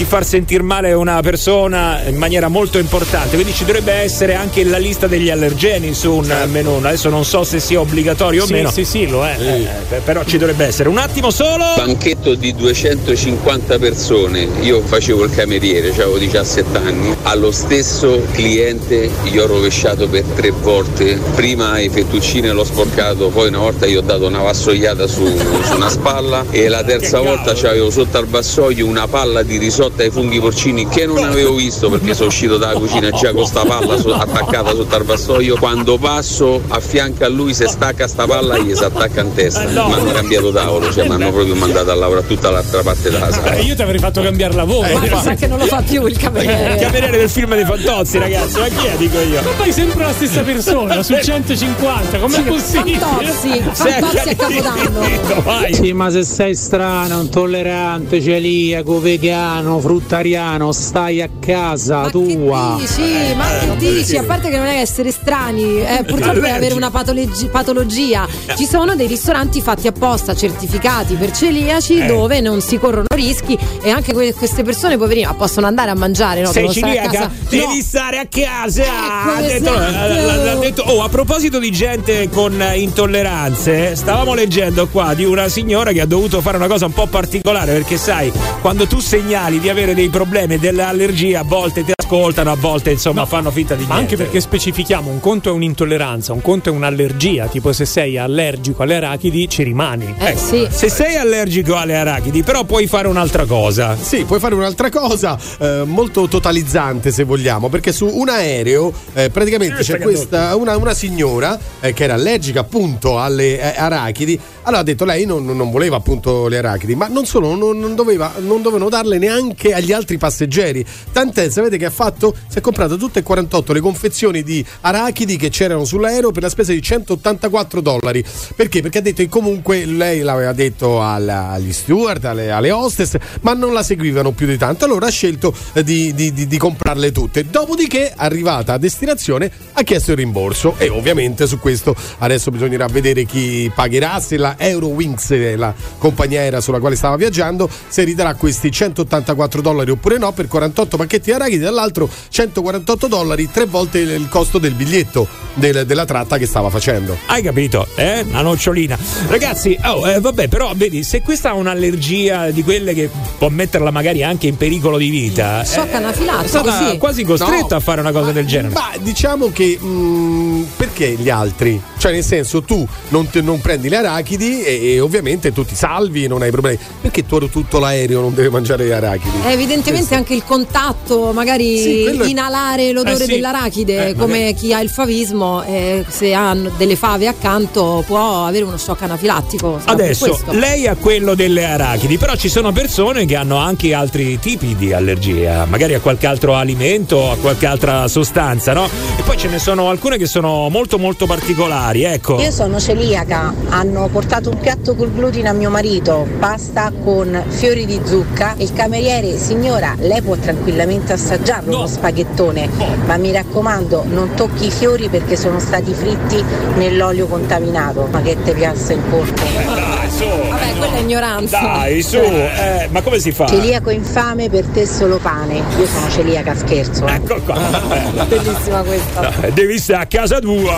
di far sentire male una persona in maniera molto importante, quindi ci dovrebbe essere anche la lista degli allergeni su un certo. menù. Adesso non so se sia obbligatorio sì, o meno. Sì, sì, lo è. Eh, però ci dovrebbe essere. Un attimo solo. Banchetto di duecentocinquanta persone, io facevo il cameriere, avevo diciassette anni, allo stesso cliente gli ho rovesciato per tre volte, prima i fettuccine l'ho sporcato, poi una volta gli ho dato una vassoiata su, su una spalla e la terza volta c'avevo sotto al vassoio una palla di risotto ai funghi porcini che non avevo visto perché sono uscito dalla cucina già con sta palla so, attaccata sotto al vassoio. Quando passo a fianco a lui si stacca sta palla e gli si attacca in testa. Mi hanno cambiato tavolo, cioè mi hanno proprio mandato a lavorare tutta l'altra parte della sala. Eh, io ti avrei fatto cambiare lavoro. Eh, ma sa che non lo fa più il cameriere. Il cameriere del film dei Fantozzi, ragazzi, ma chi è, dico io? Ma poi sempre la stessa persona su centocinquanta, com'è possibile? Fantozzi, Fantozzi a Capodanno. Sì, ma se sei strano, intollerante, celiaco, vegano, fruttariano, stai a casa ma tua. Che dici? Ma che dici? A parte che non è essere strani, eh, purtroppo è avere una patologi- patologia. Ci sono dei ristoranti fatti apposta, certificati per celiaci, eh. dove non si corrono rischi e anche que- queste persone poverine possono andare a mangiare. No? Sei Devono stare a celiaca? casa. Devi No. stare a casa. Ecco, ha detto, esatto. l'ha detto. Oh, a proposito di gente con intolleranze, stavamo leggendo qua di una signora che ha dovuto fare una cosa un po' particolare, perché sai, quando tu segnali di avere dei problemi, delle allergie, a volte ti ascoltano, a volte insomma no, fanno finta di ma niente. Anche perché specifichiamo, un conto è un'intolleranza, un conto è un'allergia, tipo se sei allergico alle arachidi ci rimani. Eh, sì. Se sei allergico alle arachidi, però puoi fare un'altra cosa. Sì, puoi fare un'altra cosa eh, molto totalizzante, se vogliamo, perché su un aereo eh, praticamente c'è questa una, una signora eh, che era allergica appunto alle eh, arachidi. Allora ha detto lei non, non voleva appunto le arachidi, ma non solo, non, non doveva non dovevano darle neanche agli altri passeggeri. Tant'è, sapete che ha fatto? Si è comprato tutte e quarantotto le confezioni di arachidi che c'erano sull'aereo per la spesa di centottantaquattro dollari. Perché? Perché ha detto che comunque lei l'aveva detto alla, agli steward, alle, alle hostess, ma non la seguivano più di tanto. Allora ha scelto di, di, di, di comprarle tutte. Dopodiché, arrivata a destinazione, ha chiesto il rimborso e ovviamente su questo adesso bisognerà vedere chi pagherà, se la Eurowings, la compagnia aerea sulla quale stava viaggiando, se ridarà questi centottantaquattro dollari oppure no per quarantotto pacchetti di arachidi, dall'altro centoquarantotto dollari, tre volte il costo del biglietto del, della tratta che stava facendo. Hai capito? Eh? Una nocciolina. Ragazzi, oh, eh, vabbè, però vedi, se questa ha un'allergia di quelle che può metterla magari anche in pericolo di vita, shock eh, anafilattico, è stata sì. quasi costretta No, a fare una cosa ma, del genere. Ma diciamo che mh, perché gli altri? Cioè nel senso, tu non, te, non prendi le arachidi e, e ovviamente tu ti salvi e non hai problemi. Perché tu, tutto l'aereo non deve mangiare le arachidi? Eh, evidentemente sì, anche il contatto, magari sì, è... inalare l'odore eh, sì. dell'arachide, eh, come magari... chi ha il favismo, eh, se ha delle fave accanto può avere uno shock anafilattico. Adesso lei ha quello delle arachidi, però ci sono persone che hanno anche altri tipi di allergia, magari a qualche altro alimento, a qualche altra sostanza, no? E poi ce ne sono alcune che sono molto molto particolari, ecco. Io sono celiaca, hanno portato un piatto col glutine a mio marito, pasta con fiori di zucca, il cameriere: signora, lei può tranquillamente assaggiarlo, no, uno spaghettone, no, ma mi raccomando non tocchi i fiori perché sono stati fritti nell'olio contaminato. Ma che te piace il porco? Eh, dai, su. Vabbè, quella è ignoranza. Dai, su, eh, ma come si fa? Celiaco infame, per te solo pane. Io sono celiaca, scherzo. Eh. Ecco qua. Bellissima questa. No, devi stare a casa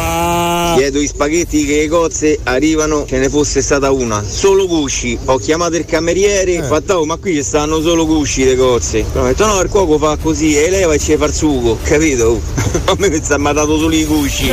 tua. Chiedo i spaghetti che le cozze arrivano, ce ne fosse stata una, solo gusci. Ho chiamato il cameriere, eh. fatto, oh, ma qui ci stanno solo gusci le cozze. Ho detto no, il cuoco fa così e leva e ci fa il sugo, capito? A me mi sta dato solo i gusci.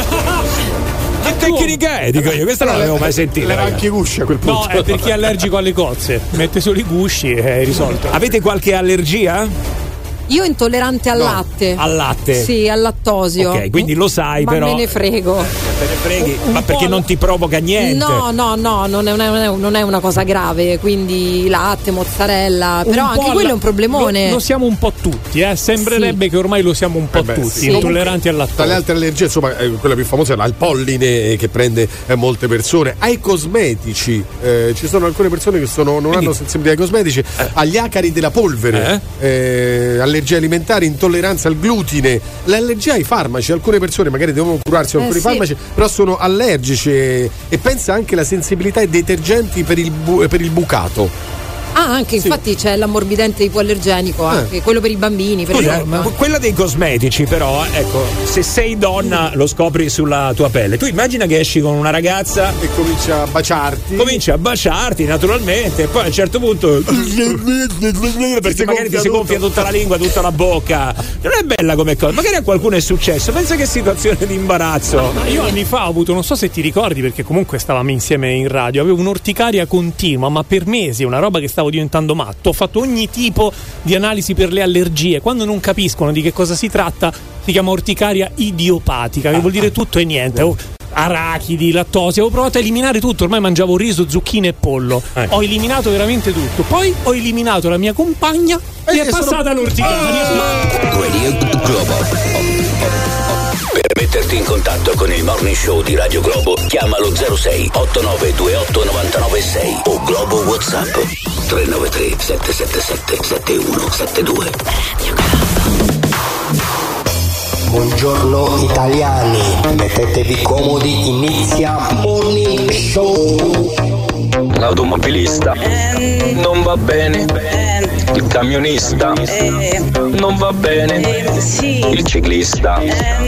Che tecnica è? Dico io, questa non l'avevo mai sentita. Leva anche i gusci a quel punto. No, è per chi è allergico alle cozze. Mette solo i gusci e è risolto. Avete qualche allergia? Io intollerante al no, latte. Al latte? Sì, al lattosio. Ok, quindi lo sai, ma però. Ma me ne frego. Te ne freghi? Un ma perché la... non ti provoca niente? No, no, no, non è una, non è una cosa grave. Quindi latte, mozzarella. Però anche quello alla... è un problemone. Lo, lo siamo un po' tutti, eh. Sembrerebbe sì, che ormai lo siamo un po' eh beh, tutti, sì, intolleranti al lattosio. Tra le altre allergie, insomma, eh, quella più famosa è il polline, eh, che prende eh, molte persone. Ai cosmetici, eh, ci sono alcune persone che sono, non quindi, hanno sensibilità ai cosmetici, eh. agli acari della polvere, eh? Eh, allergie alimentari, intolleranza al glutine, l'allergia ai farmaci. Alcune persone magari devono curarsi con eh, alcuni sì. farmaci, però sono allergici, e, e pensa anche alla sensibilità ai detergenti per il, bu- per il bucato. Ah, anche infatti c'è l'ammorbidente ipoallergenico, anche Eh. quello per i bambini, per Scusa, esempio. ma quella dei cosmetici però, eh, ecco, se sei donna lo scopri sulla tua pelle. Tu immagina che esci con una ragazza e comincia a baciarti. Comincia a baciarti naturalmente, e poi a un certo punto perché magari ti si gonfia tutta la lingua, tutta la bocca. Non è bella come cosa. Magari a qualcuno è successo. Pensa che situazione di imbarazzo. Ma io anni fa ho avuto, non so se ti ricordi, perché comunque stavamo insieme in radio, avevo un'orticaria continua, ma per mesi, una roba che stavo diventando matto. Ho fatto ogni tipo di analisi per le allergie. Quando non capiscono di che cosa si tratta, si chiama orticaria idiopatica, che vuol dire tutto e niente. Oh, arachidi, lattosi, avevo provato a eliminare tutto, ormai mangiavo riso, zucchine e pollo. Ho eliminato veramente tutto. Poi ho eliminato la mia compagna e, e è passata sono... l'orticaria. Radio Globo. Per metterti in contatto con il Morning Show di Radio Globo, chiamalo zero sei otto nove due otto nove nove sei o Globo WhatsApp tre nove tre sette sette sette sette uno sette due. Buongiorno italiani, mettetevi comodi, inizia Morning Show. L'automobilista non va bene, il camionista non va bene, il ciclista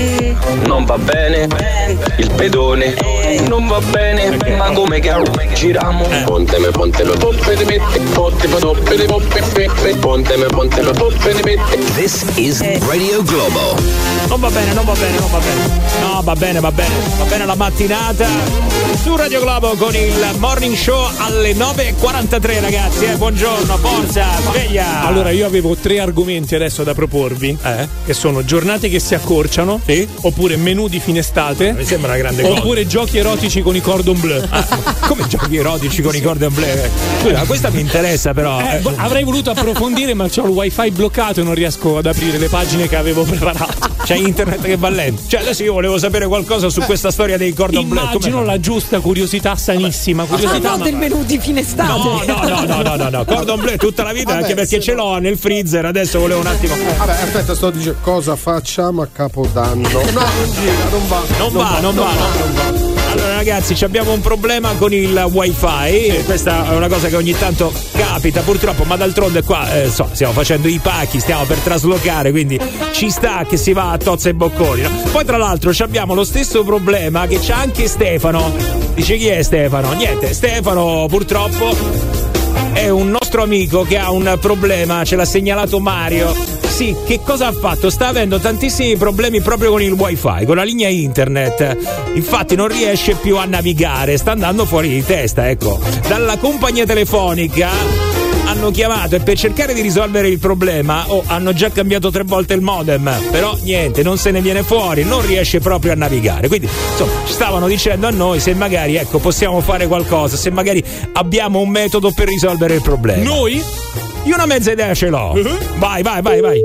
non va bene, il pedone non va bene, ma come che giriamo? Ponte me ponte lo poppe di mette, ponte me poppe di poppe peppe, ponte me ponte lo poppe di mette. This is Radio Globo. Non va bene, non va bene, non va bene. No, va bene, va bene. Va bene la mattinata su Radio Globo con il Morning Show alle nove e quarantatré, ragazzi. Eh, buongiorno, forza, sveglia. Allora, io avevo tre argomenti adesso da proporvi, eh? che sono giornate che si accorciano, sì? Oppure menù di fine estate, mi sembra una grande oppure cosa. Oppure giochi erotici con i cordon bleu. Ah, come giochi erotici con sì. i cordon bleu? Scusa, questa mi interessa però. Eh, eh. Avrei voluto approfondire, ma c'ho il wifi bloccato e non riesco ad aprire le pagine che avevo preparato. C'è internet che va lento. Cioè, adesso io volevo sapere qualcosa su questa storia dei cordon bleu. Immagino la giusta curiosità sanissima. Curiosità ah, no, del menù di fine estate. No, no, no, no, no, no, no. Cordon bleu tutta la vita, vabbè, anche perché ce l'ho nel freezer. Adesso volevo un attimo. Vabbè, aspetta, sto dicendo cosa facciamo a Capodanno. No, non gira, non va. Non, non va, va, non va, no, non va. Allora ragazzi, abbiamo un problema con il wifi, sì. Questa è una cosa che ogni tanto capita purtroppo, ma d'altronde qua eh, so, stiamo facendo i pacchi, stiamo per traslocare, quindi ci sta che si va a tozza e bocconi, no? Poi tra l'altro abbiamo lo stesso problema che c'ha anche Stefano. Dice chi è Stefano? Niente, Stefano purtroppo è un nostro amico che ha un problema, ce l'ha segnalato Mario. Sì, che cosa ha fatto? Sta avendo tantissimi problemi proprio con il wifi, con la linea internet. Infatti non riesce più a navigare, sta andando fuori di testa, ecco. Dalla compagnia telefonica hanno chiamato e per cercare di risolvere il problema oh, hanno già cambiato tre volte il modem, però niente, non se ne viene fuori, non riesce proprio a navigare. Quindi insomma ci stavano dicendo a noi se magari ecco possiamo fare qualcosa, se magari abbiamo un metodo per risolvere il problema. Noi? Io una mezza idea ce l'ho. Uh-huh. Vai, vai, vai, vai.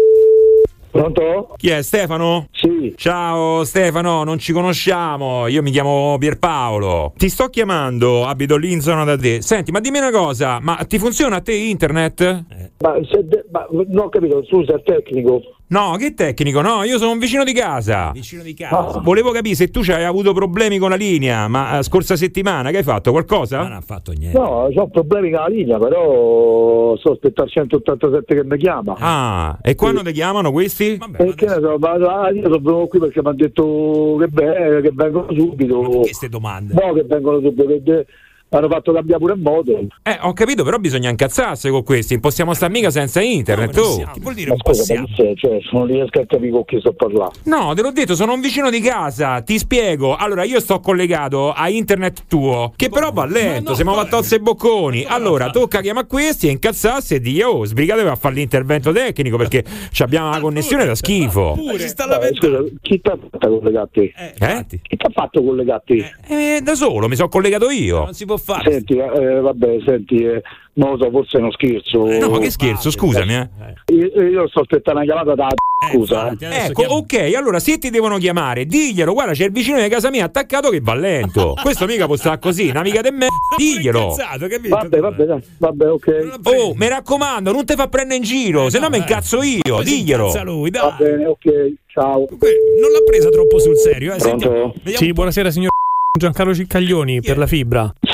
Pronto? Chi è, Stefano? Sì. Ciao Stefano, non ci conosciamo, io mi chiamo Pierpaolo. Ti sto chiamando, abito lì in zona da te. Senti, ma dimmi una cosa, ma ti funziona a te internet? Eh. Ma, se de- ma non ho capito, tu sei il tecnico? No, che tecnico? No, io sono un vicino di casa. Vicino di casa. Ah. Volevo capire se tu hai avuto problemi con la linea, ma scorsa settimana che hai fatto? Qualcosa? Non ha fatto niente. No, ho problemi con la linea, però sto aspettando il centottantasette che mi chiama. Ah, e quando sì. ti chiamano questi? Vabbè, e che ne so, ma io sono venuto qui perché mi hanno detto che, be- che vengono subito. Ma che queste domande? No, che vengono subito, perché hanno fatto cambiare pure il modem. Eh, ho capito, però bisogna incazzarsi con questi. Non possiamo stare mica senza internet. No, tu che vuol dire? Ma scusa, possiamo? Sei, cioè, non riesco a capire con chi sto parlando. No, te l'ho detto, sono un vicino di casa. Ti spiego. Allora, io sto collegato a internet tuo, che però va lento. No, siamo a tozze e bocconi. Allora, tocca chiamare questi e incazzarsi e dire: oh, sbrigatevi a fare l'intervento tecnico perché abbiamo una connessione da schifo. Pure, si sta eh, scusa, chi ti ha fatto collegati? Eh, eh? Chi ti ha fatto collegati? Eh, eh, da solo, mi sono collegato io. Non si può fare. Senti, eh, vabbè, senti, eh, non lo so, forse è uno scherzo. Eh, no, ma che scherzo, scusami, eh. Io, io sto aspettando una chiamata da eh, scusa. Eh. Ecco, chiamo... ok, allora se ti devono chiamare, diglielo, guarda, c'è il vicino di casa mia attaccato che va lento. Questo mica può stare così, un'amica di me, diglielo. Vabbè, vabbè, dai, vabbè, ok. Oh, mi raccomando, non te fa prendere in giro, eh, se no, no mi incazzo io, diglielo. Lui, dai. Va bene, ok, ciao. Non l'ha presa troppo sul serio, eh. Pronto? Sì, buonasera signor Giancarlo Ciccaglioni, per la fibra. Sì.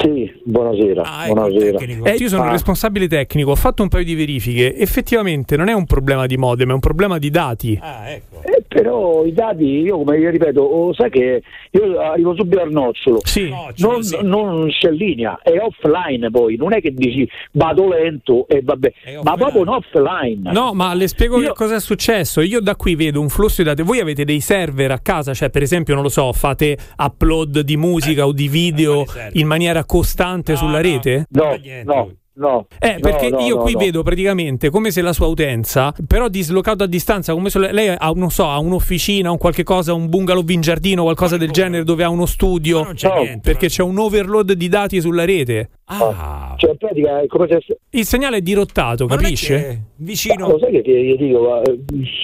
Sì, buonasera. Ah, ecco, buonasera. Eh, io sono Ah. il responsabile tecnico, ho fatto un paio di verifiche. Effettivamente non è un problema di modem, è un problema di dati. Ah, ecco. Eh, però i dati, io come io ripeto, oh, sai che io arrivo subito al nocciolo. Sì. Non, non c'è linea, è offline poi, non è che dici vado lento e vabbè, ma proprio un offline. No, ma le spiego Io- che cosa è successo. Io da qui vedo un flusso di dati. Voi avete dei server a casa, cioè per esempio, non lo so, fate upload di musica o di video in maniera costante sulla rete? No, no. No, Eh, perché no, no, io no, qui no. vedo praticamente come se la sua utenza, però dislocato a distanza, come se lei ha, non so, ha un'officina, un qualche cosa, un bungalow in giardino, qualcosa del genere, dove ha uno studio, non c'è No, niente, perché c'è un overload di dati sulla rete. Ah, Cioè in pratica è come se... Il segnale è dirottato, ma non è capisce? che vicino. Ma lo sai che ti, io dico, ma, eh,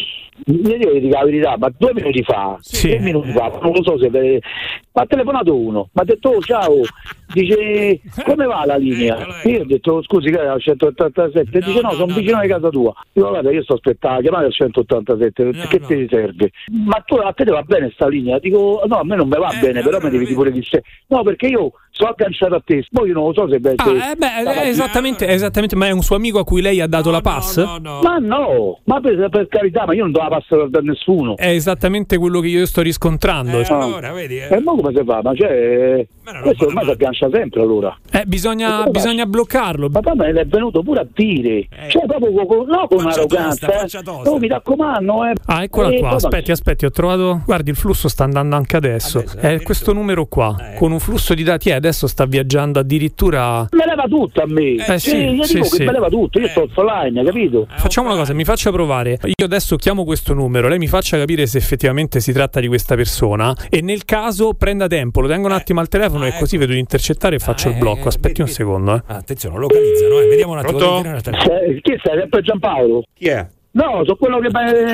io dico, dico la verità, ma due minuti fa, Sì. tre minuti fa, non lo so se mi ha telefonato uno, mi ha detto oh, ciao, dice come va la linea? Io ho detto scusi che era al centottantasette, dice no, sono vicino a casa tua. Dico guarda, io sto aspettando, chiamate al centottantasette, che ti serve? Ma tu a te va bene sta linea? Dico no, a me non mi va bene, però mi devi dire pure di sé. No, perché io sono agganciato a te, poi io non lo so se... se Ah, eh beh, è esattamente, è esattamente, ma è un suo amico a cui lei ha dato la pass? Ma no, ma per, per carità, ma io non do la pass da nessuno. È esattamente quello che io sto riscontrando. Eh, cioè. allora, vedi, eh. E mo come si fa? Ma cioè, questo ormai si aggancia sempre allora. Eh, bisogna, bisogna bloccarlo. Papà me l'è venuto pure a dire, cioè proprio con, no, con arroganza, eh. Oh, mi raccomando, eh. Ah, eccola Eh, qua, papà- aspetti, aspetti, ho trovato. Guardi, il flusso sta andando anche adesso. È questo numero qua, con un flusso di dati, eh, adesso sta viaggiando addirittura. Me leva tutto a me. Eh, sì, io sì, dico sì. che me leva tutto, io sto offline, capito? Facciamo una cosa, mi faccia provare. Io adesso chiamo questo numero, lei mi faccia capire se effettivamente si tratta di questa persona e nel caso prenda tempo, lo tengo un attimo al telefono e così vedo di intercettare e faccio il blocco. Aspetti un secondo, eh. Ah, attenzione, localizzano, eh. Vediamo un attimo. Pronto? Eh, chi sei? Sempre Giampaolo? Chi è? No, sono quello che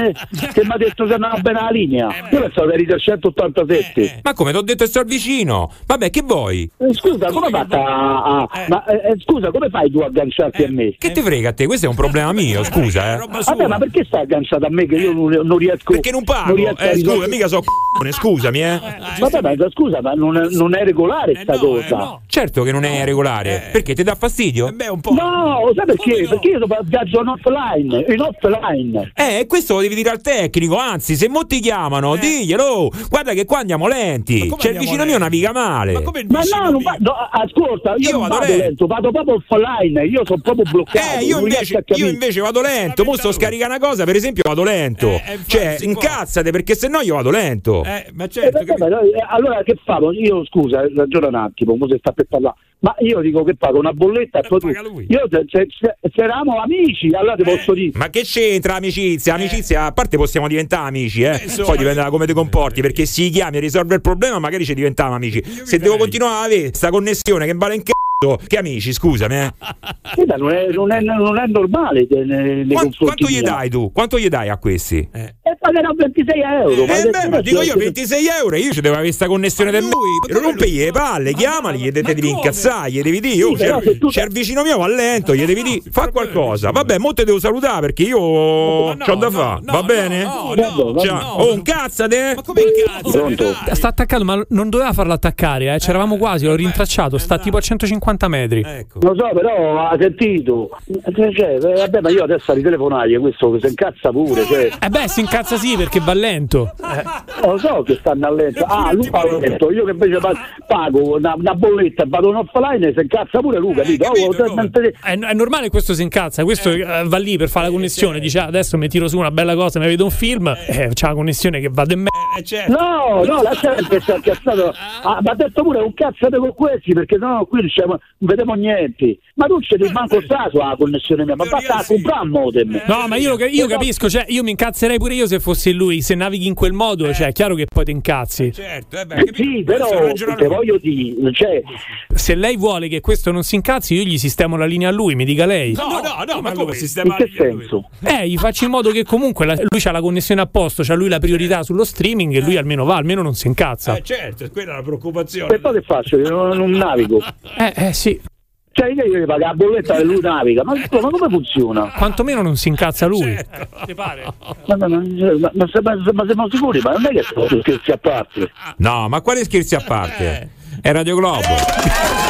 mi ha detto che andava bene la linea. Io pensavo che eri del centottantasette. Ma come, ti ho detto che sto vicino? Vabbè, che vuoi? Eh, scusa, come fatta a, a- ma, eh, eh, scusa, come fai tu a agganciarti a me? Che ti frega a te? Questo è un problema mio, scusa, eh. Vabbè, ma perché stai agganciato a me che io non, non riesco? Perché non pago? riesco a Eh, scusa, risolvere- mica so c***o, scusami, eh. Vabbè, ma scusa, ma non è, non è regolare sta cosa. Certo che non è regolare. Perché ti dà fastidio? Beh, un po'. No, sai perché? Perché io viaggio in offline, in offline. Eh, questo lo devi dire al tecnico, anzi, se mo ti chiamano, diglielo. Guarda che qua andiamo lenti. C'è il vicino mio naviga male. Ma come Ma no, non va- no, ascolta, io, Io non vado vado lento. lento, vado proprio offline, io sono proprio bloccato. Eh, io non riesco invece, a capire. io invece vado lento. Mo sto scarica una cosa, per esempio, vado lento. cioè, incazzate perché se no io vado lento. ma Eh, vabbè, ma, eh, allora che famo? Io scusa, ragiona un attimo, mo se sta per parlare. Ma io dico che pago una bolletta e poi tu. Io se, se, se, se eravamo amici, allora ti posso dire. Ma che c'entra amicizia? Amicizia, a parte possiamo diventare amici, eh. Poi dipende da come ti comporti, perché se ti chiami a risolvere il problema, magari ci diventiamo amici. Se devo continuare a avere questa connessione che vale in c***o, che amici, scusami, eh. Guarda, non, è, non, è, non è normale de- nei, nei Quanto, confronti quanto gli miei. dai tu? Quanto gli dai a questi? E pagherò ventisei euro. ma Eh adesso- beh, ma dico io ventisei euro, io ci devo avere questa connessione del me. Rompegli le palle, chiamali, gli devi devi incazzare, gli devi dire, oh, Sì, però c'è, se tu- c'è il vicino mio, va lento, gli devi dire, fa qualcosa. Vabbè, mo te devo salutare perché io c'ho da fare, va bene? Ciao. Oh, incazzate? Ma come incazzo? Sta attaccato, ma non doveva farlo attaccare, eh. C'eravamo quasi, l'ho rintracciato, sta tipo a centocinquanta metri. Lo so, però ha sentito. Cioè, eh, vabbè, ma io adesso a ritelefonargli questo che si incazza pure. Cioè. Eh beh, si incazza sì perché va lento. Lo so che stanno a lento. Ah, lui fa lento. Io che invece pa- pago una, una bolletta e vado in offline e si incazza pure lui, capito? Oh, te- È, è normale che questo si incazza, questo eh, va lì per fare la connessione, dice ah, adesso mi tiro su una bella cosa, mi vedo un film, eh, c'ha la connessione che va de me. No, no, la gente si è incazzato. Ah, ma ha detto pure un cazzate con questi perché no, qui non, c'è- non vediamo niente. Ma tu c'è di manco stato la connessione mia, ma basta comprare un modem. No, ma io, lo ca- io capisco, cioè io mi incazzerei pure io se fossi lui, se navighi in quel modo, cioè è chiaro che poi ti incazzi. Certo, sì, però te voglio dire, cioè, Se lei vuole che questo non si incazzi, io gli sistemo la linea a lui, mi dica lei. No, no, no, ma come in sistemare? che senso? Eh, gli faccio in modo che comunque la- lui c'ha la connessione a posto, c'ha lui la priorità sullo streaming e lui almeno va, almeno non si incazza. Eh, certo, quella è la preoccupazione. E poi che faccio? Io non, non navigo. Eh, eh sì. Cioè io gli pago la bolletta e lui naviga, ma, ma come funziona? Quantomeno non si incazza lui. Ti pare? Ma, ma, ma, ma, ma, se- ma, ma siamo sicuri? Ma non è che sono scherzi a parte. No, ma quali scherzi a parte? È Radio Globo.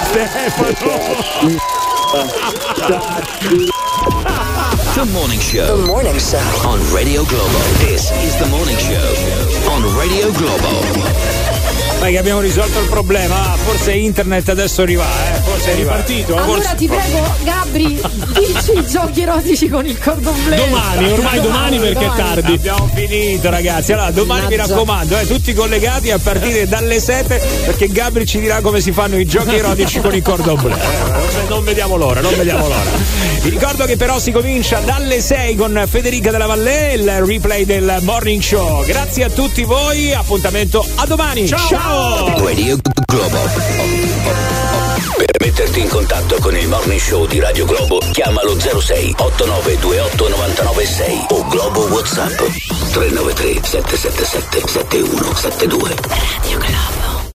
Stefano. The Morning Show. The Morning Show. On Radio Globo. This is The Morning Show. On Radio Globo. Dai che abbiamo risolto il problema, forse internet adesso arriva, eh? Forse è ripartito. Allora forse... ti prego, Gabri, dici i giochi erotici con il cordon bleu. Domani, ormai domani perché è tardi. Abbiamo finito, ragazzi. Allora, domani Mannaggia. mi raccomando, eh, tutti collegati a partire dalle sette, perché Gabri ci dirà come si fanno i giochi erotici con il cordon bleu. Eh, non vediamo l'ora, non vediamo l'ora. Vi ricordo che però si comincia dalle sei con Federica Della Vallée, il replay del Morning Show. Grazie a tutti voi, appuntamento a domani. Ciao! Ciao. Radio Globo. Per metterti in contatto con il Morning Show di Radio Globo, chiamalo zero sei otto nove due otto nove nove sei o Globo WhatsApp tre nove tre sette sette sette sette uno sette due. Radio Globo.